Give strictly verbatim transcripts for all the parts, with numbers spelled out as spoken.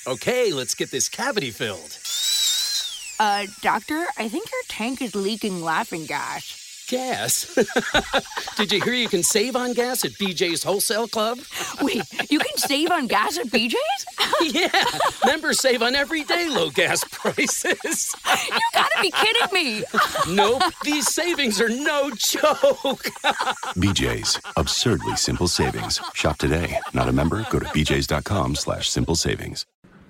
Okay, let's get this cavity filled. Uh, doctor, I think your tank is leaking laughing gas. Gas? Did you hear you can save on gas at B J's Wholesale Club? Wait, you can save on gas at B J's? Yeah, members save on everyday low gas prices. You gotta be kidding me. Nope, these savings are no joke. B J's, absurdly simple savings. Shop today. Not a member? Go to bjs.com slash simple savings.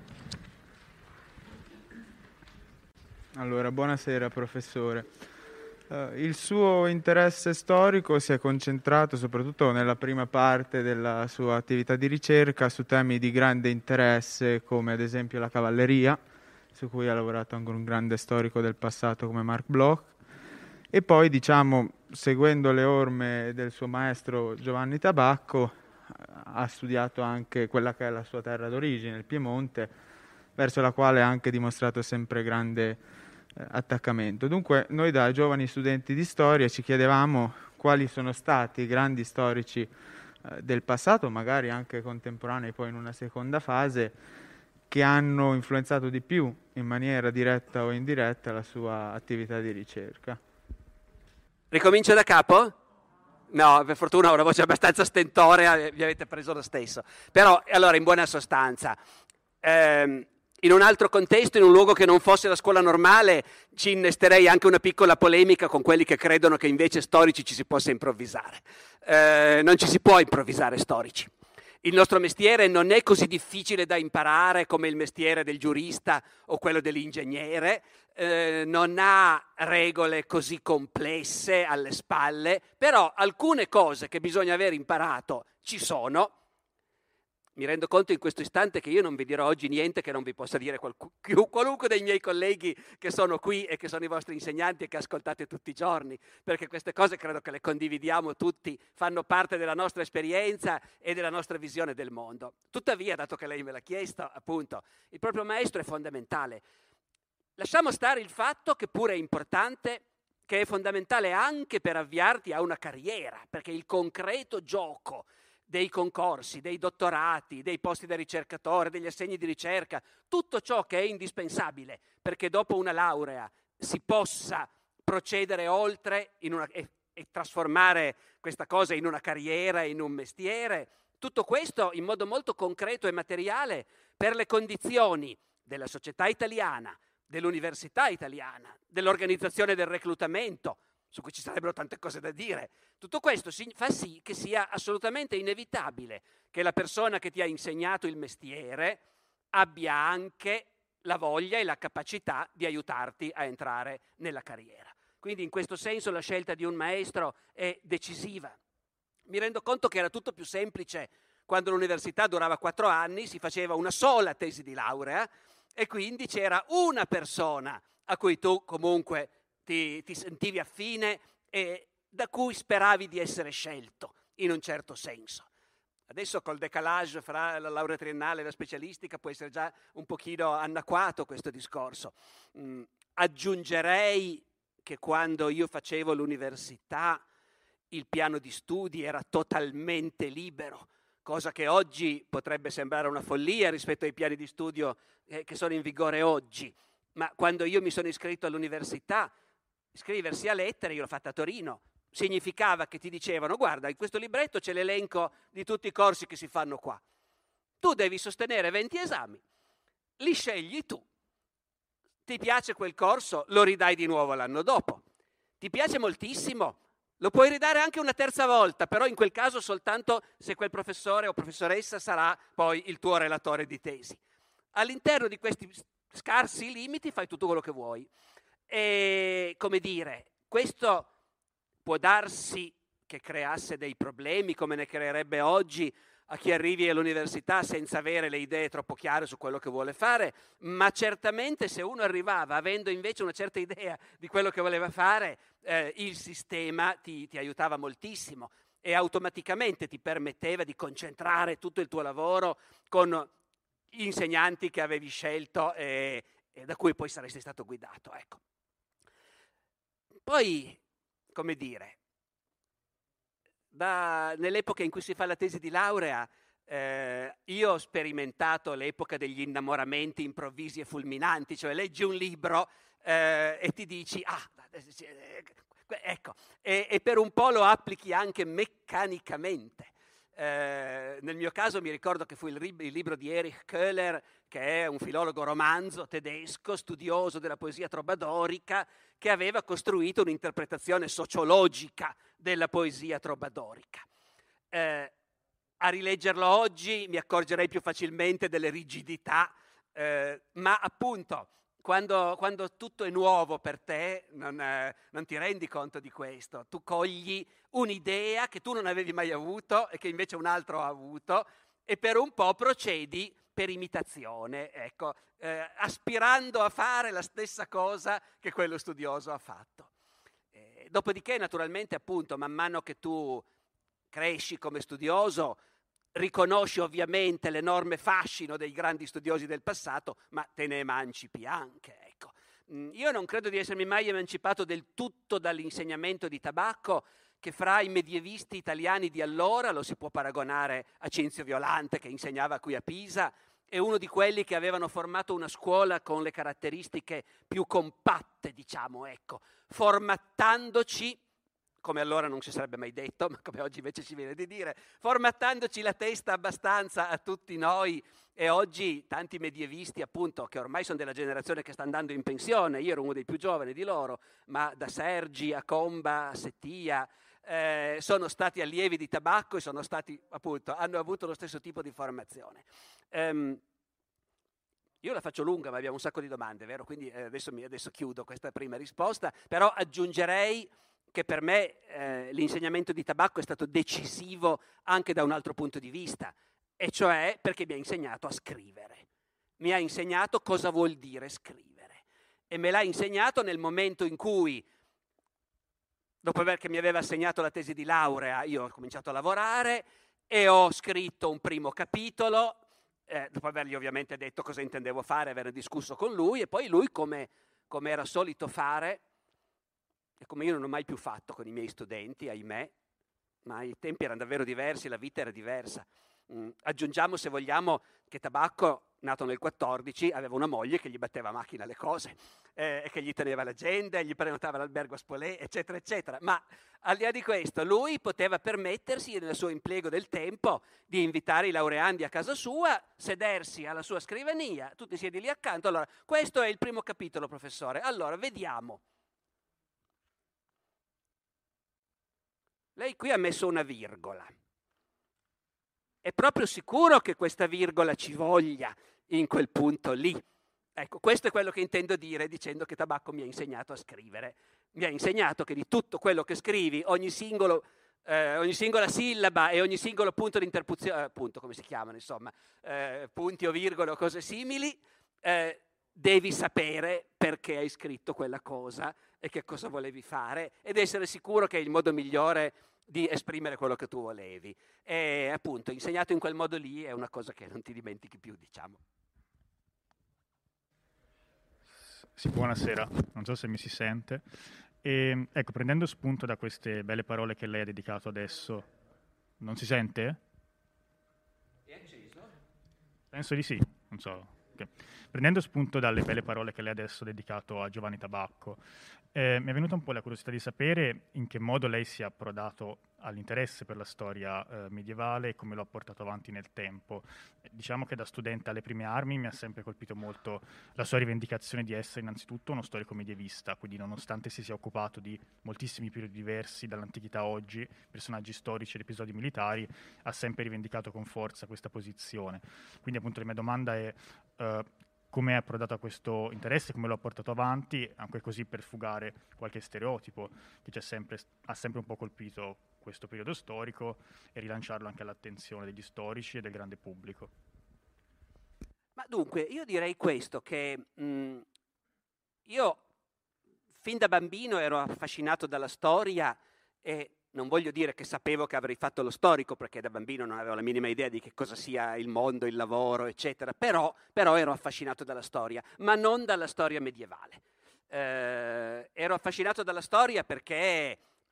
Allora, buonasera professore. Uh, il suo interesse storico si è concentrato soprattutto nella prima parte della sua attività di ricerca su temi di grande interesse come ad esempio la cavalleria, su cui ha lavorato anche un grande storico del passato come Marc Bloch, e poi, diciamo, seguendo le orme del suo maestro Giovanni Tabacco, ha studiato anche quella che è la sua terra d'origine, il Piemonte, verso la quale ha anche dimostrato sempre grande attaccamento. Dunque noi da giovani studenti di storia ci chiedevamo quali sono stati i grandi storici eh, del passato, magari anche contemporanei poi in una seconda fase, che hanno influenzato di più in maniera diretta o indiretta la sua attività di ricerca. Ricomincio da capo? No, per fortuna ho una voce abbastanza stentorea, vi avete preso lo stesso. Però, allora, in buona sostanza, ehm, in un altro contesto, in un luogo che non fosse la scuola normale, ci innesterei anche una piccola polemica con quelli che credono che invece storici ci si possa improvvisare. Eh, non ci si può improvvisare storici. Il nostro mestiere non è così difficile da imparare come il mestiere del giurista o quello dell'ingegnere, eh, non ha regole così complesse alle spalle, però alcune cose che bisogna aver imparato ci sono. Mi rendo conto in questo istante che io non vi dirò oggi niente che non vi possa dire qualcu- qualunque dei miei colleghi che sono qui e che sono i vostri insegnanti e che ascoltate tutti i giorni, perché queste cose credo che le condividiamo tutti, fanno parte della nostra esperienza e della nostra visione del mondo. Tuttavia, dato che lei me l'ha chiesto, appunto, il proprio maestro è fondamentale. Lasciamo stare il fatto che pure è importante, che è fondamentale anche per avviarti a una carriera, perché il concreto gioco dei concorsi, dei dottorati, dei posti da ricercatore, degli assegni di ricerca, tutto ciò che è indispensabile perché dopo una laurea si possa procedere oltre in una, e, e trasformare questa cosa in una carriera, in un mestiere, tutto questo in modo molto concreto e materiale per le condizioni della società italiana, dell'università italiana, dell'organizzazione del reclutamento, su cui ci sarebbero tante cose da dire. Tutto questo fa sì che sia assolutamente inevitabile che la persona che ti ha insegnato il mestiere abbia anche la voglia e la capacità di aiutarti a entrare nella carriera. Quindi in questo senso la scelta di un maestro è decisiva. Mi rendo conto che era tutto più semplice quando l'università durava quattro anni, si faceva una sola tesi di laurea e quindi c'era una persona a cui tu comunque Ti, ti sentivi affine e da cui speravi di essere scelto, in un certo senso. Adesso col decalage fra la laurea triennale e la specialistica può essere già un pochino anacquato questo discorso. Mm, aggiungerei che quando io facevo l'università il piano di studi era totalmente libero, cosa che oggi potrebbe sembrare una follia rispetto ai piani di studio eh, che sono in vigore oggi. Ma quando io mi sono iscritto all'università, iscriversi a lettere, io l'ho fatta a Torino, significava che ti dicevano: guarda, in questo libretto c'è l'elenco di tutti i corsi che si fanno qua. Tu devi sostenere venti esami, li scegli tu. Ti piace quel corso, lo ridai di nuovo l'anno dopo. Ti piace moltissimo, lo puoi ridare anche una terza volta, però in quel caso soltanto se quel professore o professoressa sarà poi il tuo relatore di tesi. All'interno di questi scarsi limiti fai tutto quello che vuoi. E, come dire, questo può darsi che creasse dei problemi, come ne creerebbe oggi a chi arrivi all'università senza avere le idee troppo chiare su quello che vuole fare, ma certamente se uno arrivava avendo invece una certa idea di quello che voleva fare, eh, il sistema ti, ti aiutava moltissimo e automaticamente ti permetteva di concentrare tutto il tuo lavoro con gli insegnanti che avevi scelto e, e da cui poi saresti stato guidato, ecco. Poi, come dire, da, nell'epoca in cui si fa la tesi di laurea, Eh, io ho sperimentato l'epoca degli innamoramenti improvvisi e fulminanti, cioè leggi un libro eh, e ti dici, ah, ecco, e, e per un po' lo applichi anche meccanicamente. Eh, nel mio caso mi ricordo che fu il, rib- il libro di Erich Köhler, che è un filologo romanzo tedesco, studioso della poesia trobadorica, che aveva costruito un'interpretazione sociologica della poesia trobadorica. Eh, a rileggerlo oggi mi accorgerei più facilmente delle rigidità, eh, ma appunto quando, quando tutto è nuovo per te non, eh, non ti rendi conto di questo. Tu cogli un'idea che tu non avevi mai avuto e che invece un altro ha avuto e per un po' procedi per imitazione, ecco, eh, aspirando a fare la stessa cosa che quello studioso ha fatto. Eh, dopodiché, naturalmente, appunto, man mano che tu cresci come studioso, riconosci ovviamente l'enorme fascino dei grandi studiosi del passato, ma te ne emancipi anche, ecco. Io non credo di essermi mai emancipato del tutto dall'insegnamento di tabacco, che fra i medievisti italiani di allora lo si può paragonare a Cinzio Violante, che insegnava qui a Pisa, è uno di quelli che avevano formato una scuola con le caratteristiche più compatte, diciamo, ecco, formattandoci, come allora non si sarebbe mai detto, ma come oggi invece si viene di dire, formattandoci la testa abbastanza a tutti noi. E oggi tanti medievisti, appunto, che ormai sono della generazione che sta andando in pensione, io ero uno dei più giovani di loro, ma da Sergi a Comba a Settia, eh, sono stati allievi di tabacco e sono stati, appunto, hanno avuto lo stesso tipo di formazione. Um, io la faccio lunga, ma abbiamo un sacco di domande, vero? Quindi eh, adesso, mi, adesso chiudo questa prima risposta, però aggiungerei che per me eh, l'insegnamento di tabacco è stato decisivo anche da un altro punto di vista, e cioè perché mi ha insegnato a scrivere. Mi ha insegnato cosa vuol dire scrivere. E me l'ha insegnato nel momento in cui, dopo aver che mi aveva assegnato la tesi di laurea, io ho cominciato a lavorare e ho scritto un primo capitolo, eh, dopo avergli ovviamente detto cosa intendevo fare, aver discusso con lui, e poi lui, come, come era solito fare, e come io non ho mai più fatto con i miei studenti, ahimè, ma i tempi erano davvero diversi, la vita era diversa. Mm, aggiungiamo, se vogliamo, che Tabacco, nato nel quattordici, aveva una moglie che gli batteva a macchina le cose, eh, e che gli teneva l'agenda, gli prenotava l'albergo a Spolè, eccetera, eccetera. Ma al di là di questo, lui poteva permettersi, nel suo impiego del tempo, di invitare i laureandi a casa sua, sedersi alla sua scrivania, tutti siedi lì accanto. Allora, questo è il primo capitolo, professore. Allora, vediamo. Lei qui ha messo una virgola. È proprio sicuro che questa virgola ci voglia in quel punto lì? Ecco, questo è quello che intendo dire dicendo che Tabacco mi ha insegnato a scrivere. Mi ha insegnato che di tutto quello che scrivi, ogni, singolo, eh, ogni singola sillaba e ogni singolo punto di interpuzione, eh, punto come si chiamano, insomma, eh, punti o virgole o cose simili, eh, devi sapere perché hai scritto quella cosa e che cosa volevi fare, ed essere sicuro che è il modo migliore di esprimere quello che tu volevi. E appunto, insegnato in quel modo lì è una cosa che non ti dimentichi più, diciamo. Sì, buonasera, non so se mi si sente. E, ecco, prendendo spunto da queste belle parole che lei ha dedicato adesso, non si sente? È acceso? Penso di sì, non so. Okay. Prendendo spunto dalle belle parole che lei adesso ha dedicato a Giovanni Tabacco, eh, mi è venuta un po' la curiosità di sapere in che modo lei sia approdato all'interesse per la storia eh, medievale e come lo ha portato avanti nel tempo. Eh, diciamo che da studente alle prime armi mi ha sempre colpito molto la sua rivendicazione di essere innanzitutto uno storico medievista, quindi nonostante si sia occupato di moltissimi periodi diversi dall'antichità a oggi, personaggi storici ed episodi militari, ha sempre rivendicato con forza questa posizione. Quindi appunto la mia domanda è Uh, come è approdato a questo interesse, come lo ha portato avanti, anche così per fugare qualche stereotipo che c'è sempre, ha sempre un po' colpito questo periodo storico e rilanciarlo anche all'attenzione degli storici e del grande pubblico. Ma dunque, io direi questo, che mh, io fin da bambino ero affascinato dalla storia e non voglio dire che sapevo che avrei fatto lo storico, perché da bambino non avevo la minima idea di che cosa sia il mondo, il lavoro, eccetera, però, però ero affascinato dalla storia, ma non dalla storia medievale. Eh, ero affascinato dalla storia perché,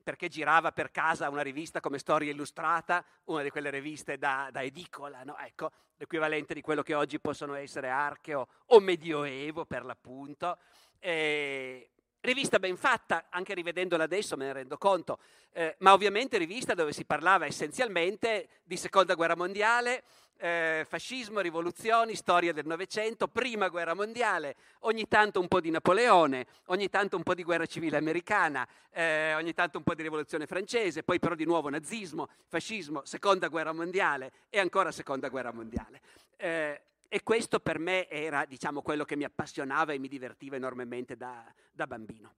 perché girava per casa una rivista come Storia Illustrata, una di quelle riviste da, da edicola, no? Ecco, l'equivalente di quello che oggi possono essere Archeo o Medioevo per l'appunto. Eh, rivista ben fatta, anche rivedendola adesso me ne rendo conto, eh, ma ovviamente rivista dove si parlava essenzialmente di Seconda Guerra Mondiale, eh, fascismo, rivoluzioni, storia del Novecento, Prima Guerra Mondiale, ogni tanto un po' di Napoleone, ogni tanto un po' di guerra civile americana, eh, ogni tanto un po' di rivoluzione francese, poi però di nuovo nazismo, fascismo, Seconda Guerra Mondiale e ancora Seconda Guerra Mondiale. Eh, E questo per me era, diciamo, quello che mi appassionava e mi divertiva enormemente da, da bambino.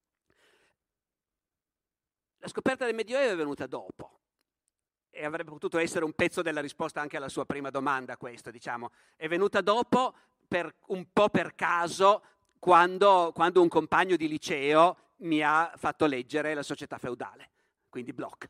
La scoperta del Medioevo è venuta dopo e avrebbe potuto essere un pezzo della risposta anche alla sua prima domanda, questo, diciamo. È venuta dopo per, un po' per caso quando, quando un compagno di liceo mi ha fatto leggere La Società Feudale, quindi Bloch.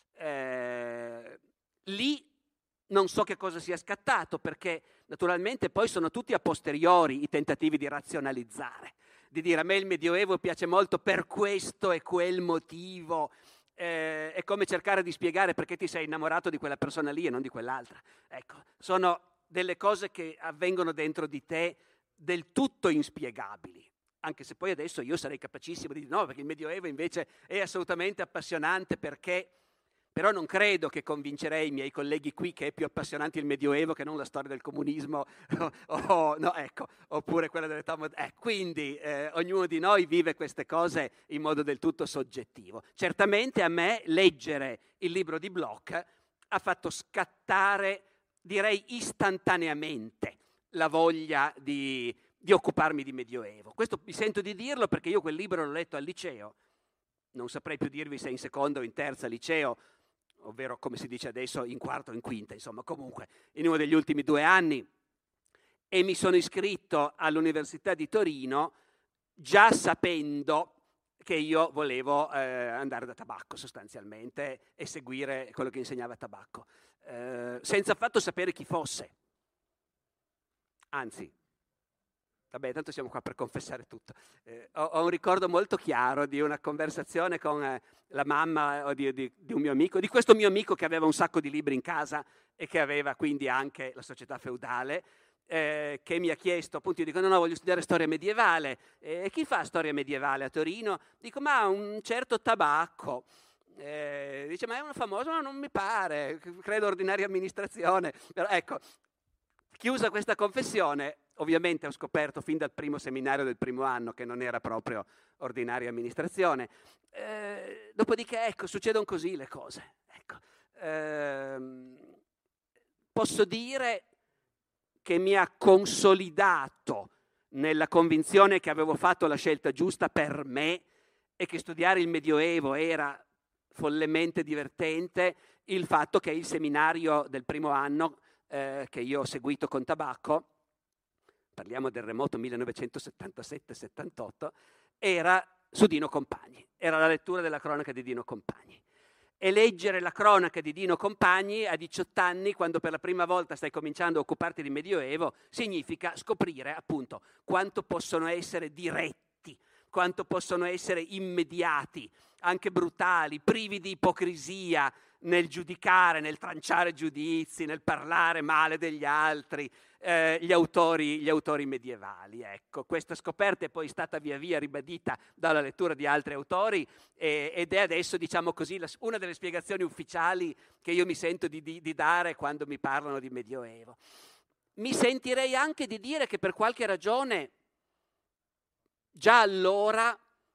Eh, lì non so che cosa sia scattato, perché naturalmente poi sono tutti a posteriori i tentativi di razionalizzare, di dire a me il Medioevo piace molto per questo e quel motivo, eh, è come cercare di spiegare perché ti sei innamorato di quella persona lì e non di quell'altra. Ecco, sono delle cose che avvengono dentro di te del tutto inspiegabili, anche se poi adesso io sarei capacissimo di dire no, perché il Medioevo invece è assolutamente appassionante perché... Però non credo che convincerei i miei colleghi qui che è più appassionante il Medioevo che non la storia del comunismo, o, o, no, ecco, oppure quella dell'età moderna. Eh, quindi eh, ognuno di noi vive queste cose in modo del tutto soggettivo. Certamente a me leggere il libro di Bloch ha fatto scattare, direi istantaneamente, la voglia di, di occuparmi di Medioevo. Questo mi sento di dirlo perché io quel libro l'ho letto al liceo. Non saprei più dirvi se in seconda o in terza liceo, ovvero come si dice adesso in quarta o in quinta, insomma comunque in uno degli ultimi due anni, e mi sono iscritto all'Università di Torino già sapendo che io volevo eh, andare da Tabacco sostanzialmente e seguire quello che insegnava Tabacco, eh, senza affatto sapere chi fosse. Anzi, vabbè, tanto siamo qua per confessare tutto. Eh, ho, ho un ricordo molto chiaro di una conversazione con eh, la mamma o di, di, di un mio amico, di questo mio amico che aveva un sacco di libri in casa e che aveva quindi anche La Società Feudale, eh, che mi ha chiesto, appunto, io dico no, no, voglio studiare storia medievale. E eh, chi fa storia medievale a Torino? Dico, ma un certo Tabacco. Eh, dice, ma è uno famoso? Ma non mi pare, credo ordinaria amministrazione. Però ecco, chiusa questa confessione, ovviamente ho scoperto fin dal primo seminario del primo anno che non era proprio ordinaria amministrazione. Eh, dopodiché, ecco, succedono così le cose. Ecco. Eh, posso dire che mi ha consolidato nella convinzione che avevo fatto la scelta giusta per me e che studiare il Medioevo era follemente divertente, il fatto che il seminario del primo anno eh, che io ho seguito con Tabacco, parliamo del remoto millenovecentosettantasette settantotto, era su Dino Compagni, era la lettura della cronaca di Dino Compagni. E leggere la cronaca di Dino Compagni a diciotto anni, quando per la prima volta stai cominciando a occuparti di Medioevo, significa scoprire appunto quanto possono essere diretti, quanto possono essere immediati, anche brutali, privi di ipocrisia nel giudicare, nel tranciare giudizi, nel parlare male degli altri, eh, gli autori, gli autori medievali. Ecco, questa scoperta è poi stata via via ribadita dalla lettura di altri autori eh, ed è adesso, diciamo così, la, una delle spiegazioni ufficiali che io mi sento di, di, di dare quando mi parlano di Medioevo. Mi sentirei anche di dire che per qualche ragione già allora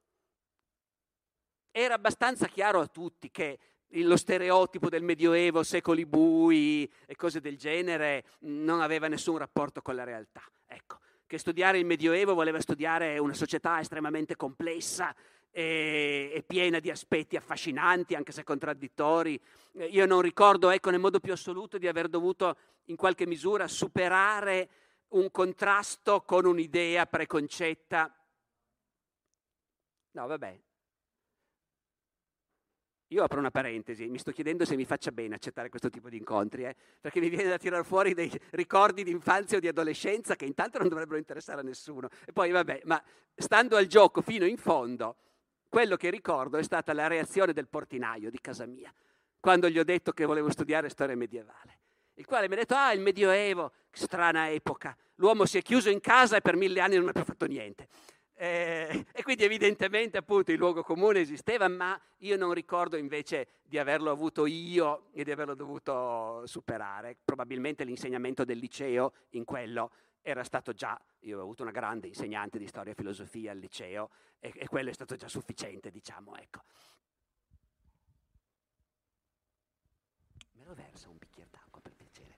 era abbastanza chiaro a tutti che lo stereotipo del Medioevo, secoli bui e cose del genere non aveva nessun rapporto con la realtà. Ecco, che studiare il Medioevo voleva studiare una società estremamente complessa e, e piena di aspetti affascinanti, anche se contraddittori. Io non ricordo, ecco, nel modo più assoluto di aver dovuto in qualche misura superare un contrasto con un'idea preconcetta. No, vabbè. Io apro una parentesi, mi sto chiedendo se mi faccia bene accettare questo tipo di incontri, eh? Perché mi viene da tirar fuori dei ricordi di infanzia o di adolescenza che intanto non dovrebbero interessare a nessuno. E poi vabbè, ma stando al gioco fino in fondo, quello che ricordo è stata la reazione del portinaio di casa mia, quando gli ho detto che volevo studiare storia medievale, il quale mi ha detto: ah, il Medioevo, strana epoca, l'uomo si è chiuso in casa e per mille anni non ha più fatto niente. Eh, e quindi evidentemente appunto il luogo comune esisteva, ma io non ricordo invece di averlo avuto io e di averlo dovuto superare. Probabilmente l'insegnamento del liceo in quello era stato già, io ho avuto una grande insegnante di storia e filosofia al liceo e, e quello è stato già sufficiente, diciamo, ecco. Me lo versa un bicchiere d'acqua, per piacere?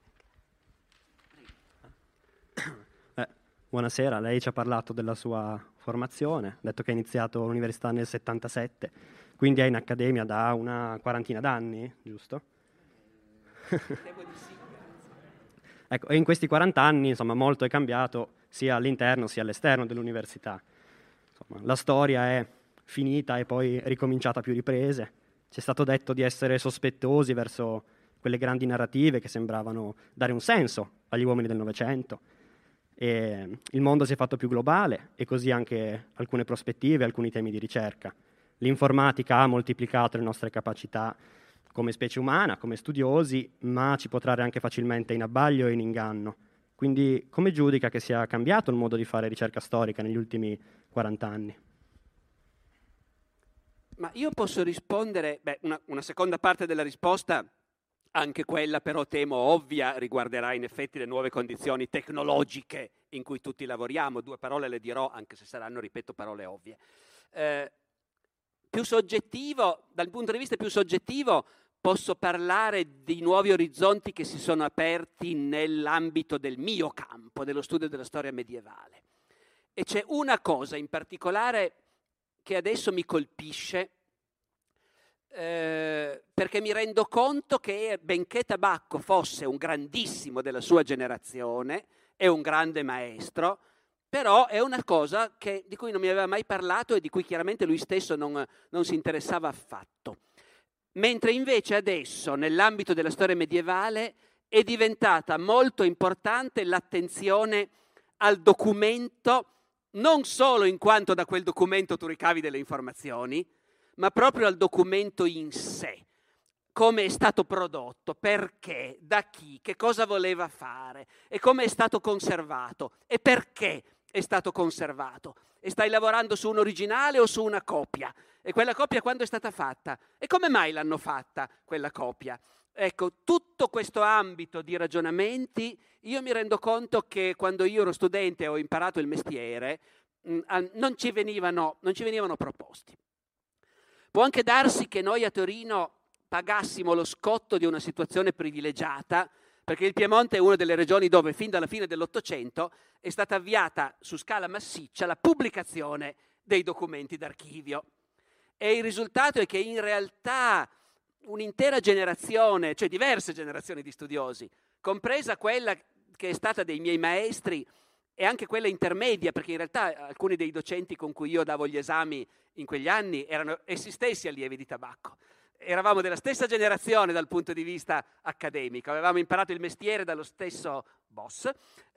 Eh, buonasera, lei ci ha parlato della sua formazione, ha detto che ha iniziato l'università nel settantasette, quindi è in accademia da una quarantina d'anni, giusto? Ecco, e in questi quaranta anni, insomma, molto è cambiato sia all'interno sia all'esterno dell'università. Insomma, la storia è finita e poi ricominciata a più riprese. Ci è stato detto di essere sospettosi verso quelle grandi narrative che sembravano dare un senso agli uomini del Novecento. E il mondo si è fatto più globale e così anche alcune prospettive, alcuni temi di ricerca. L'informatica ha moltiplicato le nostre capacità come specie umana, come studiosi, ma ci può trarre anche facilmente in abbaglio e in inganno. Quindi come giudica che sia cambiato il modo di fare ricerca storica negli ultimi quaranta anni? Ma io posso rispondere, beh, una, una seconda parte della risposta, anche quella però temo ovvia, riguarderà in effetti le nuove condizioni tecnologiche in cui tutti lavoriamo. Due parole le dirò, anche se saranno, ripeto, parole ovvie. Eh, più soggettivo, dal punto di vista più soggettivo, posso parlare di nuovi orizzonti che si sono aperti nell'ambito del mio campo, dello studio della storia medievale. E c'è una cosa in particolare che adesso mi colpisce, eh, perché mi rendo conto che benché Tabacco fosse un grandissimo della sua generazione, è un grande maestro, però è una cosa che, di cui non mi aveva mai parlato e di cui chiaramente lui stesso non, non si interessava affatto. Mentre invece adesso, nell'ambito della storia medievale, è diventata molto importante l'attenzione al documento, non solo in quanto da quel documento tu ricavi delle informazioni, ma proprio al documento in sé. Come è stato prodotto, perché, da chi, che cosa voleva fare e come è stato conservato e perché è stato conservato. E stai lavorando su un originale o su una copia? E quella copia quando è stata fatta? E come mai l'hanno fatta quella copia? Ecco, tutto questo ambito di ragionamenti, io mi rendo conto che quando io ero studente e ho imparato il mestiere, mh, non ci venivano, non ci venivano proposti. Può anche darsi che noi a Torino pagassimo lo scotto di una situazione privilegiata, perché il Piemonte è una delle regioni dove fin dalla fine dell'Ottocento è stata avviata su scala massiccia la pubblicazione dei documenti d'archivio. E il risultato è che in realtà un'intera generazione, cioè diverse generazioni di studiosi, compresa quella che è stata dei miei maestri e anche quella intermedia, perché in realtà alcuni dei docenti con cui io davo gli esami in quegli anni erano essi stessi allievi di Tabacco. Eravamo della stessa generazione dal punto di vista accademico, avevamo imparato il mestiere dallo stesso boss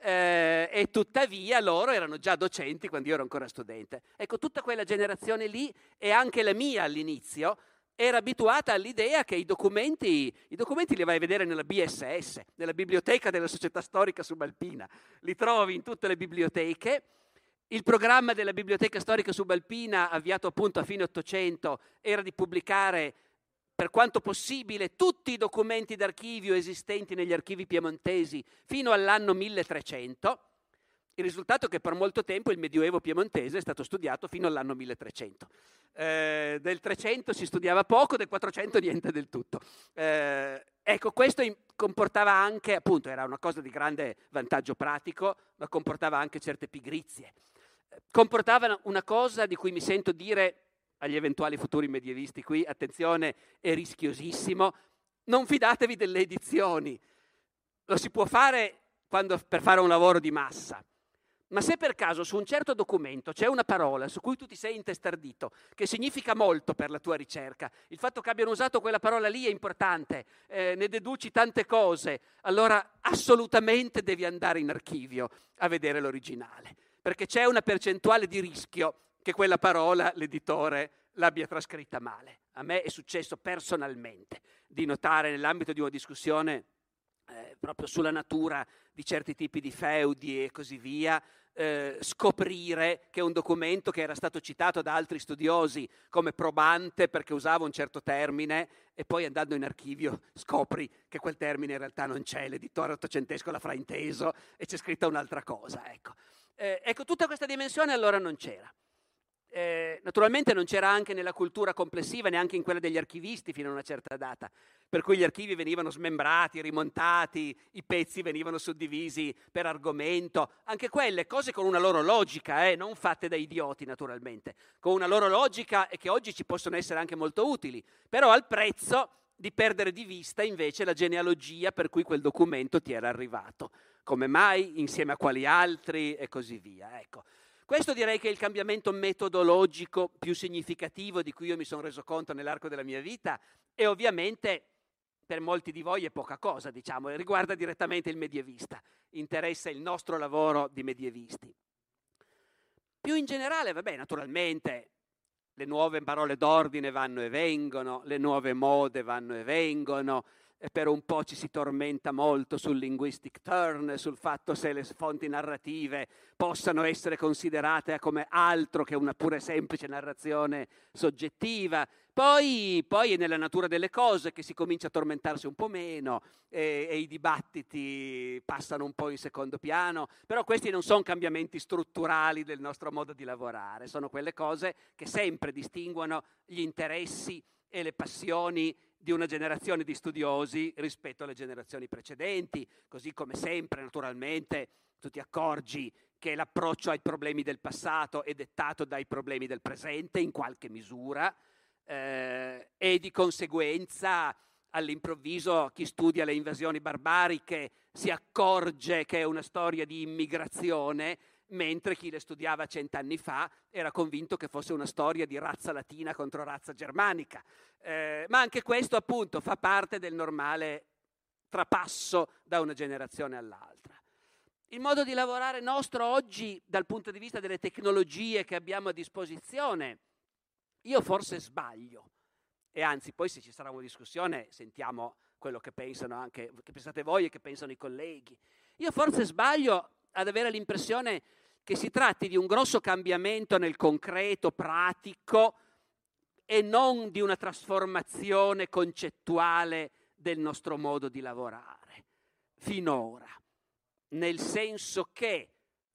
eh, e tuttavia loro erano già docenti quando io ero ancora studente. Ecco, tutta quella generazione lì e anche la mia all'inizio era abituata all'idea che i documenti, i documenti li vai a vedere nella B S S, nella biblioteca della Società Storica Subalpina, li trovi in tutte le biblioteche. Il programma della Biblioteca Storica Subalpina, avviato appunto a fine Ottocento, era di pubblicare per quanto possibile tutti i documenti d'archivio esistenti negli archivi piemontesi fino all'anno milletrecento. Il risultato è che per molto tempo il Medioevo piemontese è stato studiato fino all'anno milletrecento. Eh, del trecento si studiava poco, del quattrocento niente del tutto. Eh, ecco, questo comportava anche, appunto, era una cosa di grande vantaggio pratico, ma comportava anche certe pigrizie. Comportava una cosa di cui mi sento dire agli eventuali futuri medievisti qui, attenzione, è rischiosissimo, non fidatevi delle edizioni. Lo si può fare quando, per fare un lavoro di massa, ma se per caso su un certo documento c'è una parola su cui tu ti sei intestardito, che significa molto per la tua ricerca, il fatto che abbiano usato quella parola lì è importante, eh, ne deduci tante cose, allora assolutamente devi andare in archivio a vedere l'originale, perché c'è una percentuale di rischio che quella parola l'editore l'abbia trascritta male. A me è successo personalmente di notare nell'ambito di una discussione eh, proprio sulla natura di certi tipi di feudi e così via, eh, scoprire che un documento che era stato citato da altri studiosi come probante perché usava un certo termine, e poi andando in archivio scopri che quel termine in realtà non c'è, l'editore ottocentesco l'ha frainteso e c'è scritta un'altra cosa. Ecco, eh, ecco tutta questa dimensione allora non c'era. Eh, naturalmente non c'era anche nella cultura complessiva, neanche in quella degli archivisti fino a una certa data, per cui gli archivi venivano smembrati, rimontati, i pezzi venivano suddivisi per argomento, anche quelle cose con una loro logica, eh, non fatte da idioti naturalmente, con una loro logica e che oggi ci possono essere anche molto utili, però al prezzo di perdere di vista invece la genealogia per cui quel documento ti era arrivato, come mai, insieme a quali altri e così via. Ecco. Questo direi che è il cambiamento metodologico più significativo di cui io mi sono reso conto nell'arco della mia vita, e ovviamente per molti di voi è poca cosa, diciamo, e riguarda direttamente il medievista, interessa il nostro lavoro di medievisti. Più in generale, vabbè, naturalmente le nuove parole d'ordine vanno e vengono, le nuove mode vanno e vengono, e per un po' ci si tormenta molto sul linguistic turn, sul fatto se le fonti narrative possano essere considerate come altro che una pure semplice narrazione soggettiva. Poi, poi è nella natura delle cose che si comincia a tormentarsi un po' meno e, e i dibattiti passano un po' in secondo piano, però questi non sono cambiamenti strutturali del nostro modo di lavorare, sono quelle cose che sempre distinguono gli interessi e le passioni di una generazione di studiosi rispetto alle generazioni precedenti, così come sempre naturalmente tu ti accorgi che l'approccio ai problemi del passato è dettato dai problemi del presente in qualche misura, eh, e di conseguenza all'improvviso chi studia le invasioni barbariche si accorge che è una storia di immigrazione, mentre chi le studiava cent'anni fa era convinto che fosse una storia di razza latina contro razza germanica. Eh, ma anche questo appunto fa parte del normale trapasso da una generazione all'altra. Il modo di lavorare nostro oggi dal punto di vista delle tecnologie che abbiamo a disposizione, io forse sbaglio, e anzi poi se ci sarà una discussione sentiamo quello che pensano anche, che pensate voi e che pensano i colleghi. Io forse sbaglio ad avere l'impressione che si tratti di un grosso cambiamento nel concreto, pratico, e non di una trasformazione concettuale del nostro modo di lavorare, finora. Nel senso che,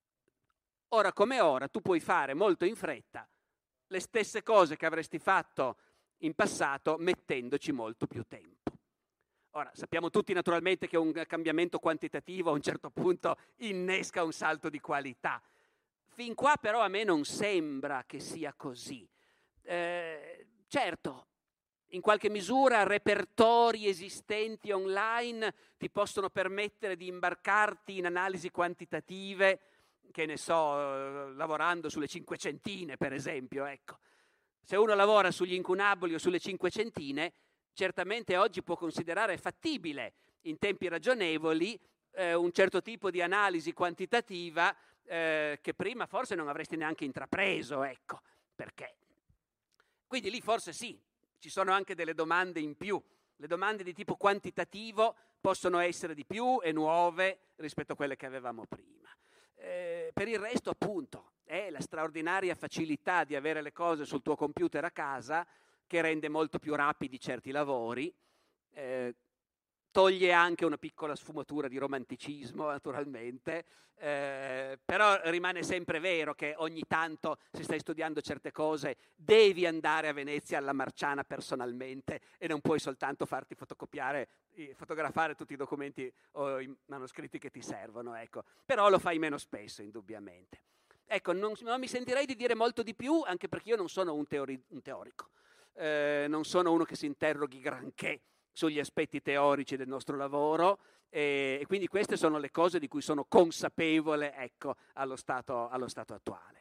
ora come ora, tu puoi fare molto in fretta le stesse cose che avresti fatto in passato mettendoci molto più tempo. Ora, sappiamo tutti naturalmente che un cambiamento quantitativo a un certo punto innesca un salto di qualità. Fin qua però a me non sembra che sia così. Eh, certo, in qualche misura repertori esistenti online ti possono permettere di imbarcarti in analisi quantitative, che ne so, lavorando sulle cinquecentine per esempio, ecco. Se uno lavora sugli incunaboli o sulle cinquecentine, certamente oggi può considerare fattibile, in tempi ragionevoli, eh, un certo tipo di analisi quantitativa eh, che prima forse non avresti neanche intrapreso, ecco, perché. Quindi lì forse sì, ci sono anche delle domande in più. Le domande di tipo quantitativo possono essere di più e nuove rispetto a quelle che avevamo prima. Eh, per il resto, appunto, è la straordinaria facilità di avere le cose sul tuo computer a casa che rende molto più rapidi certi lavori, eh, toglie anche una piccola sfumatura di romanticismo, naturalmente, eh, però rimane sempre vero che ogni tanto, se stai studiando certe cose, devi andare a Venezia alla Marciana personalmente e non puoi soltanto farti fotocopiare, fotografare tutti i documenti o i manoscritti che ti servono, ecco. Però lo fai meno spesso, indubbiamente. Ecco, non, non mi sentirei di dire molto di più, anche perché io non sono un, teori, un teorico, eh, non sono uno che si interroghi granché sugli aspetti teorici del nostro lavoro, e, e quindi queste sono le cose di cui sono consapevole, ecco, allo stato, allo stato attuale.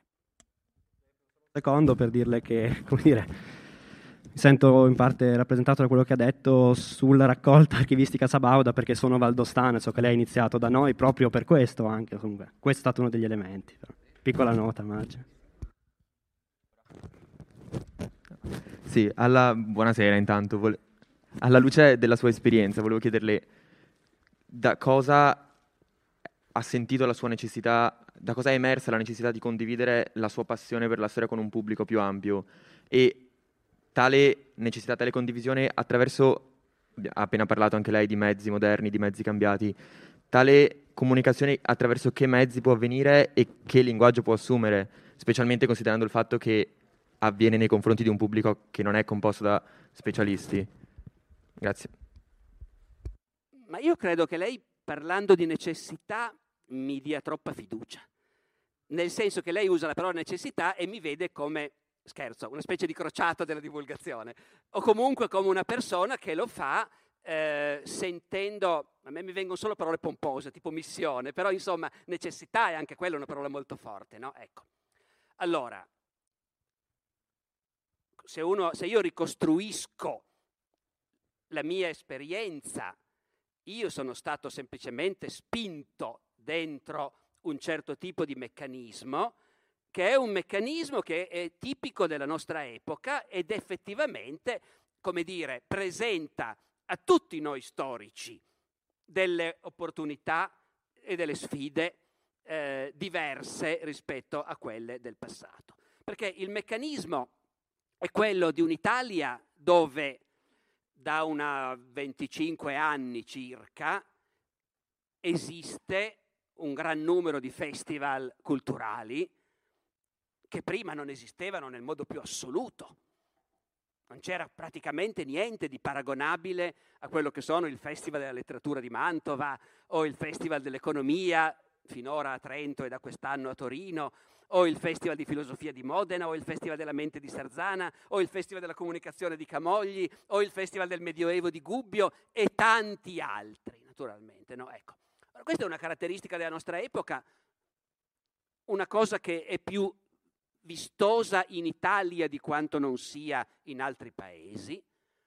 Secondo, per dirle che, come dire, mi sento in parte rappresentato da quello che ha detto sulla raccolta archivistica sabauda, perché sono valdostano e so che lei ha iniziato da noi proprio per questo anche, comunque. Questo è stato uno degli elementi. Però. Piccola nota, Marge. Sì, alla... buonasera intanto. Vole... Alla luce della sua esperienza, volevo chiederle da cosa ha sentito la sua necessità, da cosa è emersa la necessità di condividere la sua passione per la storia con un pubblico più ampio, e tale necessità, tale condivisione attraverso, ha appena parlato anche lei di mezzi moderni, di mezzi cambiati, tale comunicazione attraverso che mezzi può avvenire e che linguaggio può assumere, specialmente considerando il fatto che avviene nei confronti di un pubblico che non è composto da specialisti. Grazie. Ma io credo che lei, parlando di necessità, mi dia troppa fiducia. Nel senso che lei usa la parola necessità e mi vede come, scherzo, una specie di crociato della divulgazione, o comunque come una persona che lo fa eh, sentendo, a me mi vengono solo parole pompose, tipo missione, però insomma necessità è anche quella una parola molto forte, no? Ecco. Allora, se, uno, se io ricostruisco la mia esperienza, io sono stato semplicemente spinto dentro un certo tipo di meccanismo, che è un meccanismo che è tipico della nostra epoca ed effettivamente, come dire, presenta a tutti noi storici delle opportunità e delle sfide eh, diverse rispetto a quelle del passato. Perché il meccanismo è quello di un'Italia dove da una venticinque anni circa esiste un gran numero di festival culturali che prima non esistevano nel modo più assoluto. Non c'era praticamente niente di paragonabile a quello che sono il Festival della Letteratura di Mantova o il Festival dell'Economia, finora a Trento e da quest'anno a Torino, o il Festival di Filosofia di Modena, o il Festival della Mente di Sarzana, o il Festival della Comunicazione di Camogli, o il Festival del Medioevo di Gubbio e tanti altri, naturalmente. No? Ecco. Allora, questa è una caratteristica della nostra epoca, una cosa che è più vistosa in Italia di quanto non sia in altri paesi.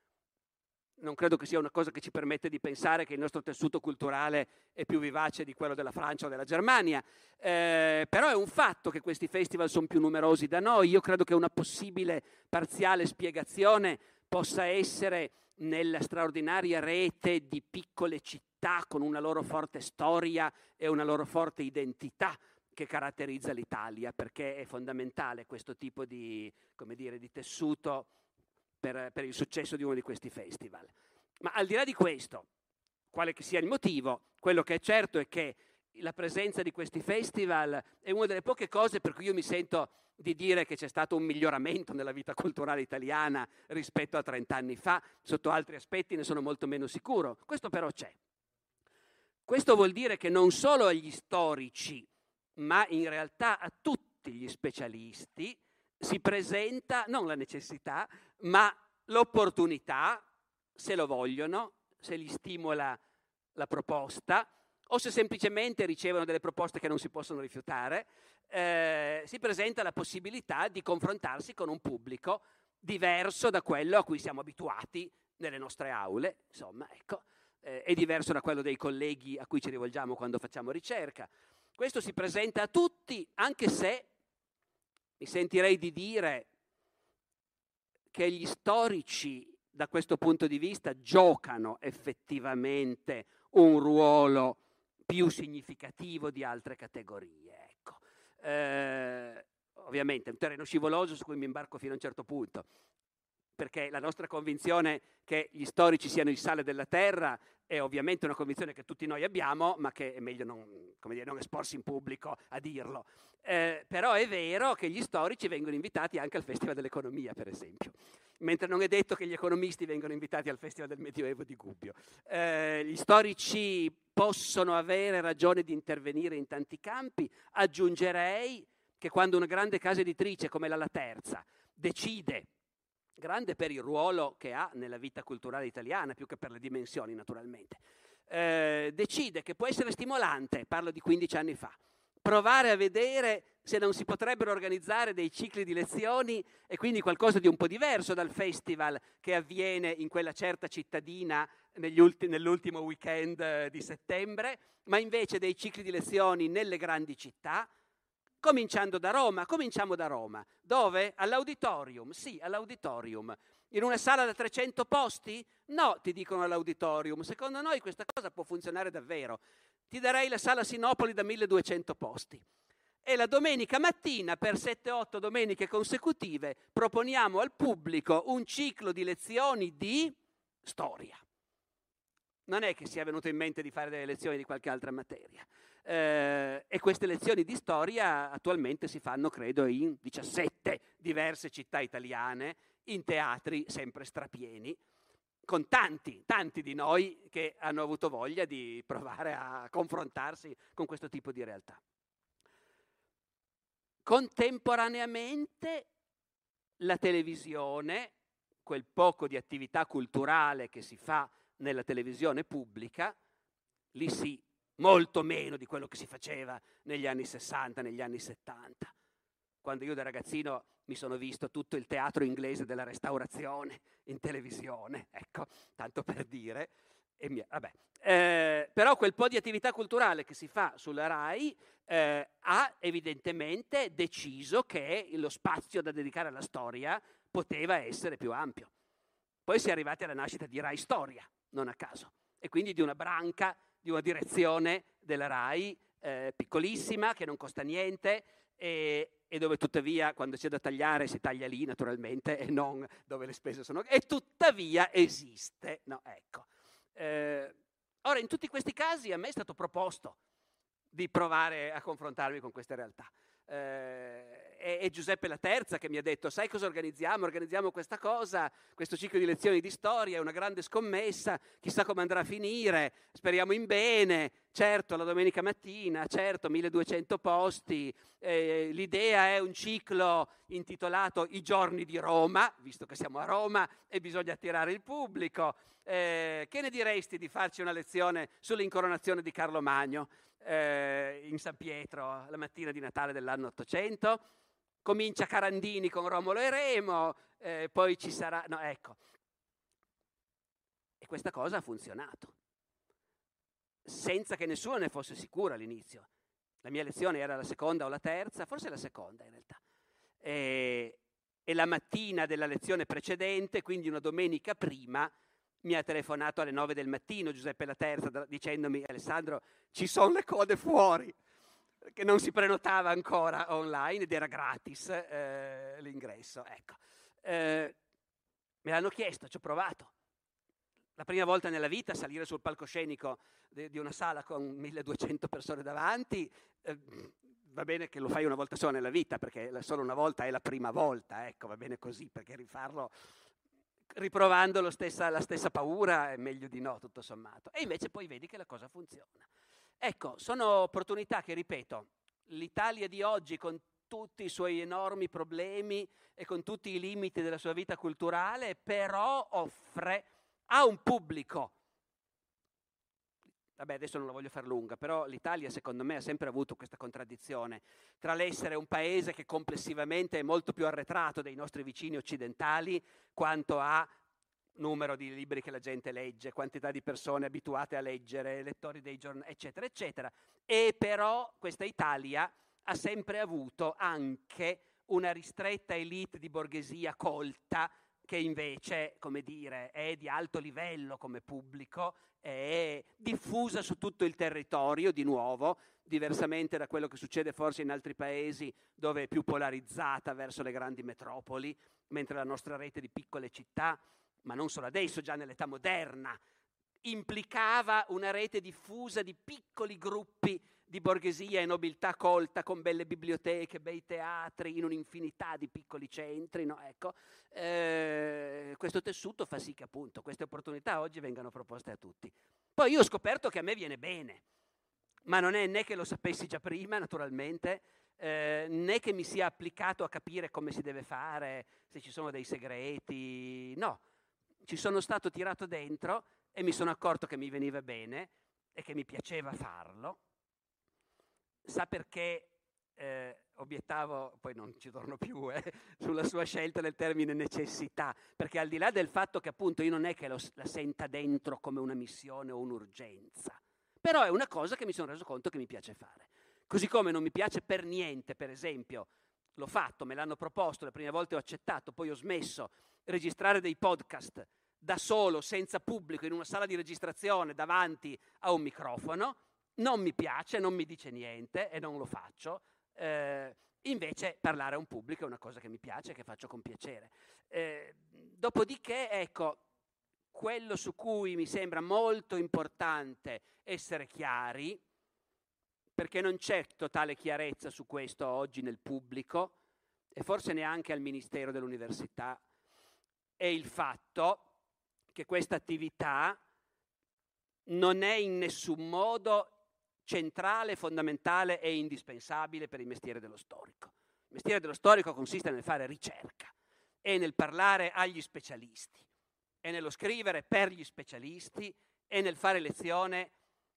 Non credo che sia una cosa che ci permette di pensare che il nostro tessuto culturale è più vivace di quello della Francia o della Germania, eh, però è un fatto che questi festival sono più numerosi da noi. Io credo che una possibile parziale spiegazione possa essere nella straordinaria rete di piccole città con una loro forte storia e una loro forte identità che caratterizza l'Italia, perché è fondamentale questo tipo di, come dire, di tessuto per, per il successo di uno di questi festival. Ma al di là di questo, quale che sia il motivo, quello che è certo è che la presenza di questi festival è una delle poche cose per cui io mi sento di dire che c'è stato un miglioramento nella vita culturale italiana rispetto a trent'anni fa. Sotto altri aspetti ne sono molto meno sicuro. Questo però c'è. Questo vuol dire che non solo agli storici, ma in realtà a tutti gli specialisti si presenta non la necessità, ma l'opportunità, se lo vogliono, se gli stimola la proposta, o se semplicemente ricevono delle proposte che non si possono rifiutare, eh, si presenta la possibilità di confrontarsi con un pubblico diverso da quello a cui siamo abituati nelle nostre aule, insomma, ecco, eh, è diverso da quello dei colleghi a cui ci rivolgiamo quando facciamo ricerca. Questo si presenta a tutti, anche se mi sentirei di dire che gli storici da questo punto di vista giocano effettivamente un ruolo più significativo di altre categorie. Ecco. Eh, ovviamente è un terreno scivoloso su cui mi imbarco fino a un certo punto, perché la nostra convinzione che gli storici siano il sale della terra è ovviamente una convinzione che tutti noi abbiamo, ma che è meglio non, come dire, non esporsi in pubblico a dirlo. Eh, però è vero che gli storici vengono invitati anche al Festival dell'Economia, per esempio, mentre non è detto che gli economisti vengano invitati al Festival del Medioevo di Gubbio. Eh, gli storici possono avere ragione di intervenire in tanti campi. Aggiungerei che quando una grande casa editrice come la La Terza decide, grande per il ruolo che ha nella vita culturale italiana, più che per le dimensioni naturalmente, eh, decide che può essere stimolante, parlo di quindici anni fa, provare a vedere se non si potrebbero organizzare dei cicli di lezioni e quindi qualcosa di un po' diverso dal festival che avviene in quella certa cittadina negli ulti- nell'ultimo weekend di settembre, ma invece dei cicli di lezioni nelle grandi città, Cominciando da Roma, cominciamo da Roma. Dove? All'auditorium, sì, all'auditorium. In una sala da trecento posti? No, ti dicono all'auditorium. Secondo noi questa cosa può funzionare davvero. Ti darei la sala Sinopoli da milleduecento posti. E la domenica mattina, per sette otto domeniche consecutive, proponiamo al pubblico un ciclo di lezioni di storia. Non è che sia venuto in mente di fare delle lezioni di qualche altra materia. Eh, e queste lezioni di storia attualmente si fanno, credo, in diciassette diverse città italiane, in teatri sempre strapieni, con tanti, tanti di noi che hanno avuto voglia di provare a confrontarsi con questo tipo di realtà. Contemporaneamente la televisione, quel poco di attività culturale che si fa nella televisione pubblica, lì sì, molto meno di quello che si faceva negli anni sessanta, negli anni settanta. Quando io da ragazzino mi sono visto tutto il teatro inglese della Restaurazione in televisione, ecco, tanto per dire. E mi, vabbè. Eh, però quel po' di attività culturale che si fa sulla RAI eh, ha evidentemente deciso che lo spazio da dedicare alla storia poteva essere più ampio. Poi si è arrivati alla nascita di RAI Storia, non a caso, e quindi di una branca, di una direzione della RAI eh, piccolissima, che non costa niente e, e dove tuttavia quando c'è da tagliare si taglia lì naturalmente e non dove le spese sono, e tuttavia esiste, no, ecco. Eh, ora, in tutti questi casi a me è stato proposto di provare a confrontarmi con queste realtà. Eh, è, è Giuseppe Laterza che mi ha detto: sai cosa organizziamo? Organizziamo questa cosa, questo ciclo di lezioni di storia, è una grande scommessa, chissà come andrà a finire, speriamo in bene. Certo, la domenica mattina, certo, milleduecento posti, eh, l'idea è un ciclo intitolato I giorni di Roma, visto che siamo a Roma e bisogna attirare il pubblico. Eh, che ne diresti di farci una lezione sull'incoronazione di Carlo Magno eh, in San Pietro la mattina di Natale dell'anno ottocento? Comincia Carandini con Romolo e Remo, eh, poi ci sarà... No, ecco. E questa cosa ha funzionato, senza che nessuno ne fosse sicuro all'inizio. La mia lezione era la seconda o la terza, forse la seconda in realtà. E, e la mattina della lezione precedente, quindi una domenica prima, mi ha telefonato alle nove del mattino Giuseppe Laterza dicendomi: Alessandro, ci sono le code fuori, che non si prenotava ancora online ed era gratis eh, l'ingresso. Ecco. Eh, me l'hanno chiesto, ci ho provato. La prima volta nella vita salire sul palcoscenico di, di una sala con milleduecento persone davanti, eh, va bene che lo fai una volta sola nella vita, perché solo una volta è la prima volta, ecco, va bene così, perché rifarlo riprovando lo stessa, la stessa paura è meglio di no, tutto sommato. E invece poi vedi che la cosa funziona. Ecco, sono opportunità che, ripeto, l'Italia di oggi, con tutti i suoi enormi problemi e con tutti i limiti della sua vita culturale, però offre a un pubblico. Vabbè, adesso non la voglio far lunga, però l'Italia secondo me ha sempre avuto questa contraddizione tra l'essere un paese che complessivamente è molto più arretrato dei nostri vicini occidentali quanto a numero di libri che la gente legge, quantità di persone abituate a leggere, lettori dei giornali, eccetera, eccetera. E però questa Italia ha sempre avuto anche una ristretta elite di borghesia colta, che invece, come dire, è di alto livello come pubblico, è diffusa su tutto il territorio, di nuovo, diversamente da quello che succede forse in altri paesi dove è più polarizzata verso le grandi metropoli, mentre la nostra rete di piccole città, ma non solo adesso, già nell'età moderna, implicava una rete diffusa di piccoli gruppi di borghesia e nobiltà colta con belle biblioteche, bei teatri in un'infinità di piccoli centri, no? Ecco, eh, questo tessuto fa sì che appunto queste opportunità oggi vengano proposte a tutti. Poi io ho scoperto che a me viene bene, ma non è né che lo sapessi già prima, naturalmente, eh, né che mi sia applicato a capire come si deve fare, se ci sono dei segreti, no. Ci sono stato tirato dentro e mi sono accorto che mi veniva bene e che mi piaceva farlo. Sa perché eh, obiettavo, poi non ci torno più, eh, sulla sua scelta del termine necessità, perché al di là del fatto che appunto io non è che lo, la senta dentro come una missione o un'urgenza, però è una cosa che mi sono reso conto che mi piace fare. Così come non mi piace per niente, per esempio, l'ho fatto, me l'hanno proposto, le prime volte ho accettato, poi ho smesso, registrare dei podcast da solo, senza pubblico, in una sala di registrazione davanti a un microfono. Non mi piace, non mi dice niente e non lo faccio. Eh, invece parlare a un pubblico è una cosa che mi piace, che faccio con piacere. Eh, dopodiché, ecco, quello su cui mi sembra molto importante essere chiari, perché non c'è totale chiarezza su questo oggi nel pubblico e forse neanche al Ministero dell'Università, è il fatto che questa attività non è in nessun modo centrale, fondamentale e indispensabile per il mestiere dello storico. Il mestiere dello storico consiste nel fare ricerca e nel parlare agli specialisti, e nello scrivere per gli specialisti e nel fare lezione.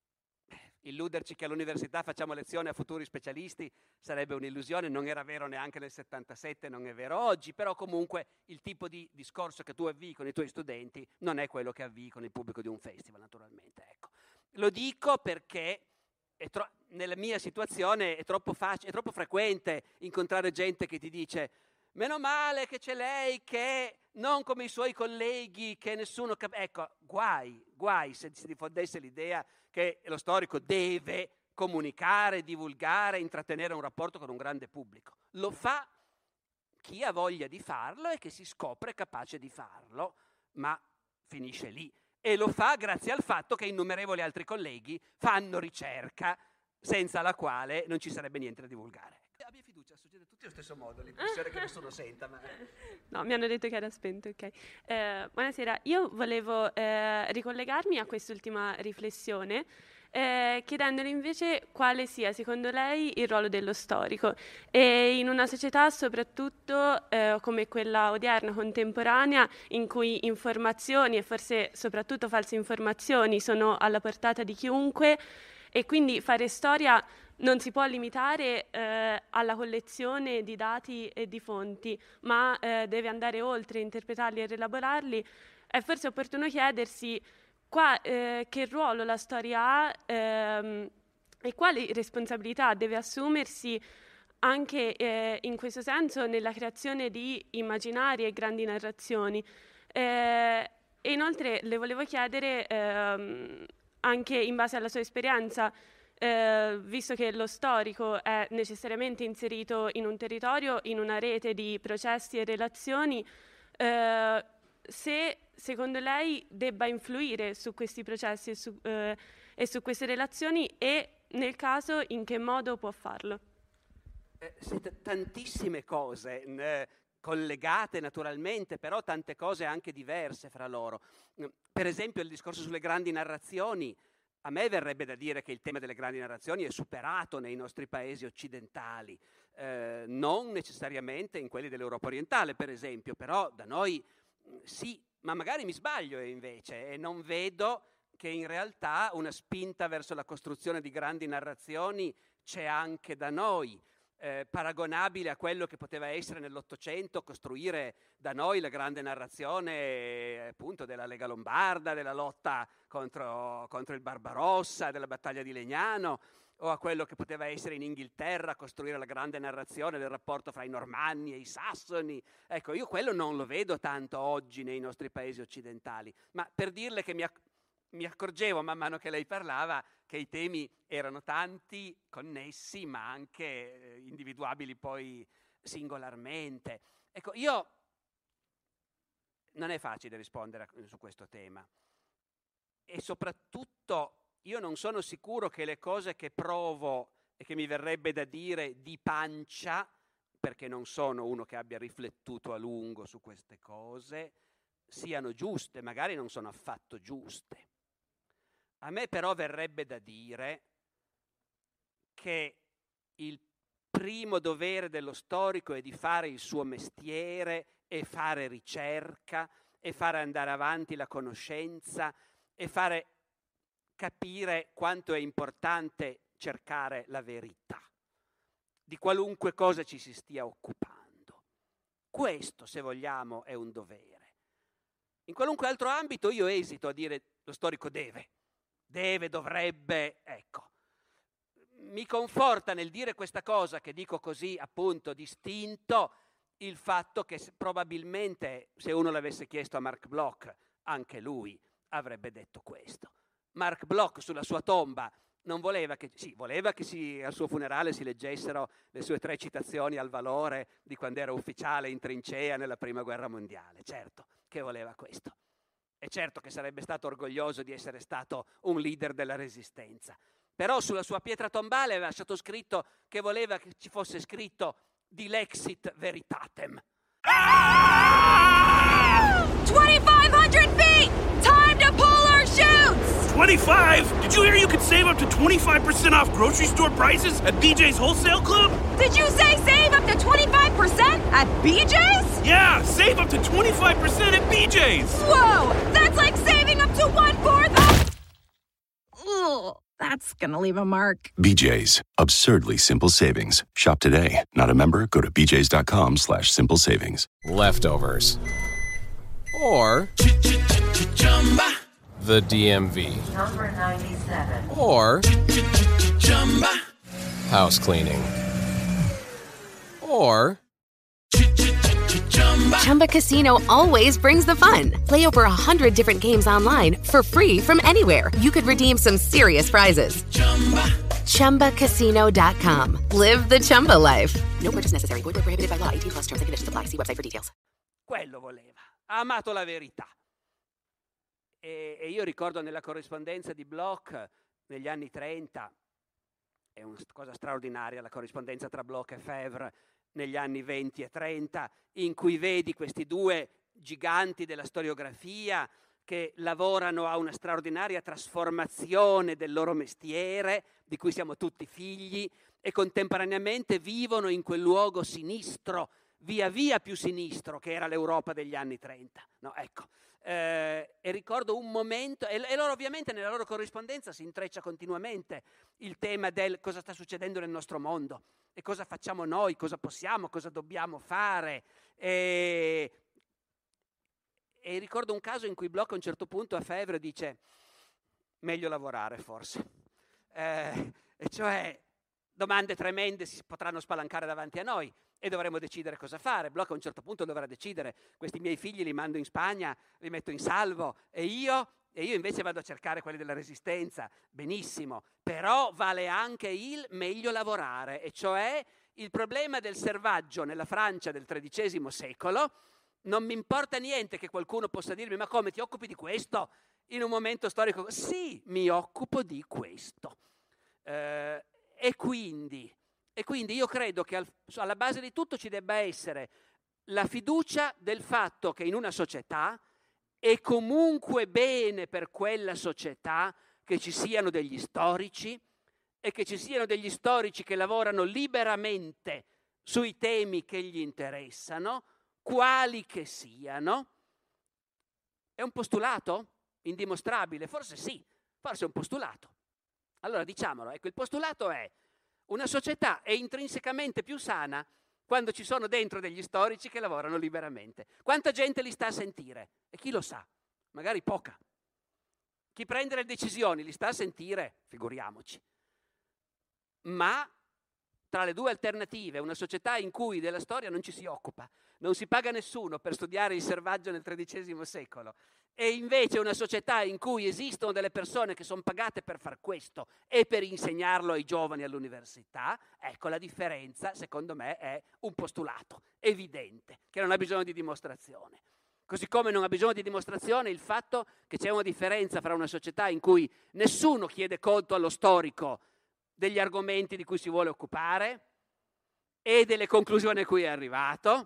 Illuderci che all'università facciamo lezione a futuri specialisti sarebbe un'illusione, non era vero neanche nel settantasette, non è vero oggi, però comunque il tipo di discorso che tu avvii con i tuoi studenti non è quello che avvii con il pubblico di un festival, naturalmente. Ecco. Lo dico perché è tro- nella mia situazione è troppo, fac- è troppo frequente incontrare gente che ti dice meno male che c'è lei che non come i suoi colleghi che nessuno cap-". Ecco, guai, guai se si diffondesse l'idea che lo storico deve comunicare, divulgare, intrattenere un rapporto con un grande pubblico. Lo fa chi ha voglia di farlo e che si scopre capace di farlo, ma finisce lì. E lo fa grazie al fatto che innumerevoli altri colleghi fanno ricerca senza la quale non ci sarebbe niente da divulgare. Abbia fiducia, succede tutti allo stesso modo, l'impressione che nessuno senta. Ma... No, mi hanno detto che era spento, ok. Eh, buonasera, io volevo eh, ricollegarmi a quest'ultima riflessione eh, chiedendole invece quale sia secondo lei il ruolo dello storico e in una società soprattutto eh, come quella odierna, contemporanea, in cui informazioni e forse soprattutto false informazioni sono alla portata di chiunque e quindi fare storia non si può limitare eh, alla collezione di dati e di fonti, ma eh, deve andare oltre, interpretarli e rielaborarli. È forse opportuno chiedersi qua, eh, che ruolo la storia ha ehm, e quali responsabilità deve assumersi anche eh, in questo senso nella creazione di immaginari e grandi narrazioni. Eh, e inoltre le volevo chiedere, ehm, anche in base alla sua esperienza, Eh, visto che lo storico è necessariamente inserito in un territorio, in una rete di processi e relazioni, eh, se secondo lei debba influire su questi processi e su, eh, e su queste relazioni e nel caso in che modo può farlo? Eh, siete tantissime cose eh, collegate naturalmente, però tante cose anche diverse fra loro. Per esempio il discorso sulle grandi narrazioni. A me verrebbe da dire che il tema delle grandi narrazioni è superato nei nostri paesi occidentali, eh, non necessariamente in quelli dell'Europa orientale, per esempio, però da noi sì, ma magari mi sbaglio invece e non vedo che in realtà una spinta verso la costruzione di grandi narrazioni c'è anche da noi. Eh, paragonabile a quello che poteva essere nell'Ottocento costruire da noi la grande narrazione eh, appunto della Lega Lombarda, della lotta contro, contro il Barbarossa, della battaglia di Legnano, o a quello che poteva essere in Inghilterra costruire la grande narrazione del rapporto fra i Normanni e i Sassoni. Ecco, io quello non lo vedo tanto oggi nei nostri paesi occidentali, ma per dirle che mi acc- mi accorgevo man mano che lei parlava che i temi erano tanti, connessi, ma anche eh, individuabili poi singolarmente. Ecco, io non è facile rispondere a, su questo tema e soprattutto io non sono sicuro che le cose che provo e che mi verrebbe da dire di pancia, perché non sono uno che abbia riflettuto a lungo su queste cose, siano giuste, magari non sono affatto giuste. A me però verrebbe da dire che il primo dovere dello storico è di fare il suo mestiere e fare ricerca e fare andare avanti la conoscenza e fare capire quanto è importante cercare la verità di qualunque cosa ci si stia occupando. Questo, se vogliamo, è un dovere. In qualunque altro ambito io esito a dire lo storico deve. Deve, dovrebbe, ecco. mi conforta nel dire questa cosa, che dico così appunto distinto, il fatto che probabilmente se uno l'avesse chiesto a Mark Bloch, anche lui avrebbe detto questo. Mark Bloch sulla sua tomba non voleva che, sì, voleva che si, al suo funerale si leggessero le sue tre citazioni al valore di quando era ufficiale in trincea nella Prima Guerra Mondiale, certo che voleva questo. E certo che sarebbe stato orgoglioso di essere stato un leader della Resistenza. Però sulla sua pietra tombale aveva lasciato scritto che voleva che ci fosse scritto Dilexit Veritatem. twenty-five hundred feet! Time to pull our chutes! twenty-five? Did you hear you could save up to twenty-five percent off grocery store prices at B J's Wholesale Club? Did you say save up to twenty-five percent at B J's? Yeah, save up to twenty-five percent at B J's! Whoa! That's like saving up to one-fourth of... Ugh, that's gonna leave a mark. B J's, absurdly simple savings. Shop today. Not a member? Go to bjs.com slash simple savings. Leftovers. Or the D M V. Number ninety-seven. Or house cleaning. Or Chumba Casino always brings the fun. Play over a hundred different games online for free from anywhere. You could redeem some serious prizes. Chumba Casino dot com. Live the Chumba life. No purchase necessary. Void where prohibited by law. eighteen plus terms and conditions apply. See website for details. Quello voleva. Ha amato la verità. E, e io ricordo nella corrispondenza di Bloch negli anni trenta, è una cosa straordinaria la corrispondenza tra Bloch e Febvre negli anni venti e trenta, in cui vedi questi due giganti della storiografia che lavorano a una straordinaria trasformazione del loro mestiere, di cui siamo tutti figli, e contemporaneamente vivono in quel luogo sinistro, via via più sinistro, che era l'Europa degli anni trenta. No, ecco. Eh, e ricordo un momento, e, e loro ovviamente nella loro corrispondenza si intreccia continuamente il tema del cosa sta succedendo nel nostro mondo e cosa facciamo noi, cosa possiamo, cosa dobbiamo fare. E, e ricordo un caso in cui Bloch a un certo punto a Febvre dice meglio lavorare forse, eh, e cioè domande tremende si potranno spalancare davanti a noi e dovremo decidere cosa fare. Bloch a un certo punto dovrà decidere: questi miei figli li mando in Spagna, li metto in salvo, e io, e io invece vado a cercare quelli della Resistenza. Benissimo, però vale anche il meglio lavorare, e cioè il problema del servaggio nella Francia del tredicesimo secolo. Non mi importa niente che qualcuno possa dirmi: ma come, ti occupi di questo in un momento storico? Sì, mi occupo di questo. Eh, e quindi E quindi io credo che al, alla base di tutto ci debba essere la fiducia del fatto che in una società è comunque bene per quella società che ci siano degli storici e che ci siano degli storici che lavorano liberamente sui temi che gli interessano, quali che siano. È un postulato indimostrabile? Forse sì, forse è un postulato. Allora diciamolo, ecco, il postulato è: una società è intrinsecamente più sana quando ci sono dentro degli storici che lavorano liberamente. Quanta gente li sta a sentire? E chi lo sa? Magari poca. Chi prende le decisioni li sta a sentire? Figuriamoci. Ma tra le due alternative, una società in cui della storia non ci si occupa, non si paga nessuno per studiare il servaggio nel tredicesimo secolo, e invece una società in cui esistono delle persone che sono pagate per far questo e per insegnarlo ai giovani all'università, ecco, la differenza, secondo me, è un postulato evidente, che non ha bisogno di dimostrazione. Così come non ha bisogno di dimostrazione il fatto che c'è una differenza fra una società in cui nessuno chiede conto allo storico degli argomenti di cui si vuole occupare e delle conclusioni a cui è arrivato,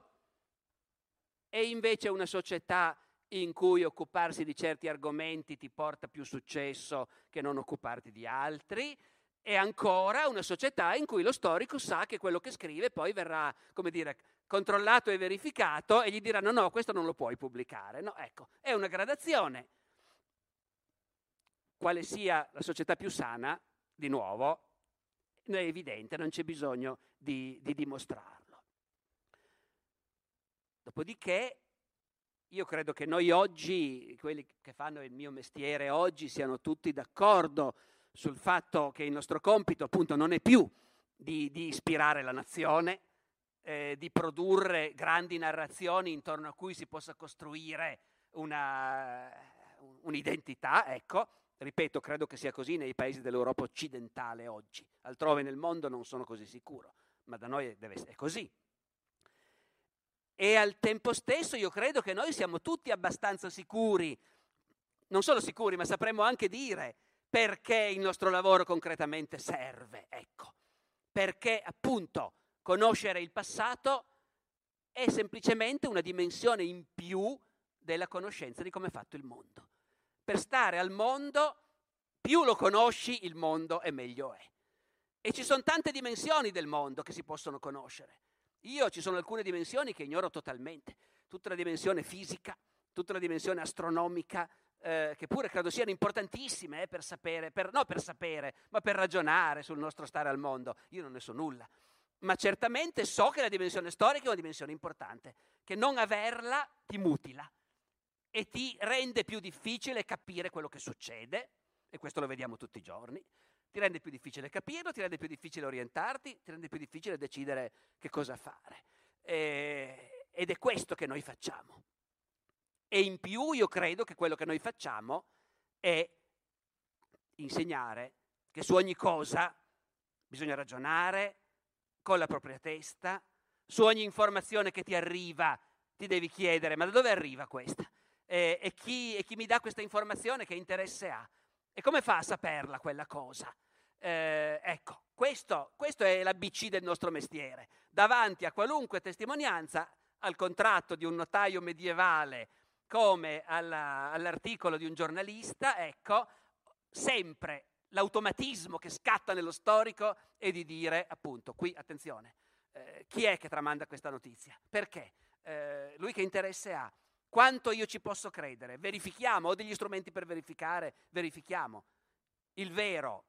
e invece una società in cui occuparsi di certi argomenti ti porta più successo che non occuparti di altri, e ancora una società in cui lo storico sa che quello che scrive poi verrà, come dire, controllato e verificato, e gli diranno no, questo non lo puoi pubblicare. No, ecco, è una gradazione. Quale sia la società più sana, di nuovo, è evidente, non c'è bisogno di, di dimostrarlo. Dopodiché io credo che noi oggi, quelli che fanno il mio mestiere oggi, siano tutti d'accordo sul fatto che il nostro compito appunto non è più di, di ispirare la nazione, eh, di produrre grandi narrazioni intorno a cui si possa costruire una, un'identità, ecco. Ripeto, credo che sia così nei paesi dell'Europa occidentale oggi, altrove nel mondo non sono così sicuro, ma da noi deve essere così. E al tempo stesso io credo che noi siamo tutti abbastanza sicuri, non solo sicuri, ma sapremmo anche dire perché il nostro lavoro concretamente serve, ecco. Perché appunto conoscere il passato è semplicemente una dimensione in più della conoscenza di come è fatto il mondo. Per stare al mondo, più lo conosci, il mondo e meglio è. E ci sono tante dimensioni del mondo che si possono conoscere. Io ci sono alcune dimensioni che ignoro totalmente. Tutta la dimensione fisica, tutta la dimensione astronomica, eh, che pure credo siano importantissime eh, per sapere, per, no per sapere, ma per ragionare sul nostro stare al mondo. Io non ne so nulla. Ma certamente so che la dimensione storica è una dimensione importante, che non averla ti mutila e ti rende più difficile capire quello che succede, e questo lo vediamo tutti i giorni. Ti rende più difficile capirlo, ti rende più difficile orientarti, ti rende più difficile decidere che cosa fare. E, ed è questo che noi facciamo. E in più io credo che quello che noi facciamo è insegnare che su ogni cosa bisogna ragionare con la propria testa, su ogni informazione che ti arriva ti devi chiedere ma da dove arriva questa? E, e, chi, e chi mi dà questa informazione che interesse ha? E come fa a saperla quella cosa? Eh, ecco, questo, questo è l'A B C del nostro mestiere. Davanti a qualunque testimonianza, al contratto di un notaio medievale come alla, all'articolo di un giornalista, ecco, sempre l'automatismo che scatta nello storico è di dire, appunto, qui, attenzione, eh, chi è che tramanda questa notizia? Perché? Eh, lui che interesse ha? Quanto io ci posso credere? Verifichiamo, ho degli strumenti per verificare, verifichiamo. Il vero,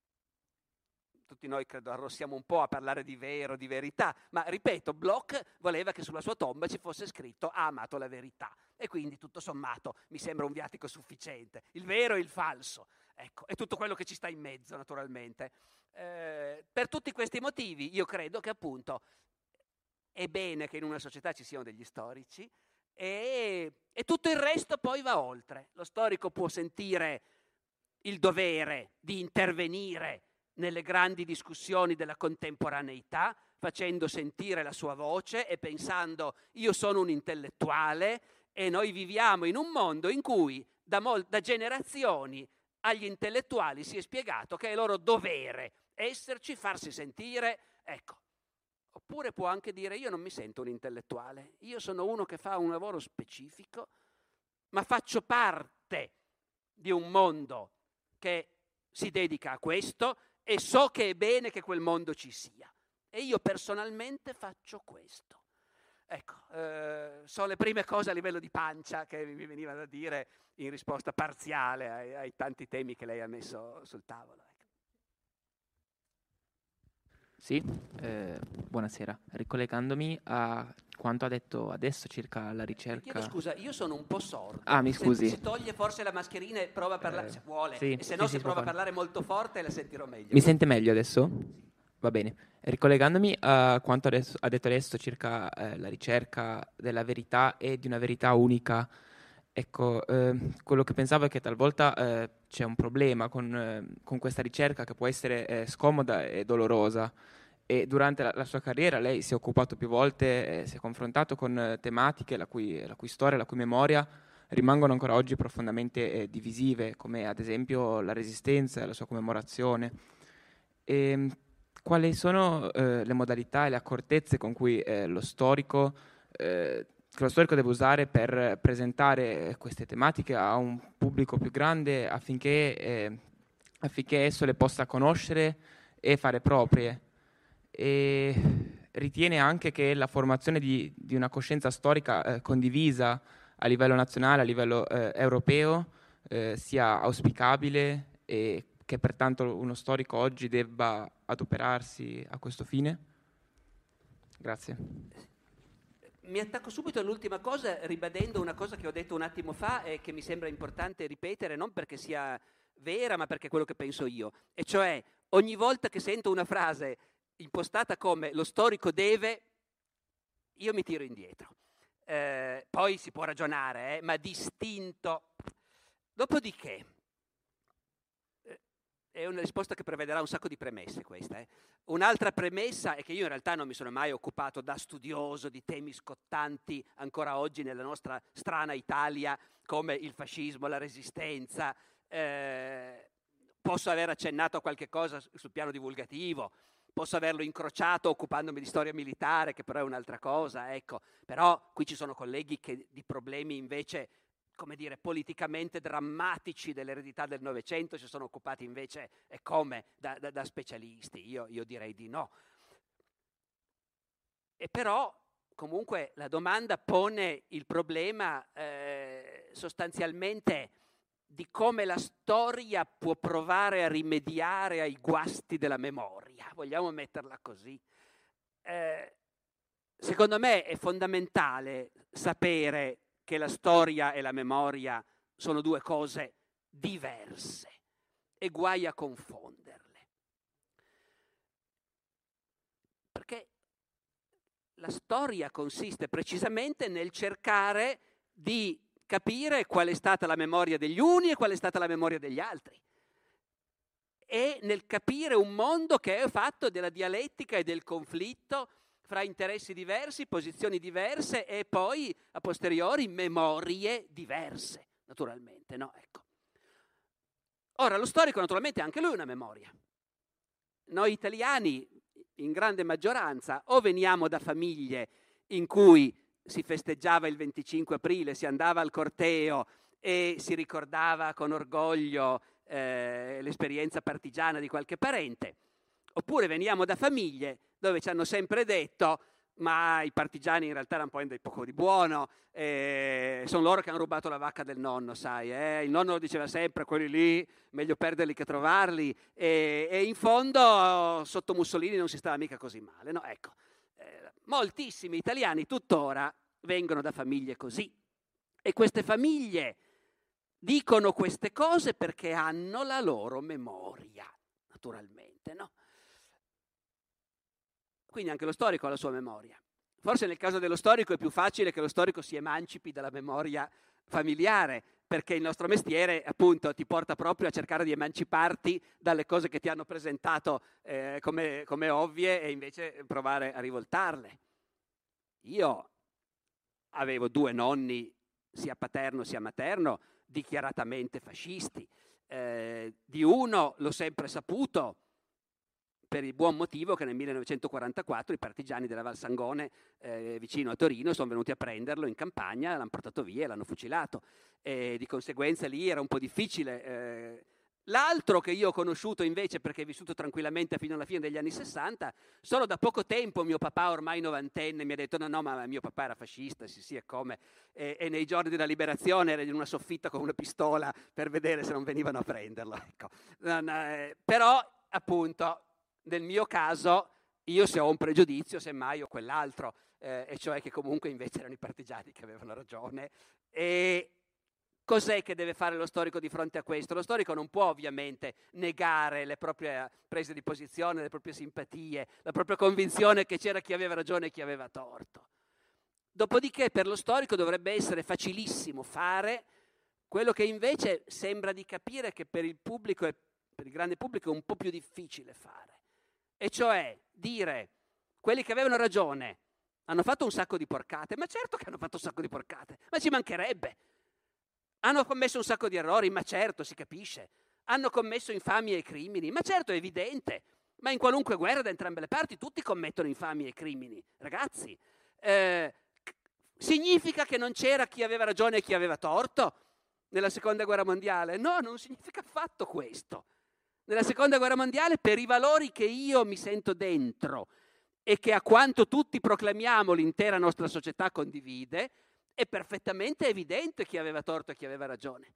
tutti noi credo arrossiamo un po' a parlare di vero, di verità, ma ripeto, Bloch voleva che sulla sua tomba ci fosse scritto ha amato la verità e quindi tutto sommato mi sembra un viatico sufficiente. Il vero e il falso, ecco, e tutto quello che ci sta in mezzo naturalmente. Eh, per tutti questi motivi io credo che appunto è bene che in una società ci siano degli storici, E, e tutto il resto poi va oltre. Lo storico può sentire il dovere di intervenire nelle grandi discussioni della contemporaneità, facendo sentire la sua voce e pensando io sono un intellettuale e noi viviamo in un mondo in cui da, mol- da generazioni agli intellettuali si è spiegato che è loro dovere esserci, farsi sentire, ecco. Oppure può anche dire io non mi sento un intellettuale, io sono uno che fa un lavoro specifico, ma faccio parte di un mondo che si dedica a questo e so che è bene che quel mondo ci sia. E io personalmente faccio questo. Ecco, eh, sono le prime cose a livello di pancia che mi veniva da dire in risposta parziale ai, ai tanti temi che lei ha messo sul tavolo. Sì, eh, buonasera. Ricollegandomi a quanto ha detto adesso circa la ricerca... Chiedo scusa, io sono un po' sordo. Ah, mi scusi. Se si toglie forse la mascherina e prova a parlare, Eh, se vuole, sì, e se no sì, se sì, prova a può parlare molto forte la sentirò meglio. Mi sente meglio adesso? Va bene. Ricollegandomi a quanto adesso, ha detto adesso circa eh, la ricerca della verità e di una verità unica, ecco, eh, quello che pensavo è che talvolta eh, c'è un problema con, eh, con questa ricerca che può essere eh, scomoda e dolorosa. E durante la, la sua carriera lei si è occupato più volte, eh, si è confrontato con eh, tematiche la cui, la cui storia, la cui memoria rimangono ancora oggi profondamente eh, divisive, come ad esempio la Resistenza e la sua commemorazione. E, quali sono eh, le modalità e le accortezze con cui eh, lo storico, eh, che lo storico deve usare per presentare queste tematiche a un pubblico più grande affinché, eh, affinché esso le possa conoscere e fare proprie? E ritiene anche che la formazione di, di una coscienza storica eh, condivisa a livello nazionale, a livello eh, europeo, eh, sia auspicabile e che pertanto uno storico oggi debba adoperarsi a questo fine? Grazie. Mi attacco subito all'ultima cosa ribadendo una cosa che ho detto un attimo fa e che mi sembra importante ripetere, non perché sia vera, ma perché è quello che penso io. E cioè, ogni volta che sento una frase impostata come lo storico deve, io mi tiro indietro. Eh, poi si può ragionare, eh, ma distinto. Dopodiché, eh, è una risposta che prevederà un sacco di premesse questa. Eh. Un'altra premessa è che io in realtà non mi sono mai occupato da studioso di temi scottanti ancora oggi nella nostra strana Italia, come il fascismo, la resistenza. Eh, posso aver accennato a qualche cosa sul piano divulgativo, posso averlo incrociato occupandomi di storia militare, che però è un'altra cosa, ecco. Però qui ci sono colleghi che di problemi invece, come dire, politicamente drammatici dell'eredità del Novecento si sono occupati invece, e come, da, da, da specialisti. Io, io direi di no. E però, comunque, la domanda pone il problema eh, sostanzialmente di come la storia può provare a rimediare ai guasti della memoria, vogliamo metterla così. Eh, secondo me è fondamentale sapere che la storia e la memoria sono due cose diverse e guai a confonderle. Perché la storia consiste precisamente nel cercare di capire qual è stata la memoria degli uni e qual è stata la memoria degli altri, e nel capire un mondo che è fatto della dialettica e del conflitto fra interessi diversi, posizioni diverse e poi a posteriori memorie diverse, naturalmente, no? Ecco. Ora, lo storico naturalmente ha anche lui una memoria. Noi italiani, in grande maggioranza, o veniamo da famiglie in cui si festeggiava il venticinque aprile, si andava al corteo e si ricordava con orgoglio eh, l'esperienza partigiana di qualche parente, oppure veniamo da famiglie dove ci hanno sempre detto ma i partigiani in realtà erano poi dei poco di buono, eh, sono loro che hanno rubato la vacca del nonno, sai, eh? Il nonno lo diceva sempre, quelli lì meglio perderli che trovarli, e, e in fondo sotto Mussolini non si stava mica così male, no? Ecco. Moltissimi italiani tuttora vengono da famiglie così, e queste famiglie dicono queste cose perché hanno la loro memoria, naturalmente, no? Quindi anche lo storico ha la sua memoria. Forse nel caso dello storico è più facile che lo storico si emancipi dalla memoria familiare, perché il nostro mestiere, appunto, ti porta proprio a cercare di emanciparti dalle cose che ti hanno presentato eh, come, come ovvie e invece provare a rivoltarle. Io avevo due nonni, sia paterno sia materno, dichiaratamente fascisti. Eh, di uno l'ho sempre saputo, per il buon motivo che nel millenovecentoquarantaquattro i partigiani della Val Sangone, eh, vicino a Torino, sono venuti a prenderlo in campagna, l'hanno portato via e l'hanno fucilato. E di conseguenza lì era un po' difficile. Eh. L'altro che io ho conosciuto invece, perché ho vissuto tranquillamente fino alla fine degli anni sessanta, solo da poco tempo mio papà, ormai novantenne, mi ha detto no, no, ma mio papà era fascista, sì, sì, è come. E, e nei giorni della liberazione era in una soffitta con una pistola per vedere se non venivano a prenderlo. Ecco. No, no, eh, però, appunto, nel mio caso, io se ho un pregiudizio, semmai ho quell'altro, eh, e cioè che comunque invece erano i partigiani che avevano ragione. E cos'è che deve fare lo storico di fronte a questo? Lo storico non può ovviamente negare le proprie prese di posizione, le proprie simpatie, la propria convinzione che c'era chi aveva ragione e chi aveva torto. Dopodiché per lo storico dovrebbe essere facilissimo fare quello che invece sembra di capire che per il pubblico e per il grande pubblico è un po' più difficile fare. E cioè dire, quelli che avevano ragione hanno fatto un sacco di porcate, ma certo che hanno fatto un sacco di porcate, ma ci mancherebbe. Hanno commesso un sacco di errori, ma certo, si capisce. Hanno commesso infamie e crimini, ma certo, è evidente. Ma in qualunque guerra da entrambe le parti tutti commettono infamie e crimini, ragazzi. Eh, significa che non c'era chi aveva ragione e chi aveva torto nella seconda guerra mondiale? No, non significa affatto questo. Nella seconda guerra mondiale, per i valori che io mi sento dentro e che a quanto tutti proclamiamo l'intera nostra società condivide, è perfettamente evidente chi aveva torto e chi aveva ragione.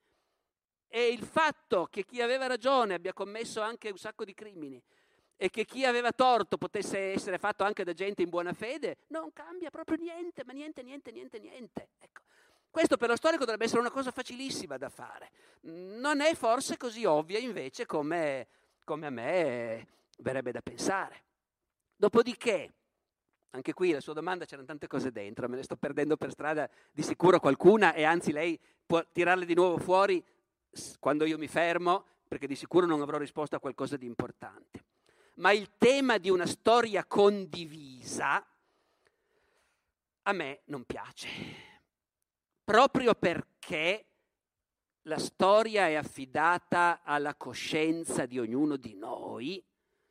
E il fatto che chi aveva ragione abbia commesso anche un sacco di crimini e che chi aveva torto potesse essere fatto anche da gente in buona fede, non cambia proprio niente, ma niente, niente, niente, niente. Ecco. Questo per lo storico dovrebbe essere una cosa facilissima da fare. Non è forse così ovvia invece come, come a me verrebbe da pensare. Dopodiché, anche qui la sua domanda c'erano tante cose dentro, me ne sto perdendo per strada di sicuro qualcuna e anzi lei può tirarle di nuovo fuori quando io mi fermo, perché di sicuro non avrò risposto a qualcosa di importante. Ma il tema di una storia condivisa a me non piace, proprio perché la storia è affidata alla coscienza di ognuno di noi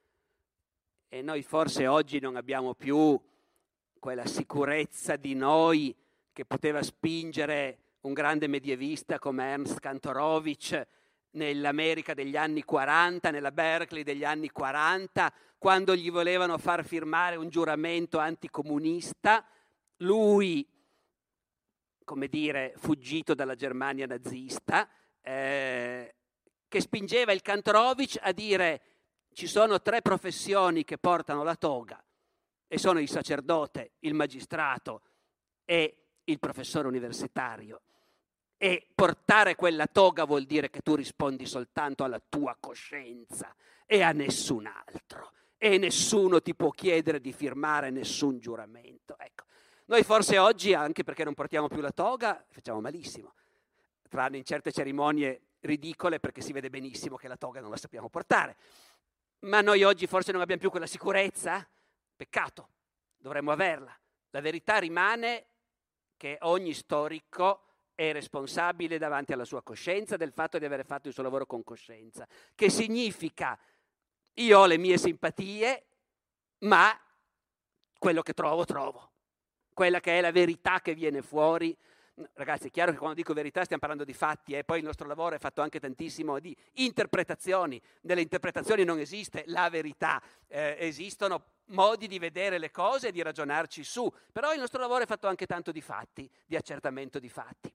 e noi forse oggi non abbiamo più quella sicurezza di noi che poteva spingere un grande medievista come Ernst Kantorowicz nell'America degli anni quaranta, nella Berkeley degli anni quaranta, quando gli volevano far firmare un giuramento anticomunista. Lui, come dire, fuggito dalla Germania nazista, eh, che spingeva il Kantorowicz a dire: ci sono tre professioni che portano la toga e sono il sacerdote, il magistrato e il professore universitario. E portare quella toga vuol dire che tu rispondi soltanto alla tua coscienza e a nessun altro. E nessuno ti può chiedere di firmare nessun giuramento. Ecco. Noi forse oggi, anche perché non portiamo più la toga, facciamo malissimo. Tranne in certe cerimonie ridicole, perché si vede benissimo che la toga non la sappiamo portare. Ma noi oggi forse non abbiamo più quella sicurezza? Peccato, dovremmo averla. La verità rimane che ogni storico è responsabile davanti alla sua coscienza del fatto di aver fatto il suo lavoro con coscienza, che significa io ho le mie simpatie, ma quello che trovo, trovo. Quella che è la verità che viene fuori. Ragazzi, è chiaro che quando dico verità stiamo parlando di fatti, e eh? Poi il nostro lavoro è fatto anche tantissimo di interpretazioni. Nelle interpretazioni non esiste la verità, eh, esistono modi di vedere le cose e di ragionarci su, però il nostro lavoro è fatto anche tanto di fatti, di accertamento di fatti.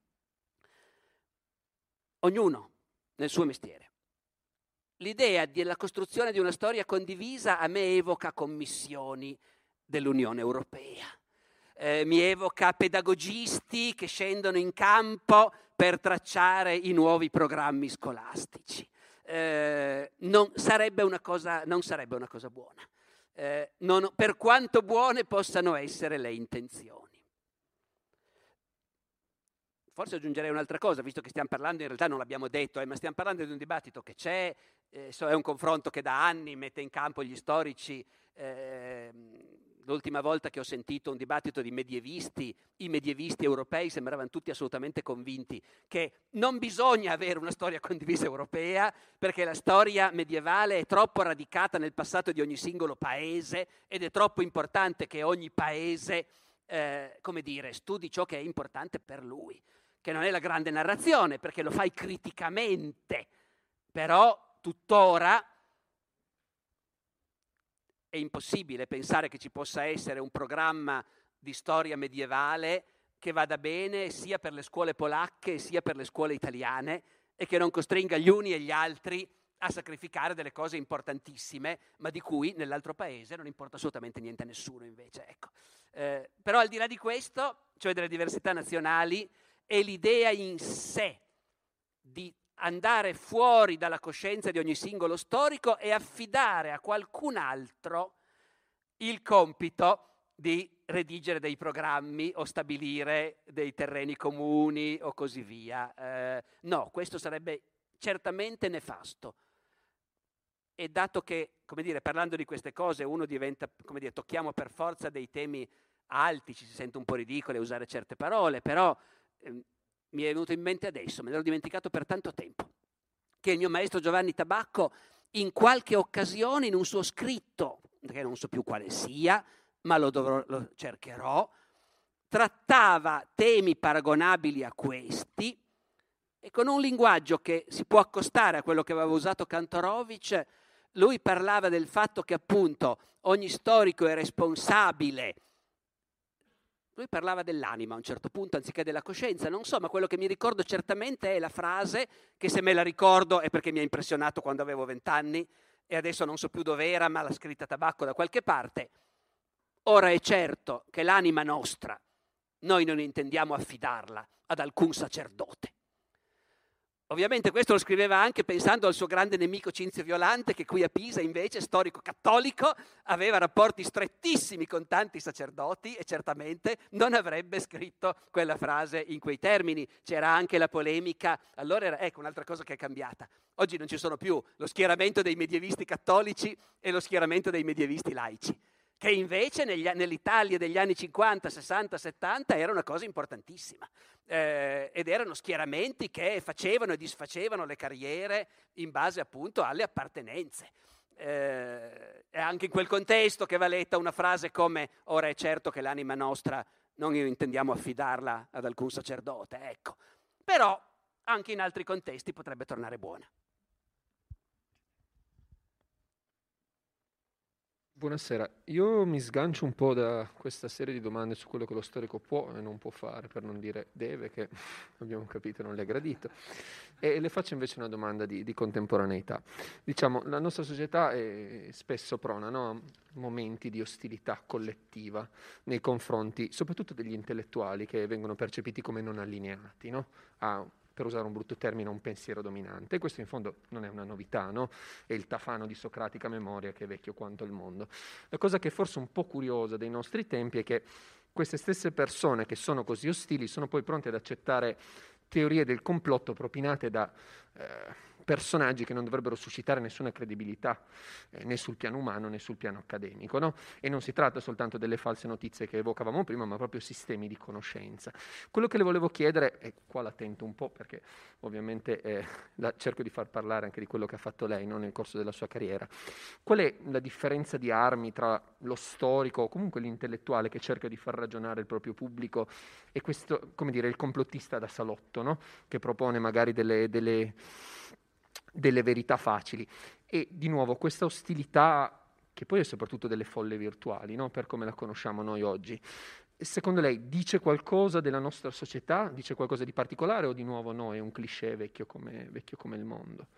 Ognuno nel suo mestiere. L'idea della costruzione di una storia condivisa a me evoca commissioni dell'Unione Europea. Eh, mi evoca pedagogisti che scendono in campo per tracciare i nuovi programmi scolastici. Eh, non, sarebbe una cosa, non sarebbe una cosa buona, eh, non, per quanto buone possano essere le intenzioni. Forse aggiungerei un'altra cosa, visto che stiamo parlando, in realtà non l'abbiamo detto, eh, ma stiamo parlando di un dibattito che c'è, eh, so, è un confronto che da anni mette in campo gli storici. Eh, L'ultima volta che ho sentito un dibattito di medievisti, i medievisti europei sembravano tutti assolutamente convinti che non bisogna avere una storia condivisa europea perché la storia medievale è troppo radicata nel passato di ogni singolo paese ed è troppo importante che ogni paese, eh, come dire, studi ciò che è importante per lui, che non è la grande narrazione perché lo fai criticamente, però tuttora è impossibile pensare che ci possa essere un programma di storia medievale che vada bene sia per le scuole polacche sia per le scuole italiane e che non costringa gli uni e gli altri a sacrificare delle cose importantissime, ma di cui nell'altro paese non importa assolutamente niente a nessuno invece. Ecco. Eh, però al di là di questo, cioè delle diversità nazionali, è l'idea in sé di andare fuori dalla coscienza di ogni singolo storico e affidare a qualcun altro il compito di redigere dei programmi o stabilire dei terreni comuni o così via. Eh, no, questo sarebbe certamente nefasto. E dato che, come dire, parlando di queste cose uno diventa, come dire, tocchiamo per forza dei temi alti, ci si sente un po' ridicoli a usare certe parole, però ehm, mi è venuto in mente adesso, me l'ero dimenticato per tanto tempo, che il mio maestro Giovanni Tabacco in qualche occasione in un suo scritto, che non so più quale sia, ma lo, dovrò, lo cercherò, trattava temi paragonabili a questi e con un linguaggio che si può accostare a quello che aveva usato Kantorowicz. Lui parlava del fatto che appunto ogni storico è responsabile. Lui parlava dell'anima a un certo punto anziché della coscienza, non so, ma quello che mi ricordo certamente è la frase, che se me la ricordo è perché mi ha impressionato quando avevo vent'anni e adesso non so più dove era, ma l'ha scritta Tabacco da qualche parte. Ora è certo che l'anima nostra noi non intendiamo affidarla ad alcun sacerdote. Ovviamente questo lo scriveva anche pensando al suo grande nemico Cinzio Violante, che qui a Pisa invece, storico cattolico, aveva rapporti strettissimi con tanti sacerdoti e certamente non avrebbe scritto quella frase in quei termini. C'era anche la polemica, allora era, ecco un'altra cosa che è cambiata. Oggi non ci sono più lo schieramento dei medievisti cattolici e lo schieramento dei medievisti laici, che invece negli, nell'Italia degli anni cinquanta, sessanta, settanta era una cosa importantissima. Eh, ed erano schieramenti che facevano e disfacevano le carriere in base appunto alle appartenenze. Eh, è anche in quel contesto che va letta una frase come «Ora è certo che l'anima nostra non intendiamo affidarla ad alcun sacerdote», ecco. Però anche in altri contesti potrebbe tornare buona. Buonasera, io mi sgancio un po' da questa serie di domande su quello che lo storico può e non può fare, per non dire deve, che abbiamo capito non le è gradito, e le faccio invece una domanda di, di contemporaneità. Diciamo, la nostra società è spesso prona, no, a momenti di ostilità collettiva nei confronti soprattutto degli intellettuali che vengono percepiti come non allineati, no? a per usare un brutto termine, un pensiero dominante. E questo in fondo non è una novità, no? È il Tafano di socratica memoria che è vecchio quanto il mondo. La cosa che è forse un po' curiosa dei nostri tempi è che queste stesse persone che sono così ostili sono poi pronte ad accettare teorie del complotto propinate da eh, personaggi che non dovrebbero suscitare nessuna credibilità eh, né sul piano umano né sul piano accademico, no? E non si tratta soltanto delle false notizie che evocavamo prima, ma proprio sistemi di conoscenza. Quello che le volevo chiedere, e qua la tento un po' perché ovviamente eh, la, cerco di far parlare anche di quello che ha fatto lei, no? Nel corso della sua carriera, qual è la differenza di armi tra lo storico o comunque l'intellettuale che cerca di far ragionare il proprio pubblico e questo, come dire, il complottista da salotto, no? Che propone magari delle, delle delle verità facili. E di nuovo questa ostilità, che poi è soprattutto delle folle virtuali, no? Per come la conosciamo noi oggi, secondo lei dice qualcosa della nostra società, dice qualcosa di particolare, o di nuovo no, è un cliché vecchio come, vecchio come il mondo?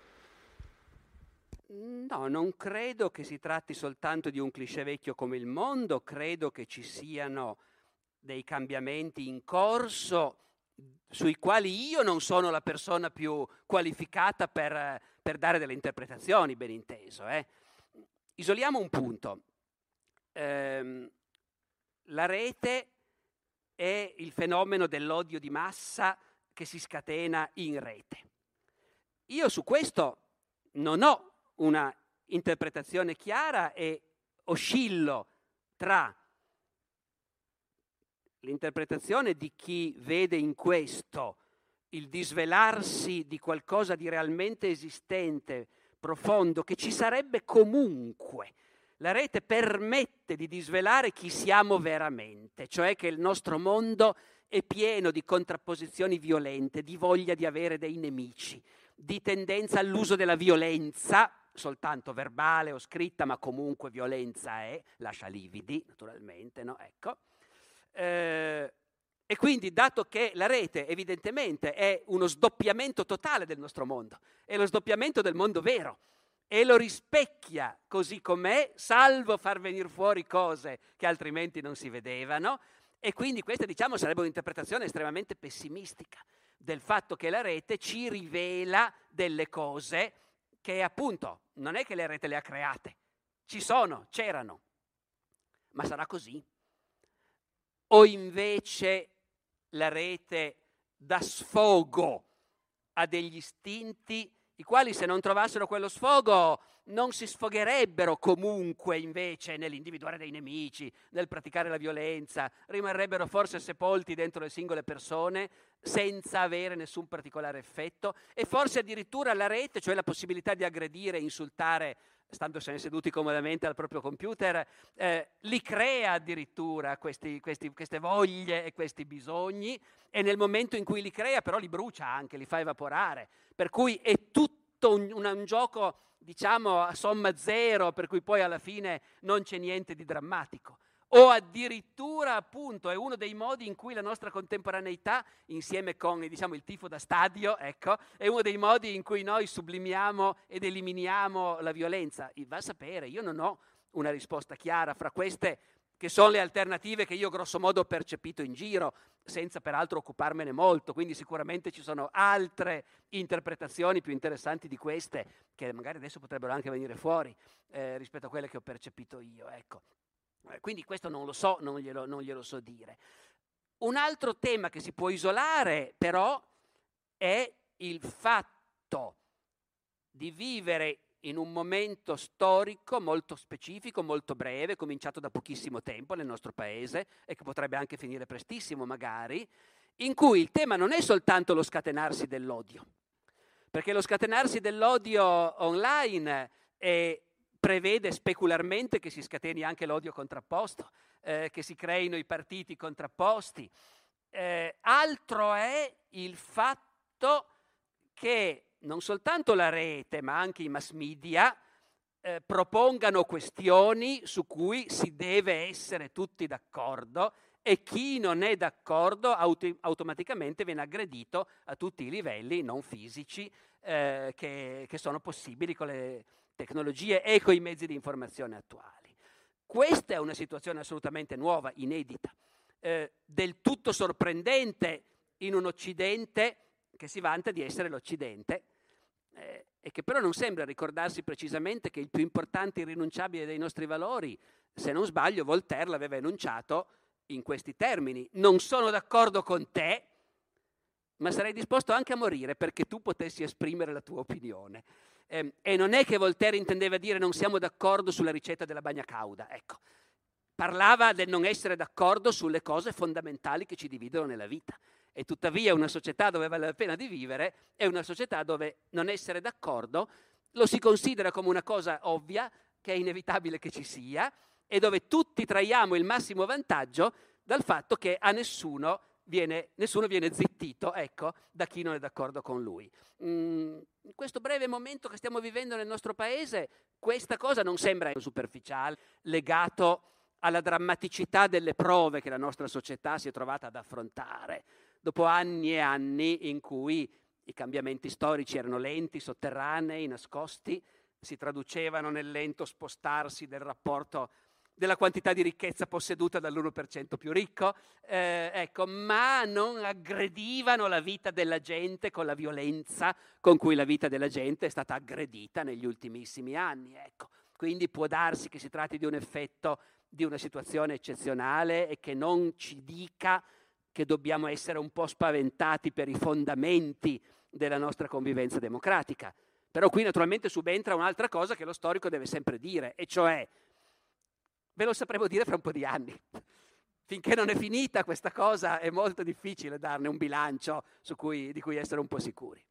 No, non credo che si tratti soltanto di un cliché vecchio come il mondo, credo che ci siano dei cambiamenti in corso sui quali io non sono la persona più qualificata per, per dare delle interpretazioni, ben inteso. Eh. Isoliamo un punto. Ehm, la rete è il fenomeno dell'odio di massa che si scatena in rete. Io su questo non ho una interpretazione chiara e oscillo tra l'interpretazione di chi vede in questo il disvelarsi di qualcosa di realmente esistente, profondo, che ci sarebbe comunque. La rete permette di disvelare chi siamo veramente, cioè che il nostro mondo è pieno di contrapposizioni violente, di voglia di avere dei nemici, di tendenza all'uso della violenza, soltanto verbale o scritta, ma comunque violenza è, lascia lividi, naturalmente, no? Ecco. Eh, e quindi, dato che la rete evidentemente è uno sdoppiamento totale del nostro mondo, è lo sdoppiamento del mondo vero, e lo rispecchia così com'è, salvo far venire fuori cose che altrimenti non si vedevano, e quindi questa, diciamo, sarebbe un'interpretazione estremamente pessimistica del fatto che la rete ci rivela delle cose che, appunto, non è che la rete le ha create, ci sono, c'erano, ma sarà così? O invece la rete dà sfogo a degli istinti i quali, se non trovassero quello sfogo, non si sfogherebbero comunque invece nell'individuare dei nemici, nel praticare la violenza, rimarrebbero forse sepolti dentro le singole persone senza avere nessun particolare effetto, e forse addirittura la rete, cioè la possibilità di aggredire e insultare standosene seduti comodamente al proprio computer, eh, li crea addirittura questi, questi, queste voglie e questi bisogni, e nel momento in cui li crea però li brucia anche, li fa evaporare, per cui è tutto un, un, un gioco, diciamo, a somma zero, per cui poi alla fine non c'è niente di drammatico. O addirittura, appunto, è uno dei modi in cui la nostra contemporaneità, insieme con, diciamo, il tifo da stadio, ecco, è uno dei modi in cui noi sublimiamo ed eliminiamo la violenza. Va a sapere, io non ho una risposta chiara fra queste che sono le alternative che io grosso modo ho percepito in giro, senza peraltro occuparmene molto, quindi sicuramente ci sono altre interpretazioni più interessanti di queste, che magari adesso potrebbero anche venire fuori eh, rispetto a quelle che ho percepito io, ecco. Eh, quindi questo non lo so, non glielo, non glielo so dire. Un altro tema che si può isolare, però, è il fatto di vivere in un momento storico molto specifico, molto breve, cominciato da pochissimo tempo nel nostro paese e che potrebbe anche finire prestissimo magari, in cui il tema non è soltanto lo scatenarsi dell'odio, perché lo scatenarsi dell'odio online è, prevede specularmente che si scateni anche l'odio contrapposto, eh, che si creino i partiti contrapposti. Eh, altro è il fatto che non soltanto la rete, ma anche i mass media eh, propongano questioni su cui si deve essere tutti d'accordo e chi non è d'accordo auto- automaticamente viene aggredito a tutti i livelli non fisici eh, che, che sono possibili con le tecnologie e con i mezzi di informazione attuali. Questa è una situazione assolutamente nuova, inedita, eh, del tutto sorprendente in un Occidente che si vanta di essere l'Occidente eh, e che però non sembra ricordarsi precisamente che il più importante e irrinunciabile dei nostri valori, se non sbaglio, Voltaire l'aveva enunciato in questi termini: non sono d'accordo con te, ma sarei disposto anche a morire perché tu potessi esprimere la tua opinione. Eh, e non è che Voltaire intendeva dire non siamo d'accordo sulla ricetta della bagna cauda, ecco. Parlava del non essere d'accordo sulle cose fondamentali che ci dividono nella vita. E tuttavia una società dove vale la pena di vivere è una società dove non essere d'accordo lo si considera come una cosa ovvia, che è inevitabile che ci sia, e dove tutti traiamo il massimo vantaggio dal fatto che a nessuno viene, nessuno viene zittito, ecco, da chi non è d'accordo con lui. Mm, in questo breve momento che stiamo vivendo nel nostro paese, questa cosa non sembra superficiale, legato alla drammaticità delle prove che la nostra società si è trovata ad affrontare dopo anni e anni in cui i cambiamenti storici erano lenti, sotterranei, nascosti, si traducevano nel lento spostarsi del rapporto della quantità di ricchezza posseduta dall'uno per cento più ricco, eh, ecco, ma non aggredivano la vita della gente con la violenza con cui la vita della gente è stata aggredita negli ultimissimi anni, ecco. Quindi può darsi che si tratti di un effetto di una situazione eccezionale e che non ci dica che dobbiamo essere un po' spaventati per i fondamenti della nostra convivenza democratica. Però qui naturalmente subentra un'altra cosa che lo storico deve sempre dire, e cioè, ve lo sapremo dire fra un po' di anni. Finché non è finita questa cosa è molto difficile darne un bilancio su cui, di cui essere un po' sicuri.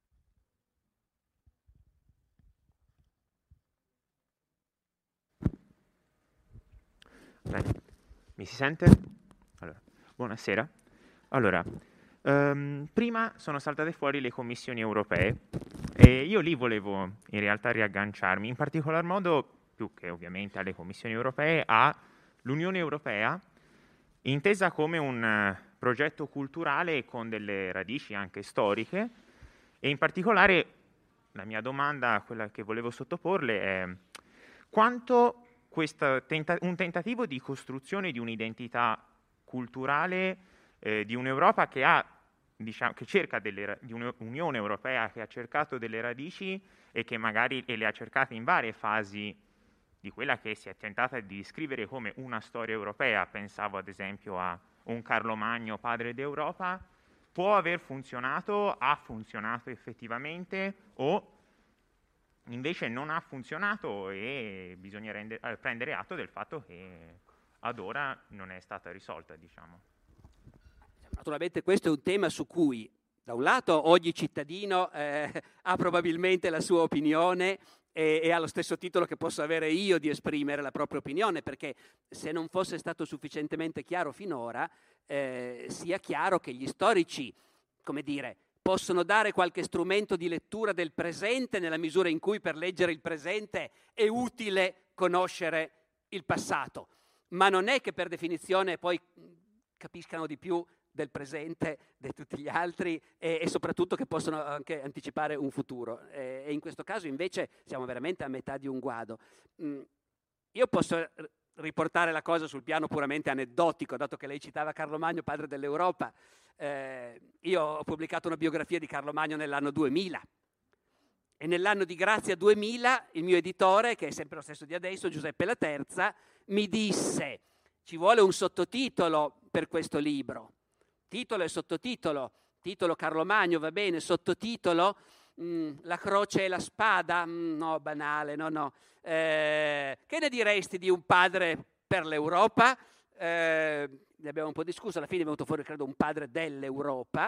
Bene, mi si sente? Allora, buonasera. Allora, um, prima sono saltate fuori le commissioni europee e io lì volevo in realtà riagganciarmi, in particolar modo, più che ovviamente alle commissioni europee, all'Unione Europea, intesa come un uh, progetto culturale con delle radici anche storiche, e in particolare la mia domanda, quella che volevo sottoporle, è quanto Questa tenta- un tentativo di costruzione di un'identità culturale eh, di un'Europa che ha, diciamo, che cerca delle ra- di un'Unione Europea che ha cercato delle radici e che magari e le ha cercate in varie fasi di quella che si è tentata di descrivere come una storia europea. Pensavo ad esempio a un Carlo Magno, padre d'Europa. Può aver funzionato, ha funzionato effettivamente, o invece non ha funzionato e bisogna rende, eh, prendere atto del fatto che ad ora non è stata risolta, diciamo. Naturalmente questo è un tema su cui, da un lato, ogni cittadino eh, ha probabilmente la sua opinione e, e ha lo stesso titolo che posso avere io di esprimere la propria opinione, perché se non fosse stato sufficientemente chiaro finora, eh, sia chiaro che gli storici, come dire, possono dare qualche strumento di lettura del presente nella misura in cui per leggere il presente è utile conoscere il passato, ma non è che per definizione poi capiscano di più del presente di tutti gli altri e, e soprattutto che possono anche anticipare un futuro. E, e in questo caso invece siamo veramente a metà di un guado. Mm, io posso riportare la cosa sul piano puramente aneddotico, dato che lei citava Carlo Magno, padre dell'Europa. Eh, io ho pubblicato una biografia di Carlo Magno nell'anno duemila e nell'anno di grazia duemila il mio editore, che è sempre lo stesso di adesso, Giuseppe Laterza, mi disse: ci vuole un sottotitolo per questo libro. Titolo e sottotitolo. Titolo Carlo Magno, va bene, sottotitolo mm, La croce e la spada? Mm, no, banale, no, no. Eh, che ne diresti di un padre per l'Europa? Eh, ne abbiamo un po' discusso, alla fine è venuto fuori, credo, un padre dell'Europa.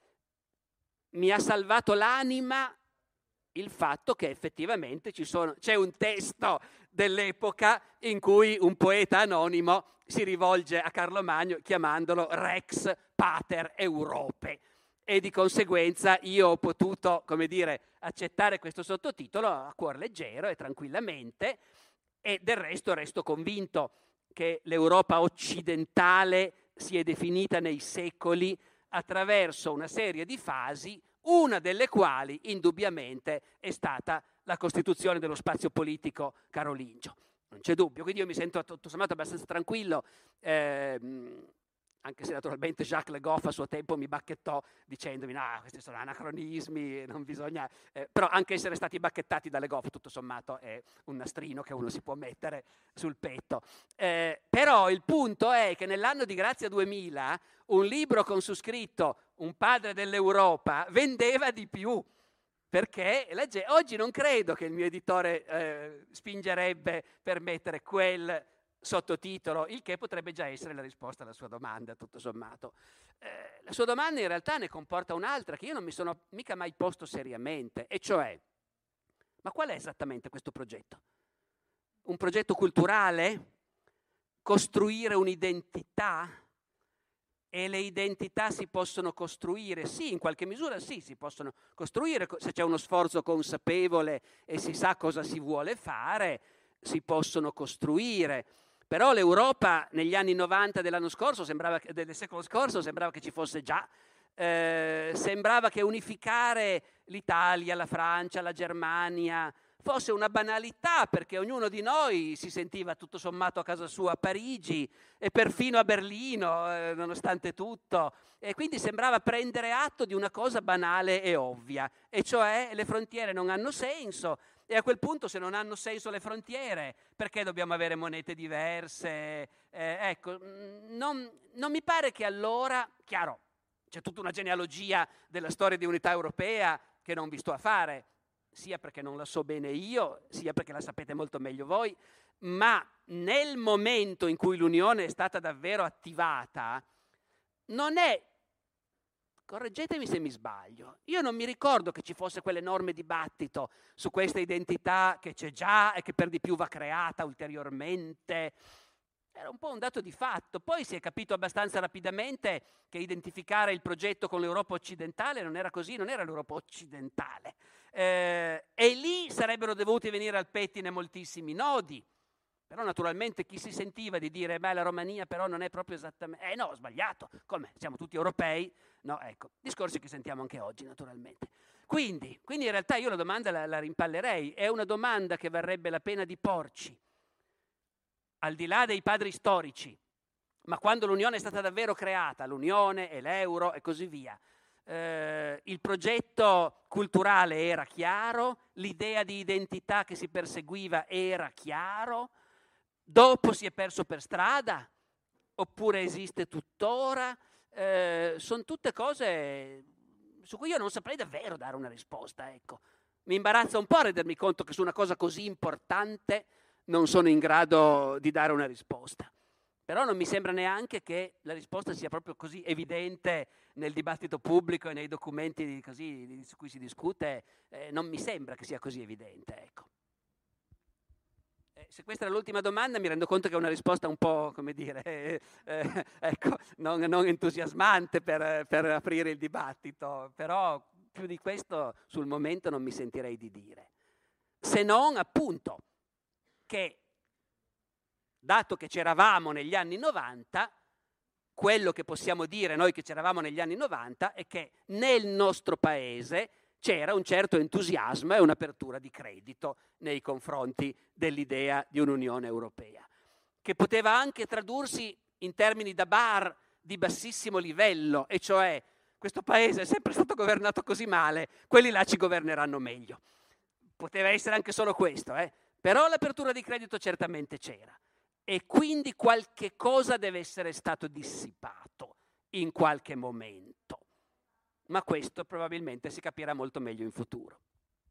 Mi ha salvato l'anima il fatto che effettivamente ci sono, c'è un testo dell'epoca in cui un poeta anonimo si rivolge a Carlo Magno chiamandolo Rex Pater Europe, e di conseguenza io ho potuto, come dire, accettare questo sottotitolo a cuor leggero e tranquillamente, e del resto resto convinto che l'Europa occidentale si è definita nei secoli attraverso una serie di fasi, una delle quali indubbiamente è stata la costituzione dello spazio politico carolingio. Non c'è dubbio, quindi io mi sento tutto sommato abbastanza tranquillo, ehm, anche se naturalmente Jacques Le Goff a suo tempo mi bacchettò dicendomi no, questi sono anacronismi, non bisogna... Eh, però anche essere stati bacchettati da Le Goff tutto sommato è un nastrino che uno si può mettere sul petto. Eh, però il punto è che nell'anno di grazia duemila un libro con su scritto Un padre dell'Europa vendeva di più, perché la ge- oggi non credo che il mio editore eh, spingerebbe per mettere quel sottotitolo, il che potrebbe già essere la risposta alla sua domanda, tutto sommato. Eh, la sua domanda in realtà ne comporta un'altra che io non mi sono mica mai posto seriamente, e cioè, ma qual è esattamente questo progetto? Un progetto culturale? Costruire un'identità? E le identità si possono costruire? Sì, in qualche misura sì, si possono costruire, se c'è uno sforzo consapevole e si sa cosa si vuole fare, si possono costruire. Però l'Europa negli anni novanta dell'anno scorso, sembrava, del secolo scorso, sembrava che ci fosse già. Eh, sembrava che unificare l'Italia, la Francia, la Germania fosse una banalità, perché ognuno di noi si sentiva tutto sommato a casa sua a Parigi e perfino a Berlino, eh, nonostante tutto. E quindi sembrava prendere atto di una cosa banale e ovvia, e cioè le frontiere non hanno senso. E a quel punto, se non hanno senso le frontiere, perché dobbiamo avere monete diverse? Eh, ecco, non, non mi pare che allora, chiaro, c'è tutta una genealogia della storia di unità europea che non vi sto a fare, sia perché non la so bene io, sia perché la sapete molto meglio voi, ma nel momento in cui l'Unione è stata davvero attivata, non è... Correggetemi se mi sbaglio. Io non mi ricordo che ci fosse quell'enorme dibattito su questa identità che c'è già e che per di più va creata ulteriormente. Era un po' un dato di fatto. Poi si è capito abbastanza rapidamente che identificare il progetto con l'Europa occidentale non era così, non era l'Europa occidentale. Eh, e lì sarebbero dovuti venire al pettine moltissimi nodi. Però naturalmente chi si sentiva di dire beh, la Romania però non è proprio esattamente... Eh no, ho sbagliato. Come? Siamo tutti europei? No, ecco. Discorsi che sentiamo anche oggi, naturalmente. Quindi, quindi in realtà io la domanda la, la rimpallerei. È una domanda che varrebbe la pena di porci, al di là dei padri storici, ma quando l'Unione è stata davvero creata, l'Unione e l'Euro e così via, eh, il progetto culturale era chiaro, l'idea di identità che si perseguiva era chiaro, dopo si è perso per strada, oppure esiste tuttora? Eh, sono tutte cose su cui io non saprei davvero dare una risposta, ecco. Mi imbarazza un po' a rendermi conto che su una cosa così importante non sono in grado di dare una risposta. Però non mi sembra neanche che la risposta sia proprio così evidente nel dibattito pubblico e nei documenti così su cui si discute, eh, non mi sembra che sia così evidente, ecco. Se questa era l'ultima domanda mi rendo conto che è una risposta un po', come dire, eh, eh, ecco, non, non entusiasmante per, per aprire il dibattito, però più di questo sul momento non mi sentirei di dire. Se non, appunto, che dato che c'eravamo negli anni novanta, quello che possiamo dire noi che c'eravamo negli anni novanta è che nel nostro paese c'era un certo entusiasmo e un'apertura di credito nei confronti dell'idea di un'Unione Europea, che poteva anche tradursi in termini da bar di bassissimo livello, e cioè questo paese è sempre stato governato così male, quelli là ci governeranno meglio. Poteva essere anche solo questo, eh? Però l'apertura di credito certamente c'era, e quindi qualche cosa deve essere stato dissipato in qualche momento. Ma questo probabilmente si capirà molto meglio in futuro.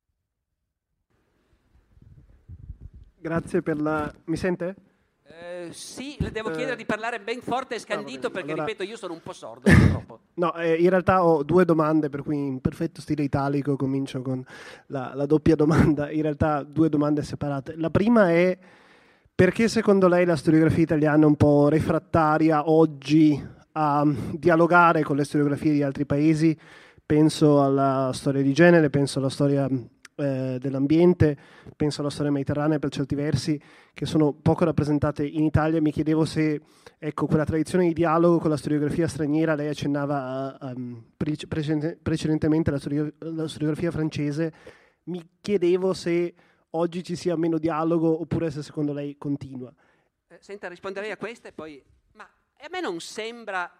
Grazie per la... Mi sente? Eh, sì, le devo chiedere Eh, di parlare ben forte e scandito, no, perché, allora- ripeto, io sono un po' sordo, purtroppo. No, eh, in realtà ho due domande, per cui in perfetto stile italico comincio con la, la doppia domanda. In realtà due domande separate. La prima è: perché secondo lei la storiografia italiana è un po' refrattaria oggi a dialogare con le storiografie di altri paesi? Penso alla storia di genere, penso alla storia eh, dell'ambiente, penso alla storia mediterranea per certi versi, che sono poco rappresentate in Italia. Mi chiedevo se, ecco, quella tradizione di dialogo con la storiografia straniera, lei accennava a, a, pre- precedente- precedentemente alla storia- alla storiografia francese, mi chiedevo se oggi ci sia meno dialogo oppure se secondo lei continua. Eh, Senta, risponderei a questa e poi... Ma a me non sembra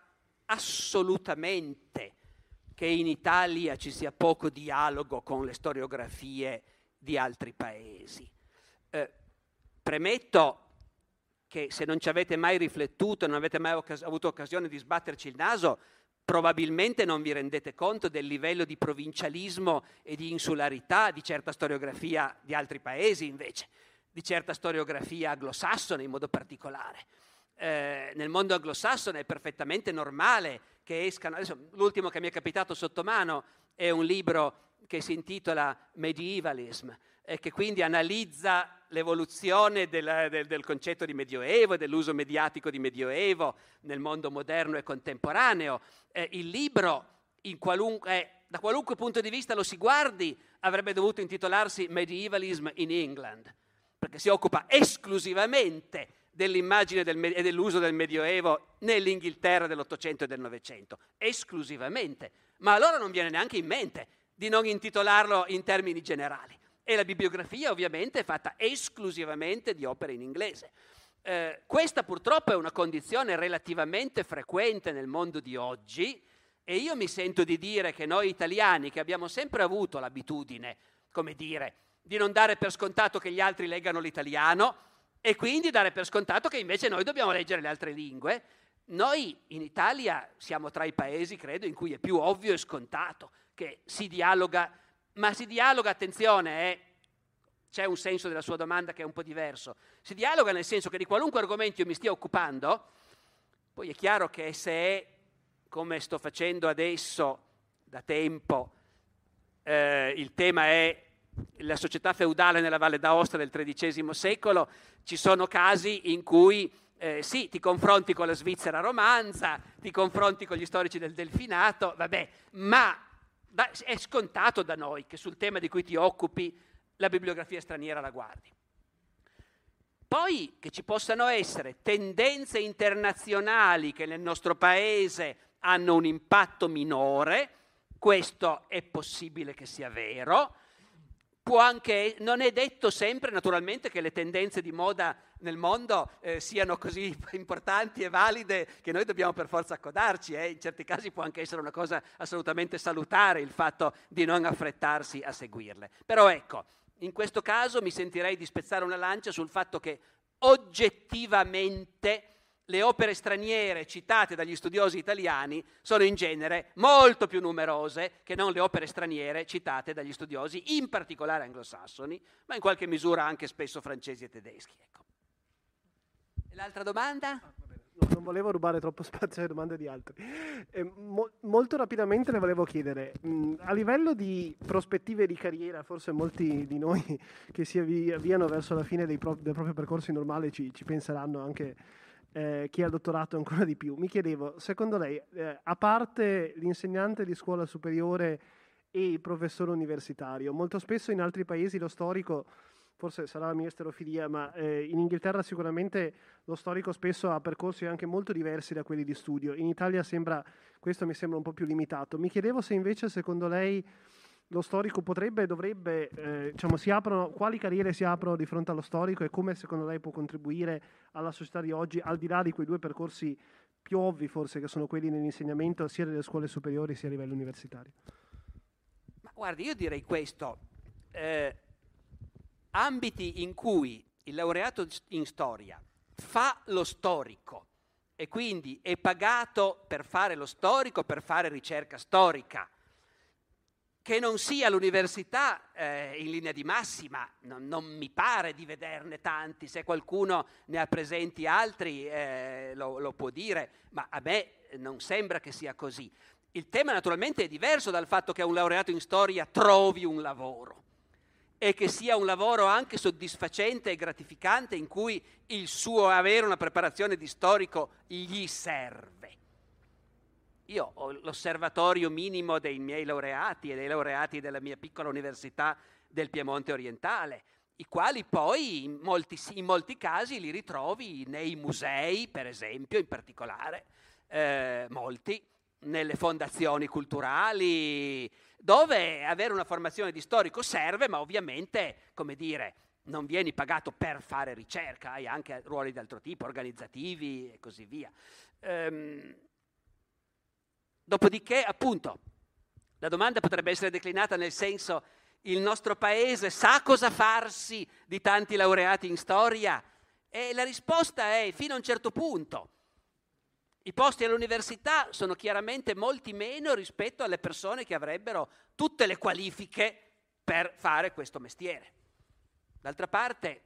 assolutamente che in Italia ci sia poco dialogo con le storiografie di altri paesi. Eh, premetto che se non ci avete mai riflettuto, non avete mai occas- avuto occasione di sbatterci il naso, probabilmente non vi rendete conto del livello di provincialismo e di insularità di certa storiografia di altri paesi, invece, di certa storiografia anglosassone in modo particolare. Eh, nel mondo anglosassone è perfettamente normale che escano. Adesso, l'ultimo che mi è capitato sotto mano è un libro che si intitola Medievalism, e che quindi analizza l'evoluzione del, del, del concetto di Medioevo e dell'uso mediatico di Medioevo nel mondo moderno e contemporaneo. Eh, il libro, in qualunque, eh, da qualunque punto di vista lo si guardi, avrebbe dovuto intitolarsi Medievalism in England, perché si occupa esclusivamente dell'immagine del, e dell'uso del Medioevo nell'Inghilterra dell'Ottocento e del Novecento, esclusivamente. Ma allora non viene neanche in mente di non intitolarlo in termini generali. E la bibliografia ovviamente è fatta esclusivamente di opere in inglese. Eh, questa purtroppo è una condizione relativamente frequente nel mondo di oggi, e io mi sento di dire che noi italiani, che abbiamo sempre avuto l'abitudine, come dire, di non dare per scontato che gli altri leggano l'italiano, e quindi dare per scontato che invece noi dobbiamo leggere le altre lingue. Noi in Italia siamo tra i paesi, credo, in cui è più ovvio e scontato che si dialoga, ma si dialoga, attenzione, eh, c'è un senso della sua domanda che è un po' diverso, si dialoga nel senso che di qualunque argomento io mi stia occupando, poi è chiaro che se è, come sto facendo adesso da tempo, eh, il tema è la società feudale nella Valle d'Aosta del tredicesimo secolo, ci sono casi in cui eh, sì, ti confronti con la Svizzera romanza, ti confronti con gli storici del Delfinato, vabbè, ma da, è scontato da noi che sul tema di cui ti occupi la bibliografia straniera la guardi. Poi che ci possano essere tendenze internazionali che nel nostro paese hanno un impatto minore, questo è possibile che sia vero. Può anche, non è detto sempre naturalmente che le tendenze di moda nel mondo eh, siano così importanti e valide che noi dobbiamo per forza accodarci. Eh. In certi casi può anche essere una cosa assolutamente salutare il fatto di non affrettarsi a seguirle. Però ecco, in questo caso mi sentirei di spezzare una lancia sul fatto che oggettivamente le opere straniere citate dagli studiosi italiani sono in genere molto più numerose che non le opere straniere citate dagli studiosi, in particolare anglosassoni, ma in qualche misura anche spesso francesi e tedeschi. Ecco. E l'altra domanda? No, non volevo rubare troppo spazio alle domande di altri. Eh, mo- molto rapidamente le volevo chiedere, mh, a livello di prospettive di carriera, forse molti di noi che si avvi- avviano verso la fine dei pro- del proprio percorso normale ci, ci penseranno, anche eh, chi ha il dottorato ancora di più. Mi chiedevo, secondo lei, eh, a parte l'insegnante di scuola superiore e il professore universitario, molto spesso in altri paesi lo storico, forse sarà la mia esterofilia, ma eh, in Inghilterra sicuramente lo storico spesso ha percorsi anche molto diversi da quelli di studio. In Italia sembra, questo mi sembra un po' più limitato. Mi chiedevo se invece secondo lei lo storico potrebbe e dovrebbe, eh, diciamo, si aprono, quali carriere si aprono di fronte allo storico e come secondo lei può contribuire alla società di oggi, al di là di quei due percorsi più ovvi forse, che sono quelli nell'insegnamento sia delle scuole superiori sia a livello universitario? Ma guardi, io direi questo, eh, ambiti in cui il laureato in storia fa lo storico e quindi è pagato per fare lo storico, per fare ricerca storica, che non sia l'università, eh, in linea di massima, non, non mi pare di vederne tanti. Se qualcuno ne ha presenti altri eh, lo, lo può dire, ma a me non sembra che sia così. Il tema naturalmente è diverso dal fatto che un laureato in storia trovi un lavoro e che sia un lavoro anche soddisfacente e gratificante in cui il suo avere una preparazione di storico gli serve. Io ho l'osservatorio minimo dei miei laureati e dei laureati della mia piccola università del Piemonte orientale, i quali poi in molti, in molti casi li ritrovi nei musei, per esempio, in particolare, eh, molti, nelle fondazioni culturali, dove avere una formazione di storico serve, ma ovviamente, come dire, non vieni pagato per fare ricerca, hai anche ruoli di altro tipo, organizzativi e così via. Ehm, dopodiché, appunto, la domanda potrebbe essere declinata nel senso: il nostro paese sa cosa farsi di tanti laureati in storia? E la risposta è fino a un certo punto. I posti all'università sono chiaramente molti meno rispetto alle persone che avrebbero tutte le qualifiche per fare questo mestiere. D'altra parte,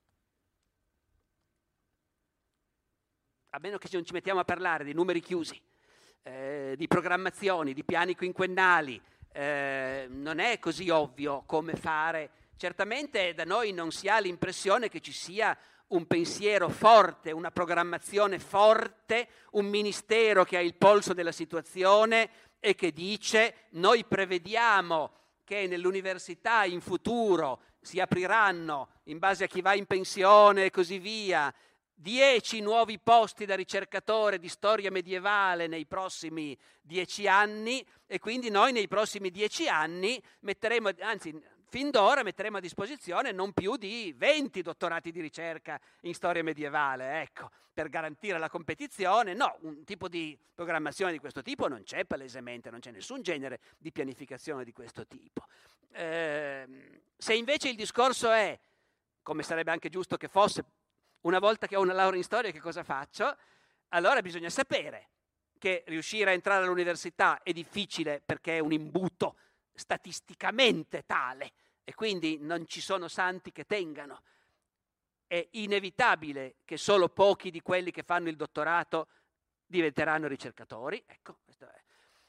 a meno che non ci mettiamo a parlare di numeri chiusi, eh, di programmazioni, di piani quinquennali, eh, non è così ovvio come fare. Certamente da noi non si ha l'impressione che ci sia un pensiero forte, una programmazione forte, un ministero che ha il polso della situazione e che dice: noi prevediamo che nell'università in futuro si apriranno, in base a chi va in pensione e così via, dieci nuovi posti da ricercatore di storia medievale nei prossimi dieci anni, e quindi noi nei prossimi dieci anni metteremo, anzi fin d'ora metteremo a disposizione non più di venti dottorati di ricerca in storia medievale, ecco, per garantire la competizione. No, un tipo di programmazione di questo tipo non c'è palesemente, non c'è nessun genere di pianificazione di questo tipo. Eh, se invece il discorso è, come sarebbe anche giusto che fosse, una volta che ho una laurea in storia che cosa faccio? Allora bisogna sapere che riuscire a entrare all'università è difficile perché è un imbuto statisticamente tale e quindi non ci sono santi che tengano. È inevitabile che solo pochi di quelli che fanno il dottorato diventeranno ricercatori. Ecco, questo è.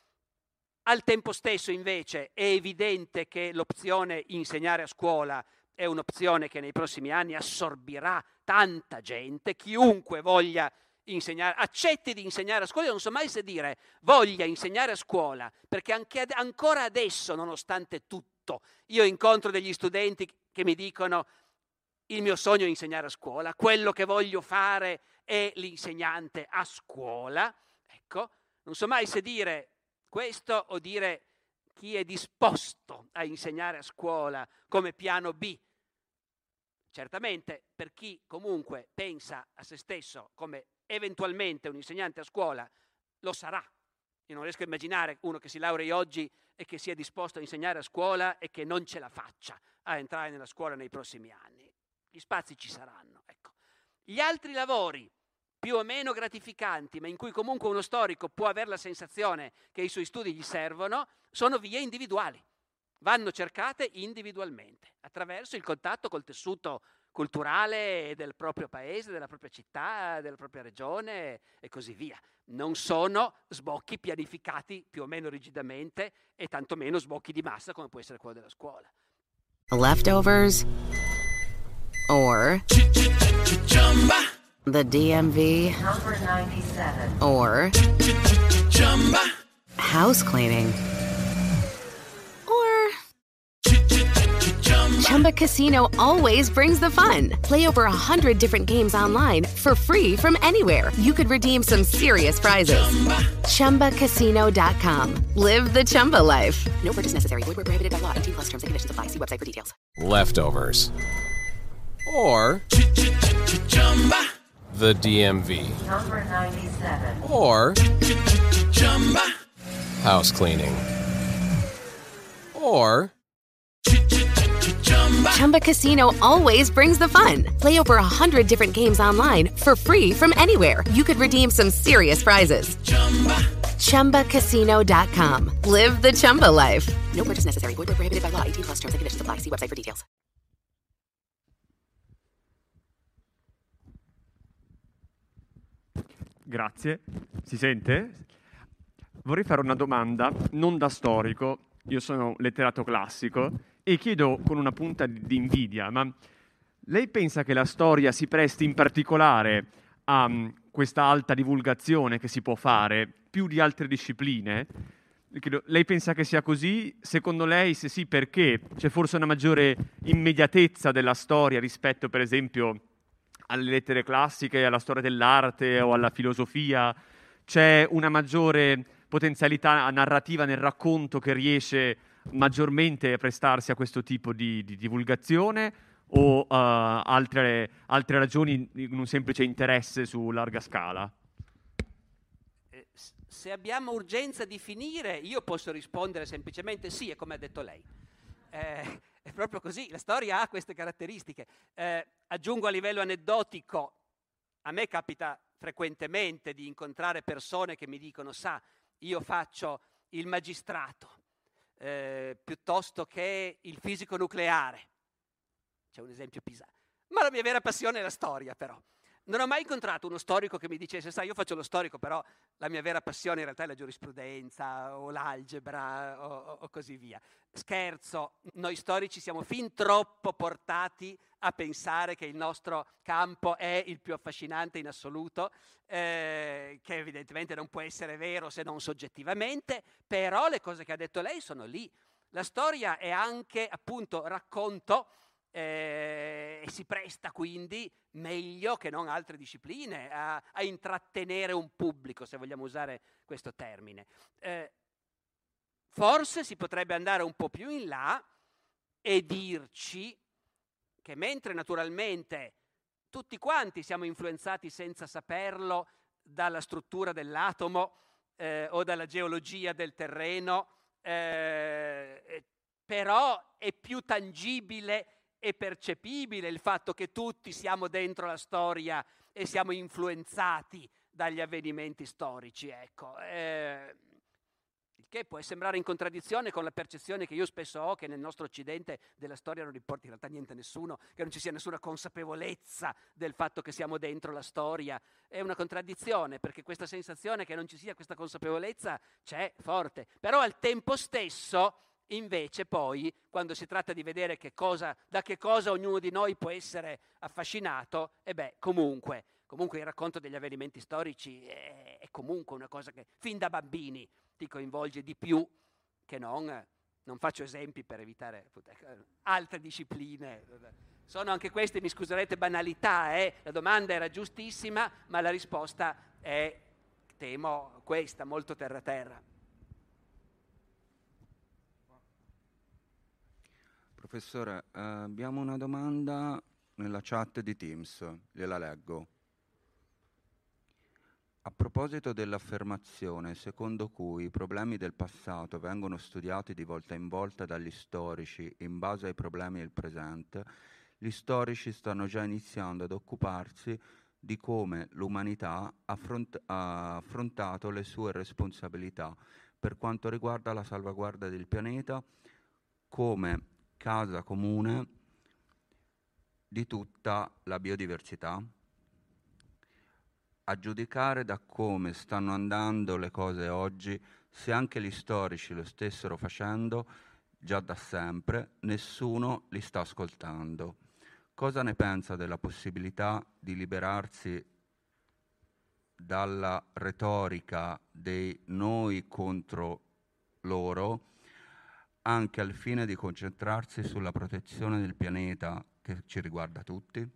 Al tempo stesso invece è evidente che l'opzione insegnare a scuola è un'opzione che nei prossimi anni assorbirà tanta gente. Chiunque voglia insegnare, accetti di insegnare a scuola, io non so mai se dire voglia insegnare a scuola, perché anche ad, ancora adesso, nonostante tutto, io incontro degli studenti che mi dicono: il mio sogno è insegnare a scuola, quello che voglio fare è l'insegnante a scuola. Ecco, non so mai se dire questo o dire chi è disposto a insegnare a scuola come piano B. Certamente per chi comunque pensa a se stesso come eventualmente un insegnante a scuola lo sarà. Io non riesco a immaginare uno che si laurei oggi e che sia disposto a insegnare a scuola e che non ce la faccia a entrare nella scuola nei prossimi anni. Gli spazi ci saranno. Ecco. Gli altri lavori più o meno gratificanti, ma in cui comunque uno storico può avere la sensazione che i suoi studi gli servono, sono vie individuali. Vanno cercate individualmente, attraverso il contatto col tessuto culturale del proprio paese, della propria città, della propria regione e così via. Non sono sbocchi pianificati più o meno rigidamente e tantomeno sbocchi di massa come può essere quello della scuola. Leftovers or the D M V or house cleaning. Chumba Casino always brings the fun. Play over one hundred different games online for free from anywhere. You could redeem some serious prizes. Chumba Casino dot com. Live the Chumba life. No purchase necessary. Void where prohibited by law. eighteen plus terms and conditions apply. See website for details. Leftovers. Or the D M V. Number ninety-seven. Or house cleaning. Or Chumba Casino always brings the fun. Play over one hundred different games online for free from anywhere. You could redeem some serious prizes. Chumba Casino dot com. Live the Chumba life. No purchase necessary. Void where prohibited by law. eighteen plus terms and conditions apply. See website for details. Grazie. Si sente? Vorrei fare una domanda, non da storico, io sono letterato classico, e chiedo con una punta di invidia, ma lei pensa che la storia si presti in particolare a um, questa alta divulgazione che si può fare più di altre discipline? Lei pensa che sia così? Secondo lei, se sì, perché? C'è forse una maggiore immediatezza della storia rispetto, per esempio, alle lettere classiche, alla storia dell'arte o alla filosofia? C'è una maggiore potenzialità narrativa nel racconto che riesce maggiormente a prestarsi a questo tipo di, di divulgazione o uh, altre, altre ragioni in un semplice interesse su larga scala? Eh, se abbiamo urgenza di finire, io posso rispondere semplicemente sì, è come ha detto lei. Eh, è proprio così, la storia ha queste caratteristiche. Eh, aggiungo a livello aneddotico, a me capita frequentemente di incontrare persone che mi dicono, sa, io faccio il magistrato, eh, piuttosto che il fisico nucleare. C'è un esempio pisano. Ma la mia vera passione è la storia, però. Non ho mai incontrato uno storico che mi dicesse, sai, io faccio lo storico, però la mia vera passione in realtà è la giurisprudenza o l'algebra o, o, o così via. Scherzo, noi storici siamo fin troppo portati a pensare che il nostro campo è il più affascinante in assoluto, eh, che evidentemente non può essere vero se non soggettivamente, però le cose che ha detto lei sono lì. La storia è anche, appunto, racconto, Eh, e si presta quindi meglio che non altre discipline a, a intrattenere un pubblico, se vogliamo usare questo termine. Eh, forse si potrebbe andare un po' più in là e dirci che mentre naturalmente tutti quanti siamo influenzati senza saperlo dalla struttura dell'atomo eh, o dalla geologia del terreno, eh, però è più tangibile è percepibile il fatto che tutti siamo dentro la storia e siamo influenzati dagli avvenimenti storici, ecco. Eh, il che può sembrare in contraddizione con la percezione che io spesso ho che nel nostro Occidente della storia non importa in realtà niente a nessuno, che non ci sia nessuna consapevolezza del fatto che siamo dentro la storia. È una contraddizione, perché questa sensazione che non ci sia questa consapevolezza c'è forte, però al tempo stesso invece poi, quando si tratta di vedere che cosa, da che cosa ognuno di noi può essere affascinato, e beh, comunque, comunque il racconto degli avvenimenti storici è, è comunque una cosa che fin da bambini ti coinvolge di più che non, non faccio esempi per evitare altre discipline. Sono anche queste, mi scuserete, banalità, eh? La domanda era giustissima, ma la risposta è, temo, questa, molto terra-terra. Professore, eh, abbiamo una domanda nella chat di Teams, gliela leggo. A proposito dell'affermazione secondo cui i problemi del passato vengono studiati di volta in volta dagli storici in base ai problemi del presente, gli storici stanno già iniziando ad occuparsi di come l'umanità affront- ha affrontato le sue responsabilità per quanto riguarda la salvaguardia del pianeta come casa comune di tutta la biodiversità. A giudicare da come stanno andando le cose oggi, se anche gli storici lo stessero facendo già da sempre, nessuno li sta ascoltando. Cosa ne pensa della possibilità di liberarsi dalla retorica dei noi contro loro, anche al fine di concentrarsi sulla protezione del pianeta che ci riguarda tutti?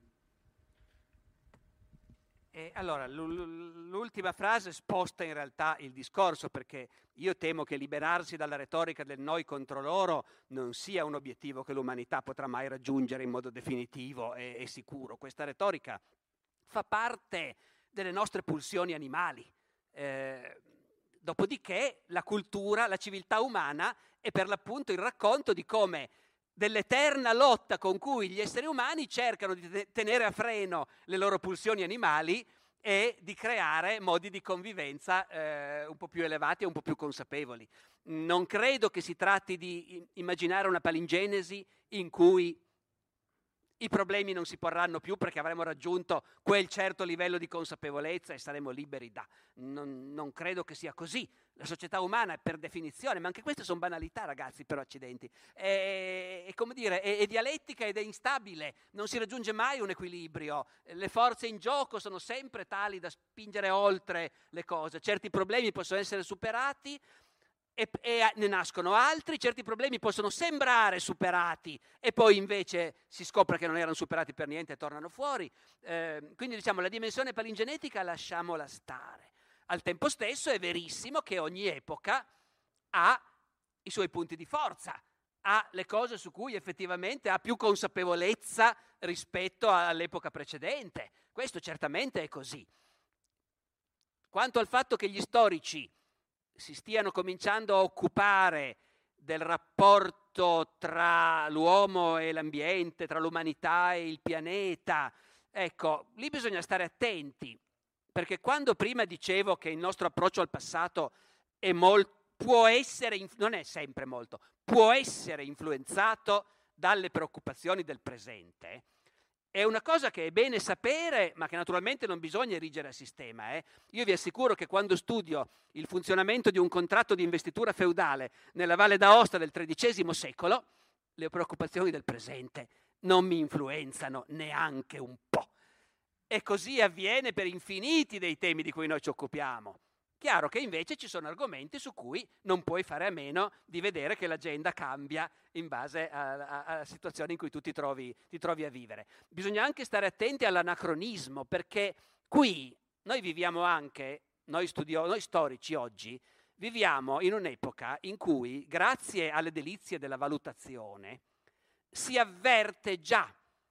E allora, l'ultima frase sposta in realtà il discorso, perché io temo che liberarsi dalla retorica del noi contro loro non sia un obiettivo che l'umanità potrà mai raggiungere in modo definitivo e, e sicuro. Questa retorica fa parte delle nostre pulsioni animali. Eh, dopodiché la cultura, la civiltà umana è per l'appunto il racconto di come dell'eterna lotta con cui gli esseri umani cercano di tenere a freno le loro pulsioni animali e di creare modi di convivenza eh, un po' più elevati e un po' più consapevoli. Non credo che si tratti di immaginare una palingenesi in cui i problemi non si porranno più perché avremo raggiunto quel certo livello di consapevolezza e saremo liberi da. Non, non credo che sia così. La società umana è per definizione, ma anche queste sono banalità, ragazzi, per accidenti. È, è come dire, è, è dialettica ed è instabile, non si raggiunge mai un equilibrio. Le forze in gioco sono sempre tali da spingere oltre le cose. Certi problemi possono essere superati e, e ne nascono altri, certi problemi possono sembrare superati e poi invece si scopre che non erano superati per niente e tornano fuori. Eh, quindi diciamo la dimensione palingenetica lasciamola stare. Al tempo stesso è verissimo che ogni epoca ha i suoi punti di forza, ha le cose su cui effettivamente ha più consapevolezza rispetto all'epoca precedente. Questo certamente è così. Quanto al fatto che gli storici si stiano cominciando a occupare del rapporto tra l'uomo e l'ambiente, tra l'umanità e il pianeta, ecco, lì bisogna stare attenti, perché quando prima dicevo che il nostro approccio al passato è molto, può essere, non è sempre molto, può essere influenzato dalle preoccupazioni del presente, è una cosa che è bene sapere, ma che naturalmente non bisogna erigere a sistema. Eh. Io vi assicuro che quando studio il funzionamento di un contratto di investitura feudale nella Valle d'Aosta del tredicesimo secolo, le preoccupazioni del presente non mi influenzano neanche un po'. E così avviene per infiniti dei temi di cui noi ci occupiamo. Chiaro che invece ci sono argomenti su cui non puoi fare a meno di vedere che l'agenda cambia in base alla situazione in cui tu ti trovi, ti trovi a vivere. Bisogna anche stare attenti all'anacronismo, perché qui noi viviamo anche, noi, studio, noi storici oggi, viviamo in un'epoca in cui, grazie alle delizie della valutazione, si avverte già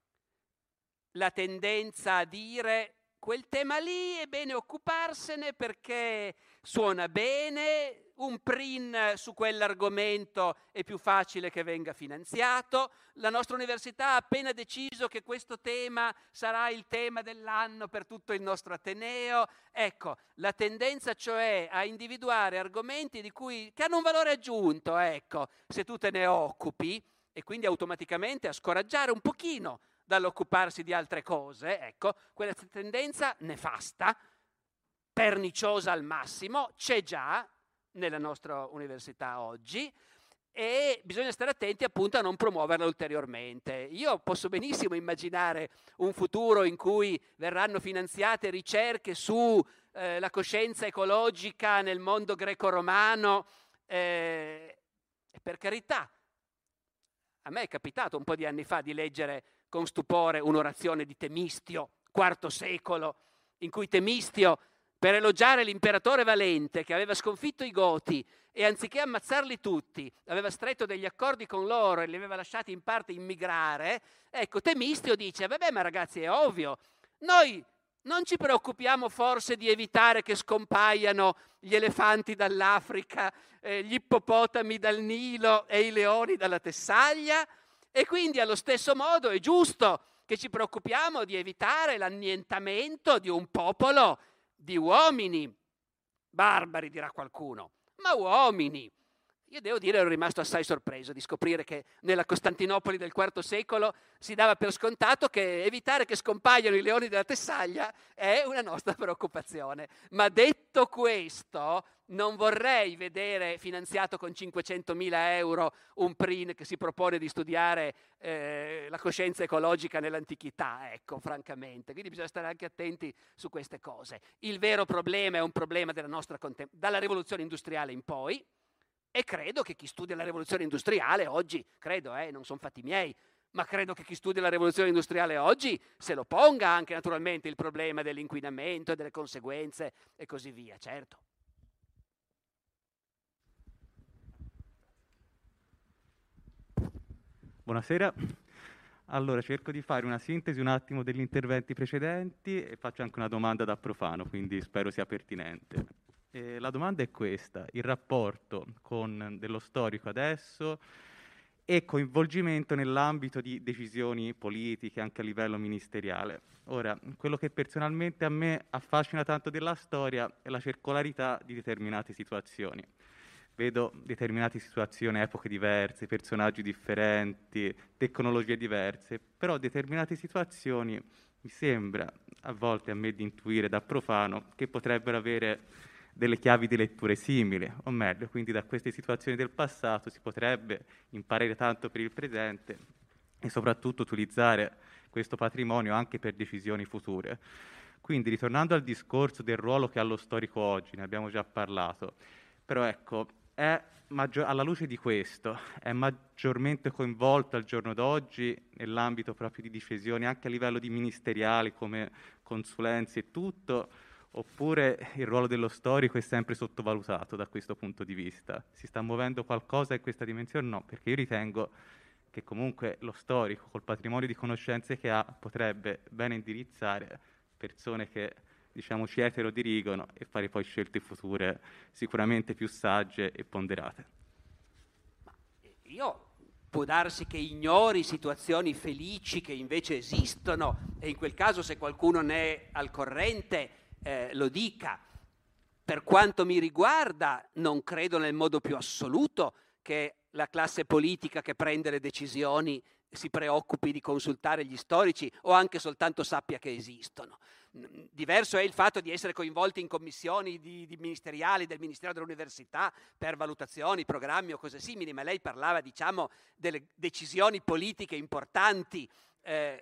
la tendenza a dire quel tema lì è bene occuparsene perché suona bene, un P R I N su quell'argomento è più facile che venga finanziato, la nostra università ha appena deciso che questo tema sarà il tema dell'anno per tutto il nostro Ateneo. Ecco, la tendenza cioè a individuare argomenti di cui, che hanno un valore aggiunto, ecco, se tu te ne occupi, e quindi automaticamente a scoraggiare un pochino dall'occuparsi di altre cose, ecco, quella tendenza nefasta, perniciosa al massimo, c'è già nella nostra università oggi e bisogna stare attenti appunto a non promuoverla ulteriormente. Io posso benissimo immaginare un futuro in cui verranno finanziate ricerche su eh, la coscienza ecologica nel mondo greco-romano, eh, e per carità, a me è capitato un po' di anni fa di leggere con stupore un'orazione di Temistio, quarto secolo, in cui Temistio, per elogiare l'imperatore Valente che aveva sconfitto i Goti e anziché ammazzarli tutti, aveva stretto degli accordi con loro e li aveva lasciati in parte immigrare, ecco, Temistio dice, vabbè ma ragazzi è ovvio, noi non ci preoccupiamo forse di evitare che scompaiano gli elefanti dall'Africa, eh, gli ippopotami dal Nilo e i leoni dalla Tessaglia? E quindi allo stesso modo è giusto che ci preoccupiamo di evitare l'annientamento di un popolo di uomini, barbari dirà qualcuno, ma uomini. Io devo dire ero rimasto assai sorpreso di scoprire che nella Costantinopoli del quarto secolo si dava per scontato che evitare che scompaiano i leoni della Tessaglia è una nostra preoccupazione. Ma detto questo, non vorrei vedere finanziato con cinquecentomila euro un P R I N che si propone di studiare eh, la coscienza ecologica nell'antichità, ecco, francamente. Quindi bisogna stare anche attenti su queste cose. Il vero problema è un problema della nostra contem- dalla rivoluzione industriale in poi, E credo che chi studia la rivoluzione industriale oggi, credo, eh, non sono fatti miei, ma credo che chi studia la rivoluzione industriale oggi se lo ponga anche naturalmente il problema dell'inquinamento e delle conseguenze e così via, certo. Buonasera. Allora, cerco di fare una sintesi un attimo degli interventi precedenti e faccio anche una domanda da profano, quindi spero sia pertinente. E la domanda è questa: il rapporto con dello storico adesso e coinvolgimento nell'ambito di decisioni politiche anche a livello ministeriale. Ora, quello che personalmente a me affascina tanto della storia è la circolarità di determinate situazioni. Vedo determinate situazioni, epoche diverse, personaggi differenti, tecnologie diverse, però determinate situazioni mi sembra a volte a me di intuire da profano che potrebbero avere delle chiavi di letture simili, o meglio, quindi da queste situazioni del passato si potrebbe imparare tanto per il presente e soprattutto utilizzare questo patrimonio anche per decisioni future. Quindi, ritornando al discorso del ruolo che ha lo storico oggi, ne abbiamo già parlato, però ecco, è maggior- alla luce di questo, è maggiormente coinvolto al giorno d'oggi nell'ambito proprio di decisioni anche a livello di ministeriali come consulenze e tutto, oppure il ruolo dello storico è sempre sottovalutato da questo punto di vista? Si sta muovendo qualcosa in questa dimensione? No, perché io ritengo che comunque lo storico, col patrimonio di conoscenze che ha, potrebbe bene indirizzare persone che, diciamo, ci eterodirigono e fare poi scelte future sicuramente più sagge e ponderate. Io può darsi che ignori situazioni felici che invece esistono e in quel caso se qualcuno ne è al corrente eh, lo dica. Per quanto mi riguarda non credo nel modo più assoluto che la classe politica che prende le decisioni si preoccupi di consultare gli storici o anche soltanto sappia che esistono. Diverso è il fatto di essere coinvolti in commissioni di, di ministeriali del Ministero dell'Università per valutazioni, programmi o cose simili, ma lei parlava, diciamo, delle decisioni politiche importanti. Eh,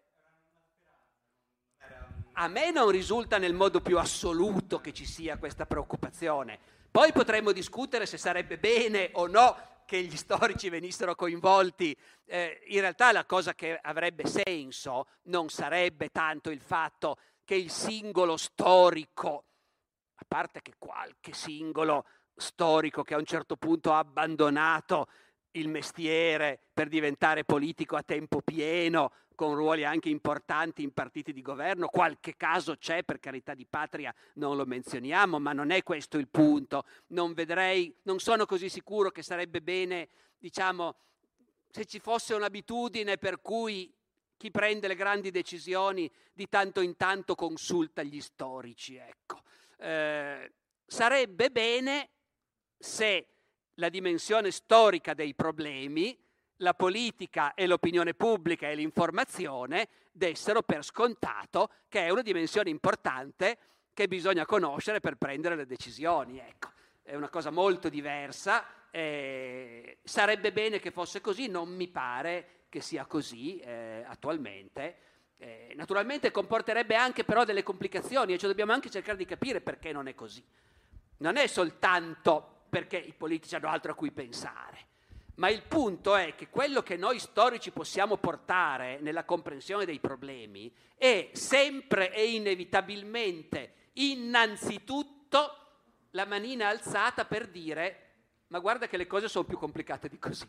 a me non risulta nel modo più assoluto che ci sia questa preoccupazione. Poi potremmo discutere se sarebbe bene o no che gli storici venissero coinvolti. Eh, in realtà la cosa che avrebbe senso non sarebbe tanto il fatto che il singolo storico, a parte che qualche singolo storico che a un certo punto ha abbandonato il mestiere per diventare politico a tempo pieno, con ruoli anche importanti in partiti di governo, qualche caso c'è, per carità di patria non lo menzioniamo, ma non è questo il punto. Non vedrei, non sono così sicuro che sarebbe bene, diciamo, se ci fosse un'abitudine per cui chi prende le grandi decisioni di tanto in tanto consulta gli storici, ecco. Eh, sarebbe bene se la dimensione storica dei problemi, la politica e l'opinione pubblica e l'informazione dessero per scontato che è una dimensione importante che bisogna conoscere per prendere le decisioni, ecco. È una cosa molto diversa, eh, sarebbe bene che fosse così, non mi pare che sia così eh, attualmente. Eh, naturalmente comporterebbe anche però delle complicazioni e cioè dobbiamo anche cercare di capire perché non è così. Non è soltanto perché i politici hanno altro a cui pensare, ma il punto è che quello che noi storici possiamo portare nella comprensione dei problemi è sempre e inevitabilmente innanzitutto la manina alzata per dire ma guarda che le cose sono più complicate di così.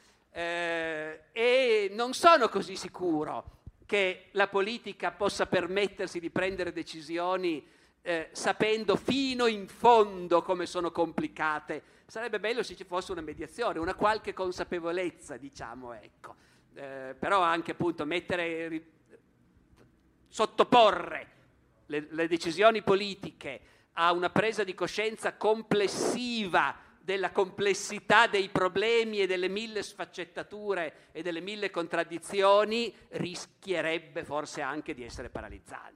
Eh, e non sono così sicuro che la politica possa permettersi di prendere decisioni eh, sapendo fino in fondo come sono complicate. Sarebbe bello se ci fosse una mediazione, una qualche consapevolezza, diciamo, ecco. Eh, però anche appunto mettere, ri, sottoporre le, le decisioni politiche a una presa di coscienza complessiva della complessità dei problemi e delle mille sfaccettature e delle mille contraddizioni rischierebbe forse anche di essere paralizzante.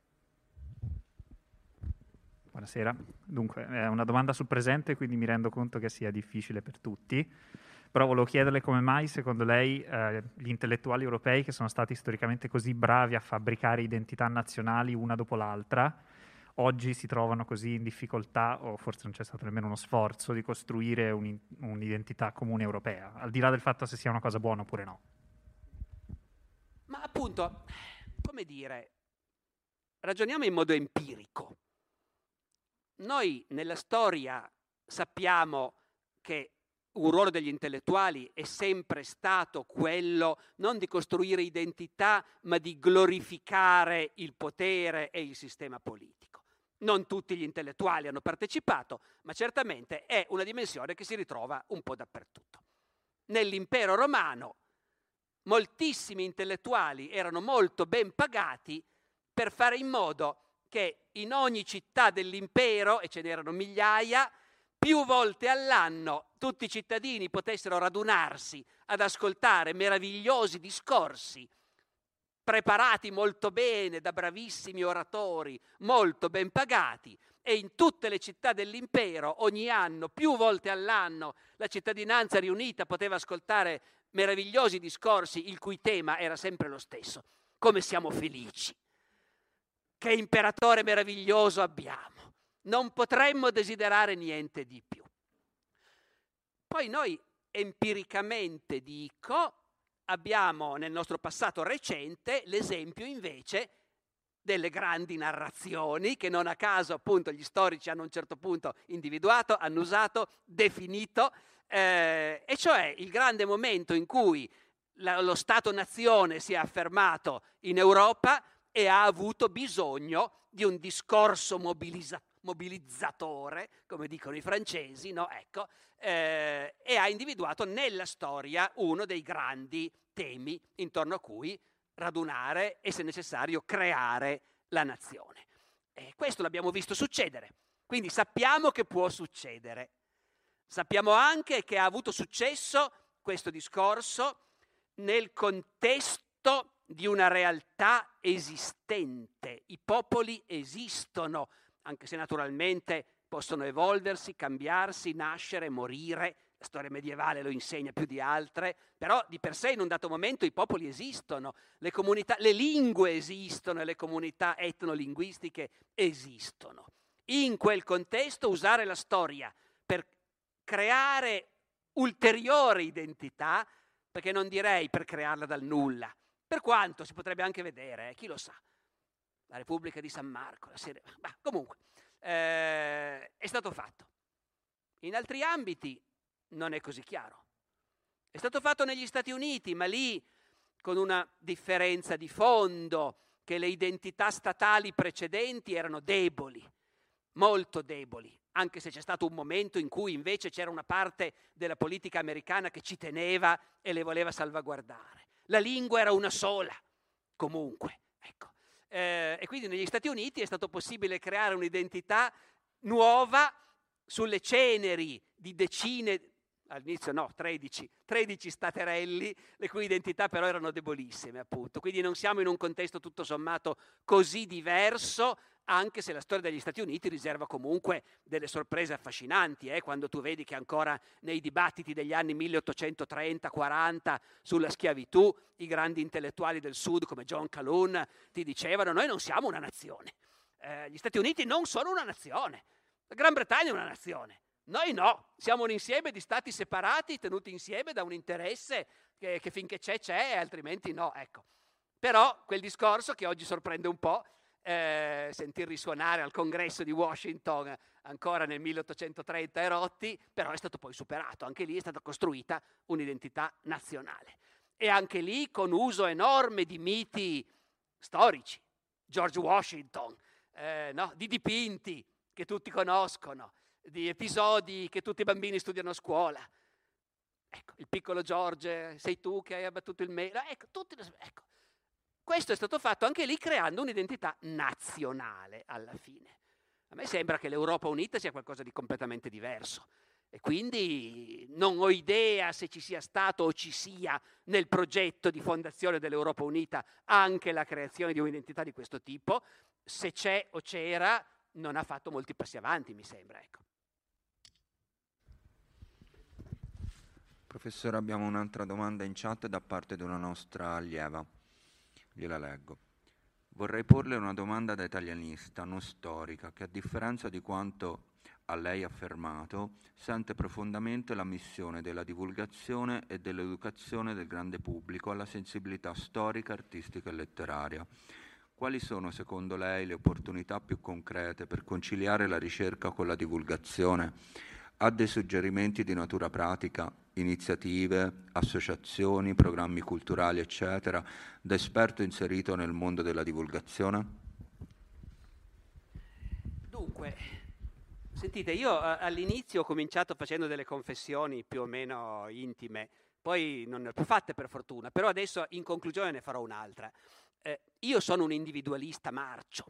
Buonasera, dunque è una domanda sul presente, quindi mi rendo conto che sia difficile per tutti, però volevo chiederle come mai secondo lei eh, gli intellettuali europei che sono stati storicamente così bravi a fabbricare identità nazionali una dopo l'altra, oggi si trovano così in difficoltà, o forse non c'è stato nemmeno uno sforzo di costruire un, un'identità comune europea, al di là del fatto se sia una cosa buona oppure no. Ma appunto, come dire, ragioniamo in modo empirico. Noi nella storia sappiamo che un ruolo degli intellettuali è sempre stato quello non di costruire identità, ma di glorificare il potere e il sistema politico. Non tutti gli intellettuali hanno partecipato, ma certamente è una dimensione che si ritrova un po' dappertutto. Nell'impero romano moltissimi intellettuali erano molto ben pagati per fare in modo che in ogni città dell'impero, e ce n'erano migliaia, più volte all'anno tutti i cittadini potessero radunarsi ad ascoltare meravigliosi discorsi preparati molto bene da bravissimi oratori, molto ben pagati, e in tutte le città dell'impero ogni anno, più volte all'anno, la cittadinanza riunita poteva ascoltare meravigliosi discorsi il cui tema era sempre lo stesso. Come siamo felici! Che imperatore meraviglioso abbiamo! Non potremmo desiderare niente di più. Poi noi empiricamente, dico, abbiamo nel nostro passato recente l'esempio invece delle grandi narrazioni che non a caso appunto gli storici hanno a un certo punto individuato, hanno usato, definito, eh, e cioè il grande momento in cui la, lo Stato-nazione si è affermato in Europa e ha avuto bisogno di un discorso mobilizza- mobilizzatore, come dicono i francesi, no? Ecco, eh, e ha individuato nella storia uno dei grandi temi intorno a cui radunare e, se necessario, creare la nazione. E questo l'abbiamo visto succedere, quindi sappiamo che può succedere. Sappiamo anche che ha avuto successo questo discorso nel contesto di una realtà esistente. I popoli esistono, anche se naturalmente possono evolversi, cambiarsi, nascere, morire. La storia medievale lo insegna più di altre, però di per sé in un dato momento i popoli esistono, le comunità, le lingue esistono e le comunità etnolinguistiche esistono. In quel contesto usare la storia per creare ulteriore identità, perché non direi per crearla dal nulla, per quanto si potrebbe anche vedere, eh, chi lo sa, la Repubblica di San Marco, la serie, bah, comunque, eh, è stato fatto. In altri ambiti non è così chiaro. È stato fatto negli Stati Uniti, ma lì con una differenza di fondo, che le identità statali precedenti erano deboli, molto deboli, anche se c'è stato un momento in cui invece c'era una parte della politica americana che ci teneva e le voleva salvaguardare. La lingua era una sola, comunque. Ecco. Eh, e quindi negli Stati Uniti è stato possibile creare un'identità nuova sulle ceneri di decine, all'inizio no, tredici, tredici staterelli, le cui identità però erano debolissime, appunto. Quindi non siamo in un contesto tutto sommato così diverso, anche se la storia degli Stati Uniti riserva comunque delle sorprese affascinanti, eh? Quando tu vedi che ancora nei dibattiti degli anni milleottocentotrenta quaranta sulla schiavitù, i grandi intellettuali del Sud come John Calhoun ti dicevano: noi non siamo una nazione, eh, gli Stati Uniti non sono una nazione, la Gran Bretagna è una nazione, noi no, siamo un insieme di stati separati tenuti insieme da un interesse che, che finché c'è c'è, altrimenti no, ecco. Però quel discorso che oggi sorprende un po', Eh, sentir risuonare al congresso di Washington ancora nel milleottocentotrenta e rotti, però è stato poi superato. Anche lì è stata costruita un'identità nazionale, e anche lì con uso enorme di miti storici, George Washington, eh, no? di dipinti che tutti conoscono, di episodi che tutti i bambini studiano a scuola. Ecco, il piccolo George, sei tu che hai abbattuto il melo, ecco, tutti, ecco. Questo è stato fatto anche lì creando un'identità nazionale alla fine. A me sembra che l'Europa unita sia qualcosa di completamente diverso, e quindi non ho idea se ci sia stato o ci sia nel progetto di fondazione dell'Europa unita anche la creazione di un'identità di questo tipo. Se c'è o c'era, non ha fatto molti passi avanti, mi sembra. Ecco. Professore, abbiamo un'altra domanda in chat da parte di una nostra allieva. Gliela leggo. Vorrei porle una domanda da italianista, non storica, che a differenza di quanto a lei affermato, sente profondamente la missione della divulgazione e dell'educazione del grande pubblico alla sensibilità storica, artistica e letteraria. Quali sono, secondo lei, le opportunità più concrete per conciliare la ricerca con la divulgazione? Ha dei suggerimenti di natura pratica, iniziative, associazioni, programmi culturali, eccetera, da esperto inserito nel mondo della divulgazione? Dunque, sentite, io all'inizio ho cominciato facendo delle confessioni più o meno intime, poi non ne ho più fatte per fortuna, però adesso in conclusione ne farò un'altra. Eh, io sono un individualista marcio.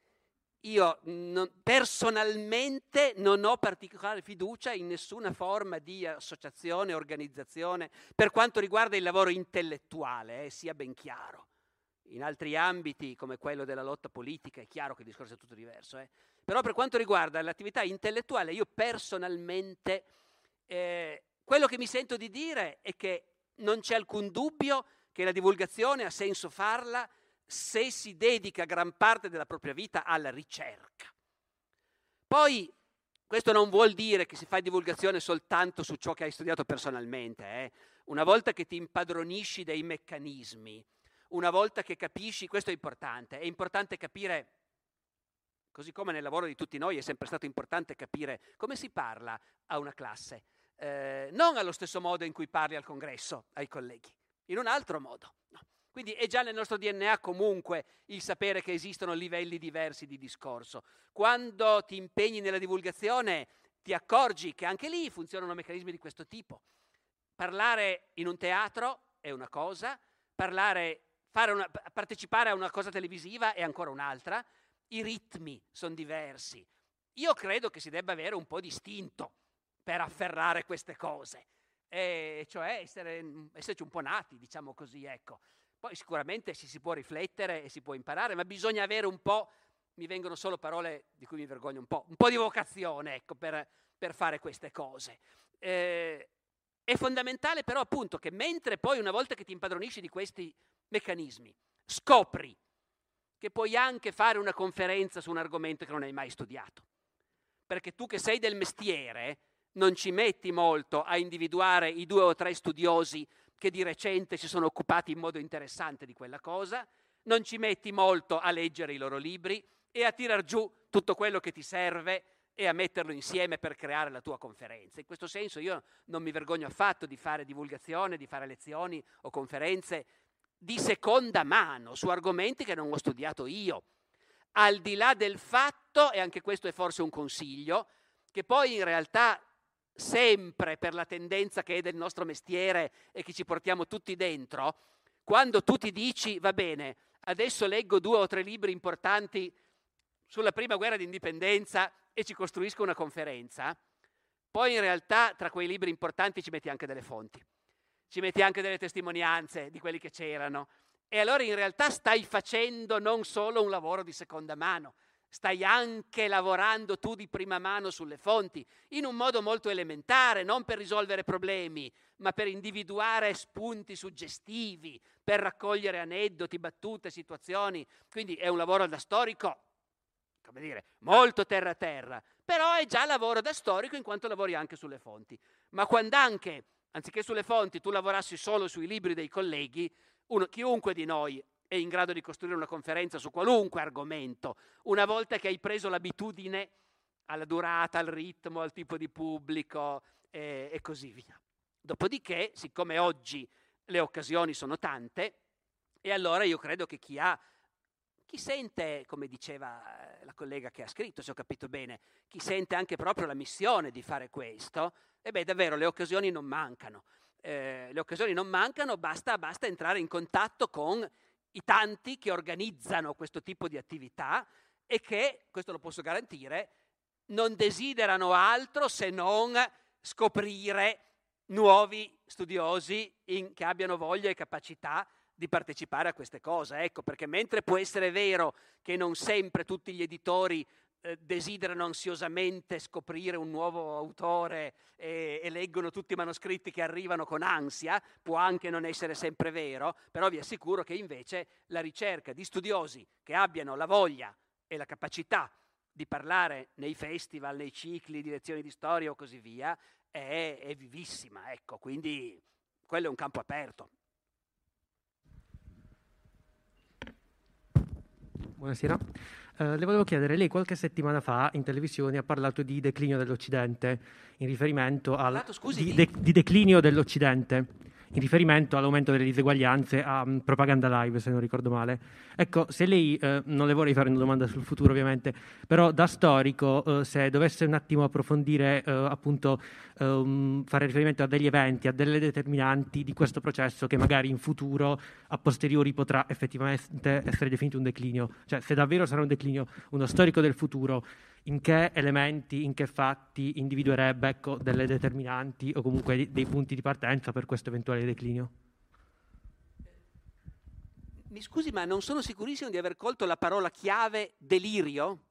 Io non, personalmente non ho particolare fiducia in nessuna forma di associazione, organizzazione, per quanto riguarda il lavoro intellettuale, eh, sia ben chiaro. In altri ambiti, come quello della lotta politica, è chiaro che il discorso è tutto diverso. Eh. Però per quanto riguarda l'attività intellettuale, io personalmente, eh, quello che mi sento di dire è che non c'è alcun dubbio che la divulgazione ha senso farla se si dedica gran parte della propria vita alla ricerca. Poi, questo non vuol dire che si fa divulgazione soltanto su ciò che hai studiato personalmente. Eh. Una volta che ti impadronisci dei meccanismi, una volta che capisci, questo è importante, è importante capire, così come nel lavoro di tutti noi è sempre stato importante capire come si parla a una classe, eh, non allo stesso modo in cui parli al congresso, ai colleghi, in un altro modo. No. Quindi è già nel nostro D N A comunque il sapere che esistono livelli diversi di discorso. Quando ti impegni nella divulgazione ti accorgi che anche lì funzionano meccanismi di questo tipo. Parlare in un teatro è una cosa, parlare, fare una, partecipare a una cosa televisiva è ancora un'altra, i ritmi sono diversi. Io credo che si debba avere un po' di istinto per afferrare queste cose, e cioè essere, esserci un po' nati, diciamo così, ecco. Poi sicuramente ci si può riflettere e si può imparare, ma bisogna avere un po', mi vengono solo parole di cui mi vergogno un po', un po' di vocazione, ecco, per, per fare queste cose. Eh, è fondamentale però appunto che mentre poi una volta che ti impadronisci di questi meccanismi, scopri che puoi anche fare una conferenza su un argomento che non hai mai studiato. Perché tu che sei del mestiere non ci metti molto a individuare i due o tre studiosi che di recente si sono occupati in modo interessante di quella cosa, non ci metti molto a leggere i loro libri e a tirar giù tutto quello che ti serve e a metterlo insieme per creare la tua conferenza. In questo senso io non mi vergogno affatto di fare divulgazione, di fare lezioni o conferenze di seconda mano su argomenti che non ho studiato io, al di là del fatto, e anche questo è forse un consiglio, che poi in realtà sempre per la tendenza che è del nostro mestiere e che ci portiamo tutti dentro, quando tu ti dici va bene, adesso leggo due o tre libri importanti sulla prima guerra d'indipendenza e ci costruisco una conferenza, poi in realtà tra quei libri importanti ci metti anche delle fonti, ci metti anche delle testimonianze di quelli che c'erano, e allora in realtà stai facendo non solo un lavoro di seconda mano, stai anche lavorando tu di prima mano sulle fonti, in un modo molto elementare, non per risolvere problemi, ma per individuare spunti suggestivi, per raccogliere aneddoti, battute, situazioni. Quindi è un lavoro da storico, come dire, molto terra a terra, però è già lavoro da storico in quanto lavori anche sulle fonti. Ma quando anche, anziché sulle fonti, tu lavorassi solo sui libri dei colleghi, uno, chiunque di noi è in grado di costruire una conferenza su qualunque argomento, una volta che hai preso l'abitudine alla durata, al ritmo, al tipo di pubblico eh, e così via. Dopodiché, siccome oggi le occasioni sono tante, e allora io credo che chi ha, chi sente, come diceva la collega che ha scritto, se ho capito bene, chi sente anche proprio la missione di fare questo, e beh, davvero le occasioni non mancano. Eh, le occasioni non mancano, basta, basta entrare in contatto con i tanti che organizzano questo tipo di attività e che, questo lo posso garantire, non desiderano altro se non scoprire nuovi studiosi in, che abbiano voglia e capacità di partecipare a queste cose. Ecco, perché mentre può essere vero che non sempre tutti gli editori eh, desiderano ansiosamente scoprire un nuovo autore e, e leggono tutti i manoscritti che arrivano con ansia, può anche non essere sempre vero, però vi assicuro che invece la ricerca di studiosi che abbiano la voglia e la capacità di parlare nei festival, nei cicli di lezioni di storia o così via, è, è vivissima, ecco, quindi quello è un campo aperto. Buonasera. Eh, le volevo chiedere, lei qualche settimana fa in televisione ha parlato di declinio dell'Occidente in riferimento al Parlato, scusi, di, di? de, di declinio dell'Occidente in riferimento all'aumento delle diseguaglianze a um, Propaganda Live, se non ricordo male. Ecco, se lei, eh, non le vorrei fare una domanda sul futuro ovviamente, però da storico, eh, se dovesse un attimo approfondire, eh, appunto, um, fare riferimento a degli eventi, a delle determinanti di questo processo che magari in futuro, a posteriori, potrà effettivamente essere definito un declinio. Cioè, se davvero sarà un declinio, uno storico del futuro, in che elementi, in che fatti individuerebbe, ecco, delle determinanti o comunque dei, dei punti di partenza per questo eventuale declinio? Mi scusi, ma non sono sicurissimo di aver colto la parola chiave delirio?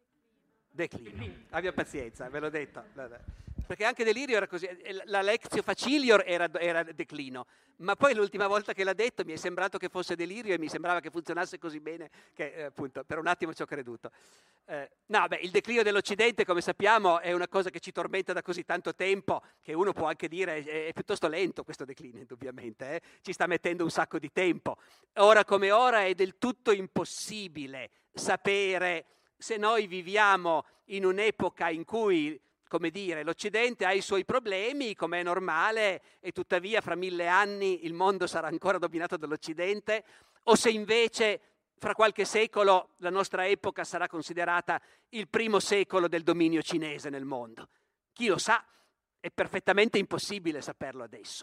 Declino. Abbia pazienza, ve l'ho detto. Perché anche delirio era così, la lectio facilior era, era declino, ma poi l'ultima volta che l'ha detto mi è sembrato che fosse delirio e mi sembrava che funzionasse così bene che eh, appunto per un attimo ci ho creduto. Eh, no, beh, il declino dell'Occidente, come sappiamo, è una cosa che ci tormenta da così tanto tempo che uno può anche dire è, è piuttosto lento questo declino, indubbiamente, eh? Ci sta mettendo un sacco di tempo. Ora come ora è del tutto impossibile sapere se noi viviamo in un'epoca in cui, come dire, l'Occidente ha i suoi problemi, come è normale, e tuttavia fra mille anni il mondo sarà ancora dominato dall'Occidente, o se invece fra qualche secolo la nostra epoca sarà considerata il primo secolo del dominio cinese nel mondo. Chi lo sa? È perfettamente impossibile saperlo adesso.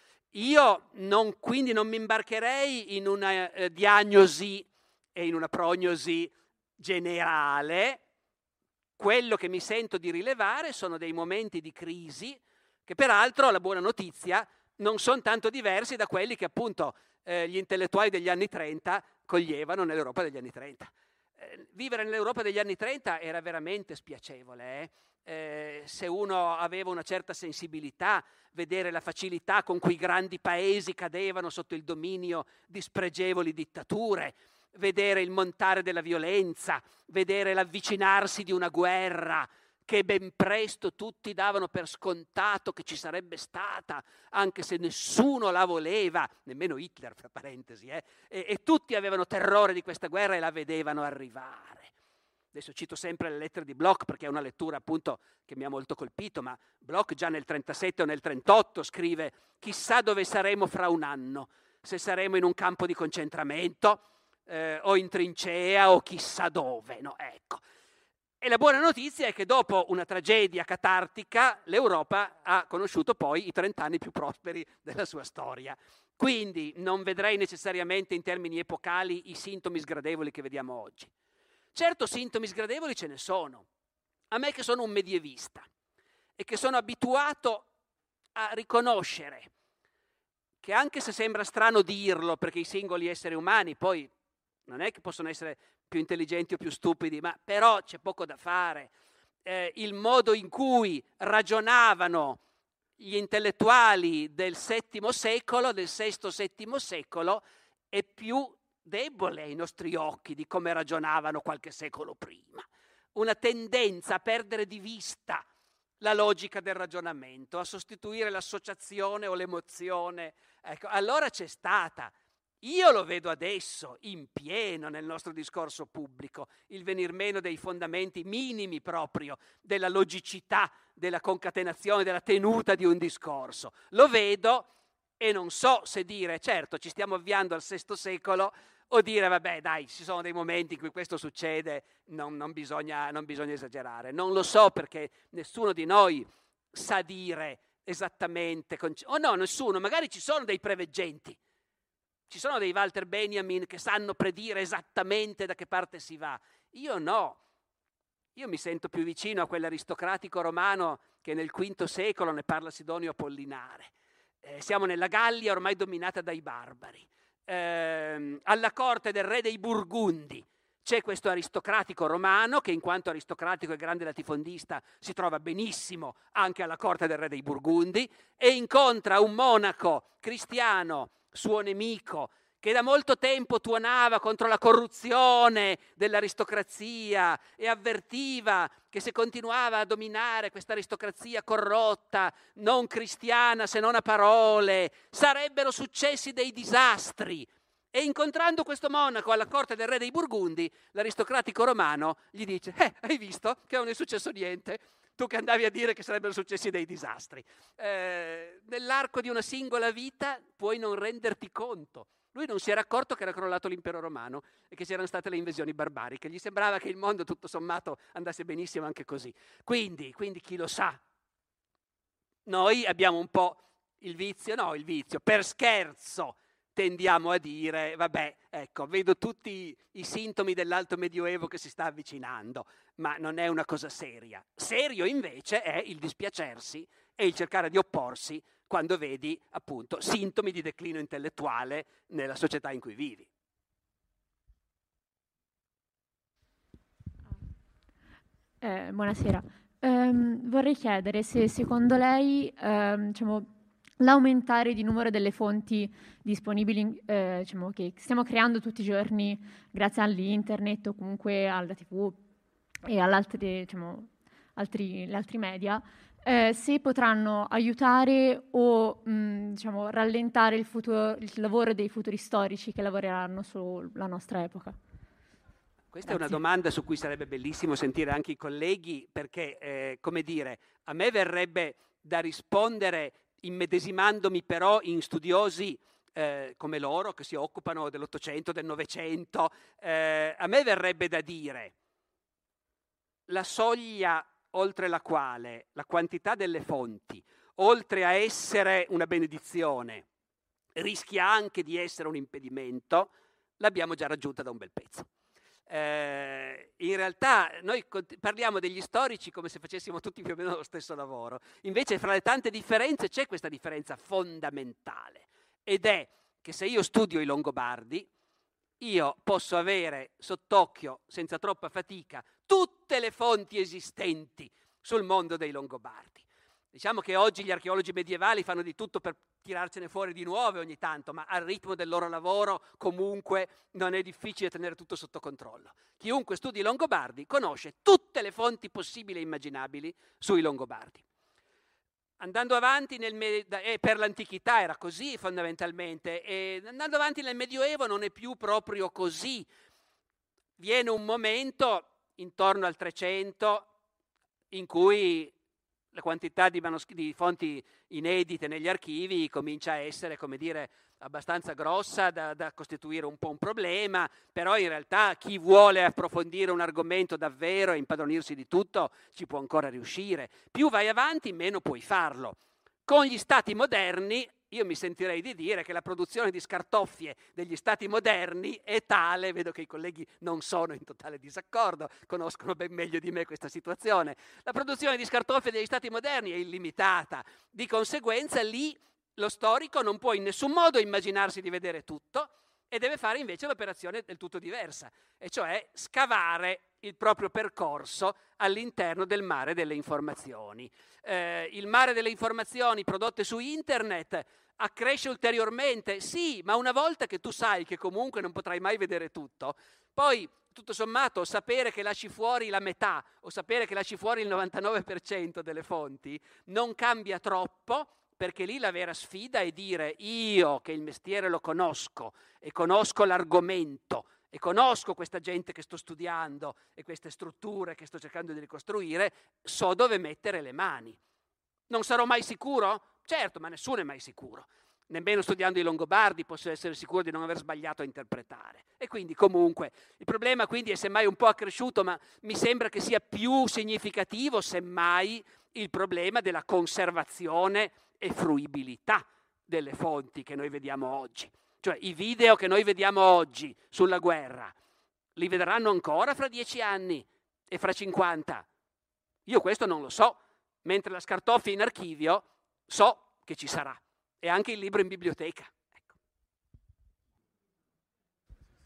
Io non, quindi non mi imbarcherei in una eh, diagnosi e in una prognosi generale. Quello che mi sento di rilevare sono dei momenti di crisi che peraltro, la buona notizia, non sono tanto diversi da quelli che appunto eh, gli intellettuali degli anni trenta coglievano nell'Europa degli anni trenta. Eh, vivere nell'Europa degli anni trenta era veramente spiacevole. Eh? Eh, se uno aveva una certa sensibilità, vedere la facilità con cui grandi paesi cadevano sotto il dominio di spregevoli dittature, vedere il montare della violenza, vedere l'avvicinarsi di una guerra che ben presto tutti davano per scontato che ci sarebbe stata, anche se nessuno la voleva, nemmeno Hitler, fra parentesi, eh? e, e tutti avevano terrore di questa guerra e la vedevano arrivare. Adesso cito sempre le lettere di Bloch perché è una lettura appunto che mi ha molto colpito, ma Bloch già nel trentasette o nel trentotto scrive: chissà dove saremo fra un anno, se saremo in un campo di concentramento, Eh, o in trincea o chissà dove, no? Ecco. E la buona notizia è che dopo una tragedia catartica l'Europa ha conosciuto poi i trent'anni più prosperi della sua storia. Quindi non vedrei necessariamente in termini epocali i sintomi sgradevoli che vediamo oggi. Certo, sintomi sgradevoli ce ne sono. A me che sono un medievista e che sono abituato a riconoscere che, anche se sembra strano dirlo perché i singoli esseri umani poi non è che possono essere più intelligenti o più stupidi, ma però c'è poco da fare. Eh, il modo in cui ragionavano gli intellettuali del settimo secolo, del sesto settimo secolo, è più debole ai nostri occhi di come ragionavano qualche secolo prima. Una tendenza a perdere di vista la logica del ragionamento, a sostituire l'associazione o l'emozione. Ecco, allora c'è stata. Io lo vedo adesso in pieno nel nostro discorso pubblico, il venir meno dei fondamenti minimi proprio della logicità, della concatenazione, della tenuta di un discorso. Lo vedo e non so se dire, certo, ci stiamo avviando al sesto secolo, o dire, vabbè, dai, ci sono dei momenti in cui questo succede, non, non, bisogna, non bisogna esagerare. Non lo so perché nessuno di noi sa dire esattamente, o oh no, nessuno, magari ci sono dei preveggenti. Ci sono dei Walter Benjamin che sanno predire esattamente da che parte si va. Io no. Io mi sento più vicino a quell'aristocratico romano che nel quinto secolo ne parla Sidonio Apollinare. Eh, siamo nella Gallia ormai dominata dai barbari. Eh, alla corte del re dei Burgundi c'è questo aristocratico romano che in quanto aristocratico e grande latifondista si trova benissimo anche alla corte del re dei Burgundi e incontra un monaco cristiano, suo nemico, che da molto tempo tuonava contro la corruzione dell'aristocrazia e avvertiva che se continuava a dominare questa aristocrazia corrotta, non cristiana se non a parole, sarebbero successi dei disastri. E incontrando questo monaco alla corte del re dei Burgundi, l'aristocratico romano gli dice: eh, hai visto che non è successo niente? Tu che andavi a dire che sarebbero successi dei disastri. Eh, nell'arco di una singola vita puoi non renderti conto. Lui non si era accorto che era crollato l'impero romano e che c'erano state le invasioni barbariche. Gli sembrava che il mondo tutto sommato andasse benissimo anche così. Quindi, quindi chi lo sa? Noi abbiamo un po' il vizio, no il vizio, per scherzo tendiamo a dire, vabbè, ecco, vedo tutti i sintomi dell'alto medioevo che si sta avvicinando, ma non è una cosa seria. Serio invece è il dispiacersi e il cercare di opporsi quando vedi appunto sintomi di declino intellettuale nella società in cui vivi. Eh, buonasera. Um, vorrei chiedere se secondo lei um, diciamo, l'aumentare di numero delle fonti disponibili eh, diciamo, che stiamo creando tutti i giorni grazie all'internet o comunque alla tivù e agli altri, diciamo, altri, altri media, eh, se potranno aiutare o mh, diciamo, rallentare il, futuro, il lavoro dei futuri storici che lavoreranno sulla nostra epoca. Questa Grazie. È una domanda su cui sarebbe bellissimo sentire anche i colleghi, perché, eh, come dire, a me verrebbe da rispondere immedesimandomi però in studiosi eh, come loro, che si occupano dell'Ottocento, del Novecento. Eh, a me verrebbe da dire la soglia oltre la quale la quantità delle fonti, oltre a essere una benedizione, rischia anche di essere un impedimento, l'abbiamo già raggiunta da un bel pezzo. Eh, in realtà noi parliamo degli storici come se facessimo tutti più o meno lo stesso lavoro, invece fra le tante differenze c'è questa differenza fondamentale, ed è che se io studio i Longobardi io posso avere sott'occhio senza troppa fatica tutte le fonti esistenti sul mondo dei Longobardi. Diciamo che oggi gli archeologi medievali fanno di tutto per tirarcene fuori di nuove ogni tanto, ma al ritmo del loro lavoro comunque non è difficile tenere tutto sotto controllo. Chiunque studi i Longobardi conosce tutte le fonti possibili e immaginabili sui Longobardi. Andando avanti, nel, eh, per l'antichità era così fondamentalmente, e andando avanti nel Medioevo non è più proprio così. Viene un momento intorno al trecento in cui la quantità di, manosc- di fonti inedite negli archivi comincia a essere, come dire, abbastanza grossa da, da costituire un po' un problema, però in realtà chi vuole approfondire un argomento davvero e impadronirsi di tutto ci può ancora riuscire. Più vai avanti, meno puoi farlo. Con gli stati moderni io mi sentirei di dire che la produzione di scartoffie degli stati moderni è tale, vedo che i colleghi non sono in totale disaccordo, conoscono ben meglio di me questa situazione, la produzione di scartoffie degli stati moderni è illimitata, di conseguenza lì lo storico non può in nessun modo immaginarsi di vedere tutto e deve fare invece l'operazione del tutto diversa, e cioè scavare il proprio percorso all'interno del mare delle informazioni. Eh, il mare delle informazioni prodotte su internet accresce ulteriormente, sì, ma una volta che tu sai che comunque non potrai mai vedere tutto, poi tutto sommato sapere che lasci fuori la metà o sapere che lasci fuori il novantanove per cento delle fonti non cambia troppo, perché lì la vera sfida è dire: io che il mestiere lo conosco e conosco l'argomento e conosco questa gente che sto studiando e queste strutture che sto cercando di ricostruire, so dove mettere le mani. Non sarò mai sicuro? Certo, ma nessuno è mai sicuro. Nemmeno studiando i Longobardi posso essere sicuro di non aver sbagliato a interpretare. E quindi comunque il problema quindi è semmai un po' accresciuto, ma mi sembra che sia più significativo semmai il problema della conservazione e fruibilità delle fonti che noi vediamo oggi. Cioè i video che noi vediamo oggi sulla guerra, li vedranno ancora fra dieci anni e fra cinquanta? Io questo non lo so, mentre la scartoffia in archivio so che ci sarà, e anche il libro in biblioteca. Ecco.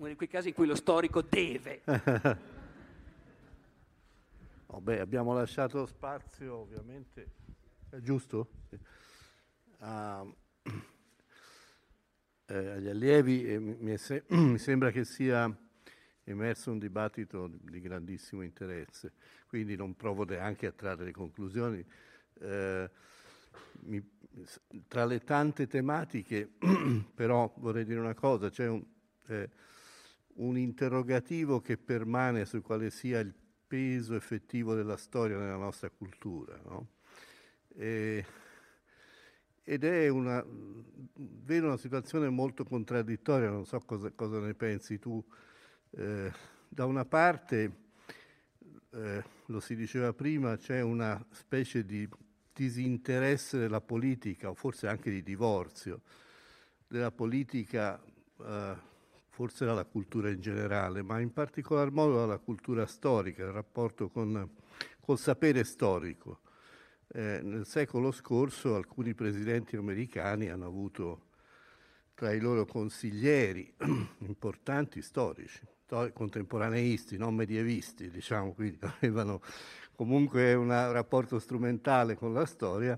uno di quei casi in cui lo storico deve. Oh, beh, abbiamo lasciato spazio, ovviamente, è giusto? Sì. Uh, eh, agli allievi eh, mi, è se- mi sembra che sia emerso un dibattito di grandissimo interesse, quindi non provo neanche a trarre le conclusioni. Eh, mi, tra le tante tematiche, però vorrei dire una cosa, c'è un, eh, un interrogativo che permane su quale sia il peso effettivo della storia nella nostra cultura, no? E, ed è una, vedo una situazione molto contraddittoria, non so cosa, cosa ne pensi tu. Eh, da una parte, eh, lo si diceva prima, c'è una specie di disinteresse della politica, o forse anche di divorzio della politica, eh, forse dalla cultura in generale, ma in particolar modo dalla cultura storica, il rapporto con col sapere storico. Eh, nel secolo scorso alcuni presidenti americani hanno avuto tra i loro consiglieri importanti storici, contemporaneisti, non medievisti, diciamo, quindi avevano comunque un rapporto strumentale con la storia,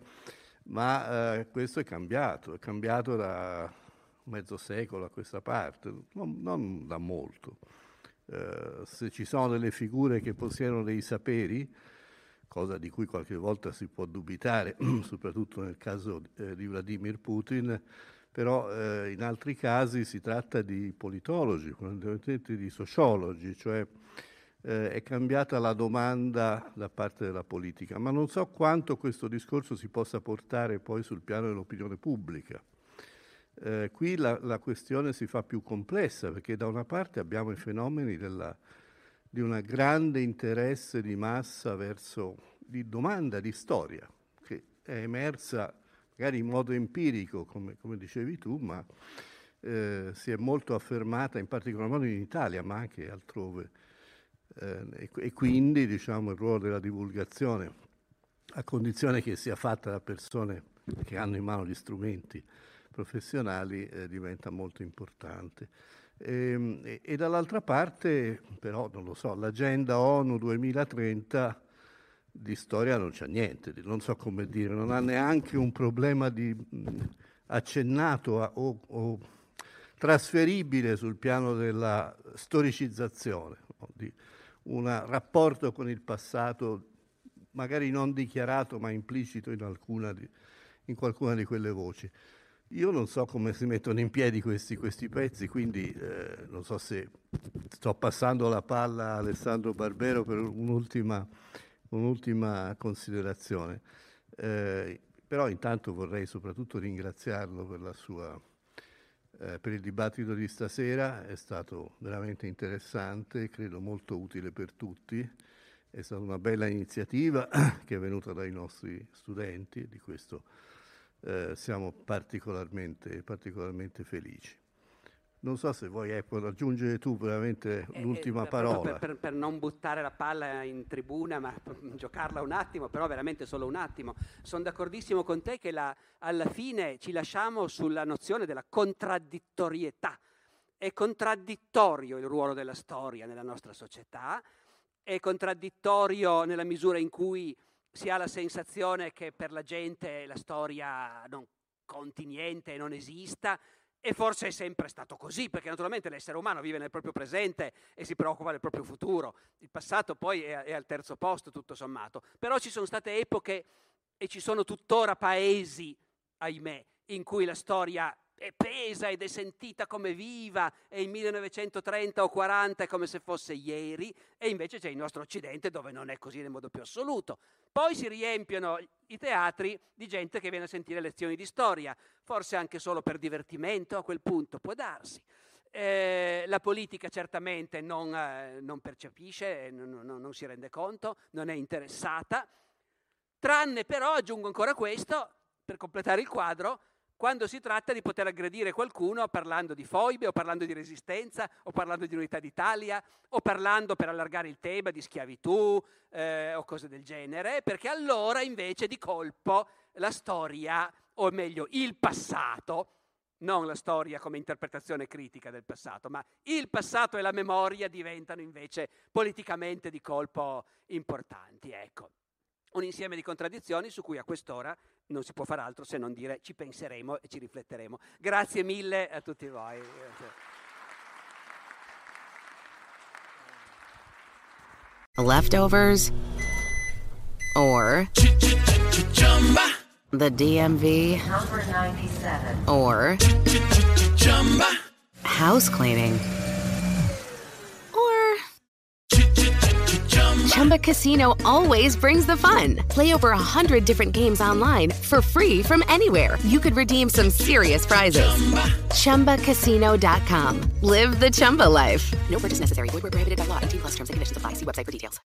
ma eh, questo è cambiato, è cambiato da mezzo secolo a questa parte, non, non da molto. Eh, se ci sono delle figure che possiedono dei saperi, cosa di cui qualche volta si può dubitare, soprattutto nel caso eh, di Vladimir Putin, però eh, in altri casi si tratta di politologi, fondamentalmente di sociologi, cioè eh, è cambiata la domanda da parte della politica, ma non so quanto questo discorso si possa portare poi sul piano dell'opinione pubblica. Eh, qui la, la questione si fa più complessa, perché da una parte abbiamo i fenomeni della, di un grande interesse di massa verso, di domanda di storia, che è emersa magari in modo empirico, come, come dicevi tu, ma eh, si è molto affermata, in particolar modo in Italia, ma anche altrove. Eh, e, e quindi, diciamo, il ruolo della divulgazione, a condizione che sia fatta da persone che hanno in mano gli strumenti professionali, eh, diventa molto importante. E, e, e dall'altra parte, però, non lo so, l'agenda ONU duemilatrenta di storia non c'è niente, non so come dire, non ha neanche un problema di, mh, accennato a, o, o trasferibile sul piano della storicizzazione, no? Di un rapporto con il passato magari non dichiarato ma implicito in, alcuna di, in qualcuna di quelle voci. Io non so come si mettono in piedi questi, questi pezzi, quindi eh, non so se sto passando la palla a Alessandro Barbero per un'ultima Un'ultima considerazione, eh, però intanto vorrei soprattutto ringraziarlo per, la sua, eh, per il dibattito di stasera, è stato veramente interessante, credo molto utile per tutti, è stata una bella iniziativa che è venuta dai nostri studenti, di questo eh, siamo particolarmente, particolarmente felici. Non so se vuoi ecco, aggiungere tu veramente eh, l'ultima eh, parola. Per, per, per non buttare la palla in tribuna, ma per giocarla un attimo, però veramente solo un attimo. Sono d'accordissimo con te che la, alla fine ci lasciamo sulla nozione della contraddittorietà. È contraddittorio il ruolo della storia nella nostra società, è contraddittorio nella misura in cui si ha la sensazione che per la gente la storia non conti niente e non esista. E forse è sempre stato così, perché naturalmente l'essere umano vive nel proprio presente e si preoccupa del proprio futuro. Il passato poi è, è al terzo posto, tutto sommato. Però ci sono state epoche e ci sono tuttora paesi, ahimè, in cui la storia è pesa ed è sentita come viva, e il millenovecentotrenta o quaranta è come se fosse ieri, e invece c'è il nostro Occidente dove non è così nel modo più assoluto. Poi si riempiono i teatri di gente che viene a sentire lezioni di storia, forse anche solo per divertimento, a quel punto può darsi. Eh, la politica certamente non, eh, non percepisce, non, non, non si rende conto, non è interessata, tranne però, aggiungo ancora questo, per completare il quadro, quando si tratta di poter aggredire qualcuno parlando di foibe o parlando di resistenza o parlando di unità d'Italia o parlando, per allargare il tema, di schiavitù eh, o cose del genere, perché allora invece di colpo la storia, o meglio il passato, non la storia come interpretazione critica del passato, ma il passato e la memoria diventano invece politicamente di colpo importanti. Ecco, un insieme di contraddizioni su cui a quest'ora non si può far altro se non dire ci penseremo e ci rifletteremo. Grazie mille a tutti voi. Leftovers or the D M V Number ninety-seven. or house cleaning or Chumba Casino always brings the fun. Play over a hundred different games online for free from anywhere. You could redeem some serious prizes. Chumba Casino dot com. Live the Chumba life. No purchase necessary. Void where prohibited by law. eighteen plus terms and conditions apply. See website for details.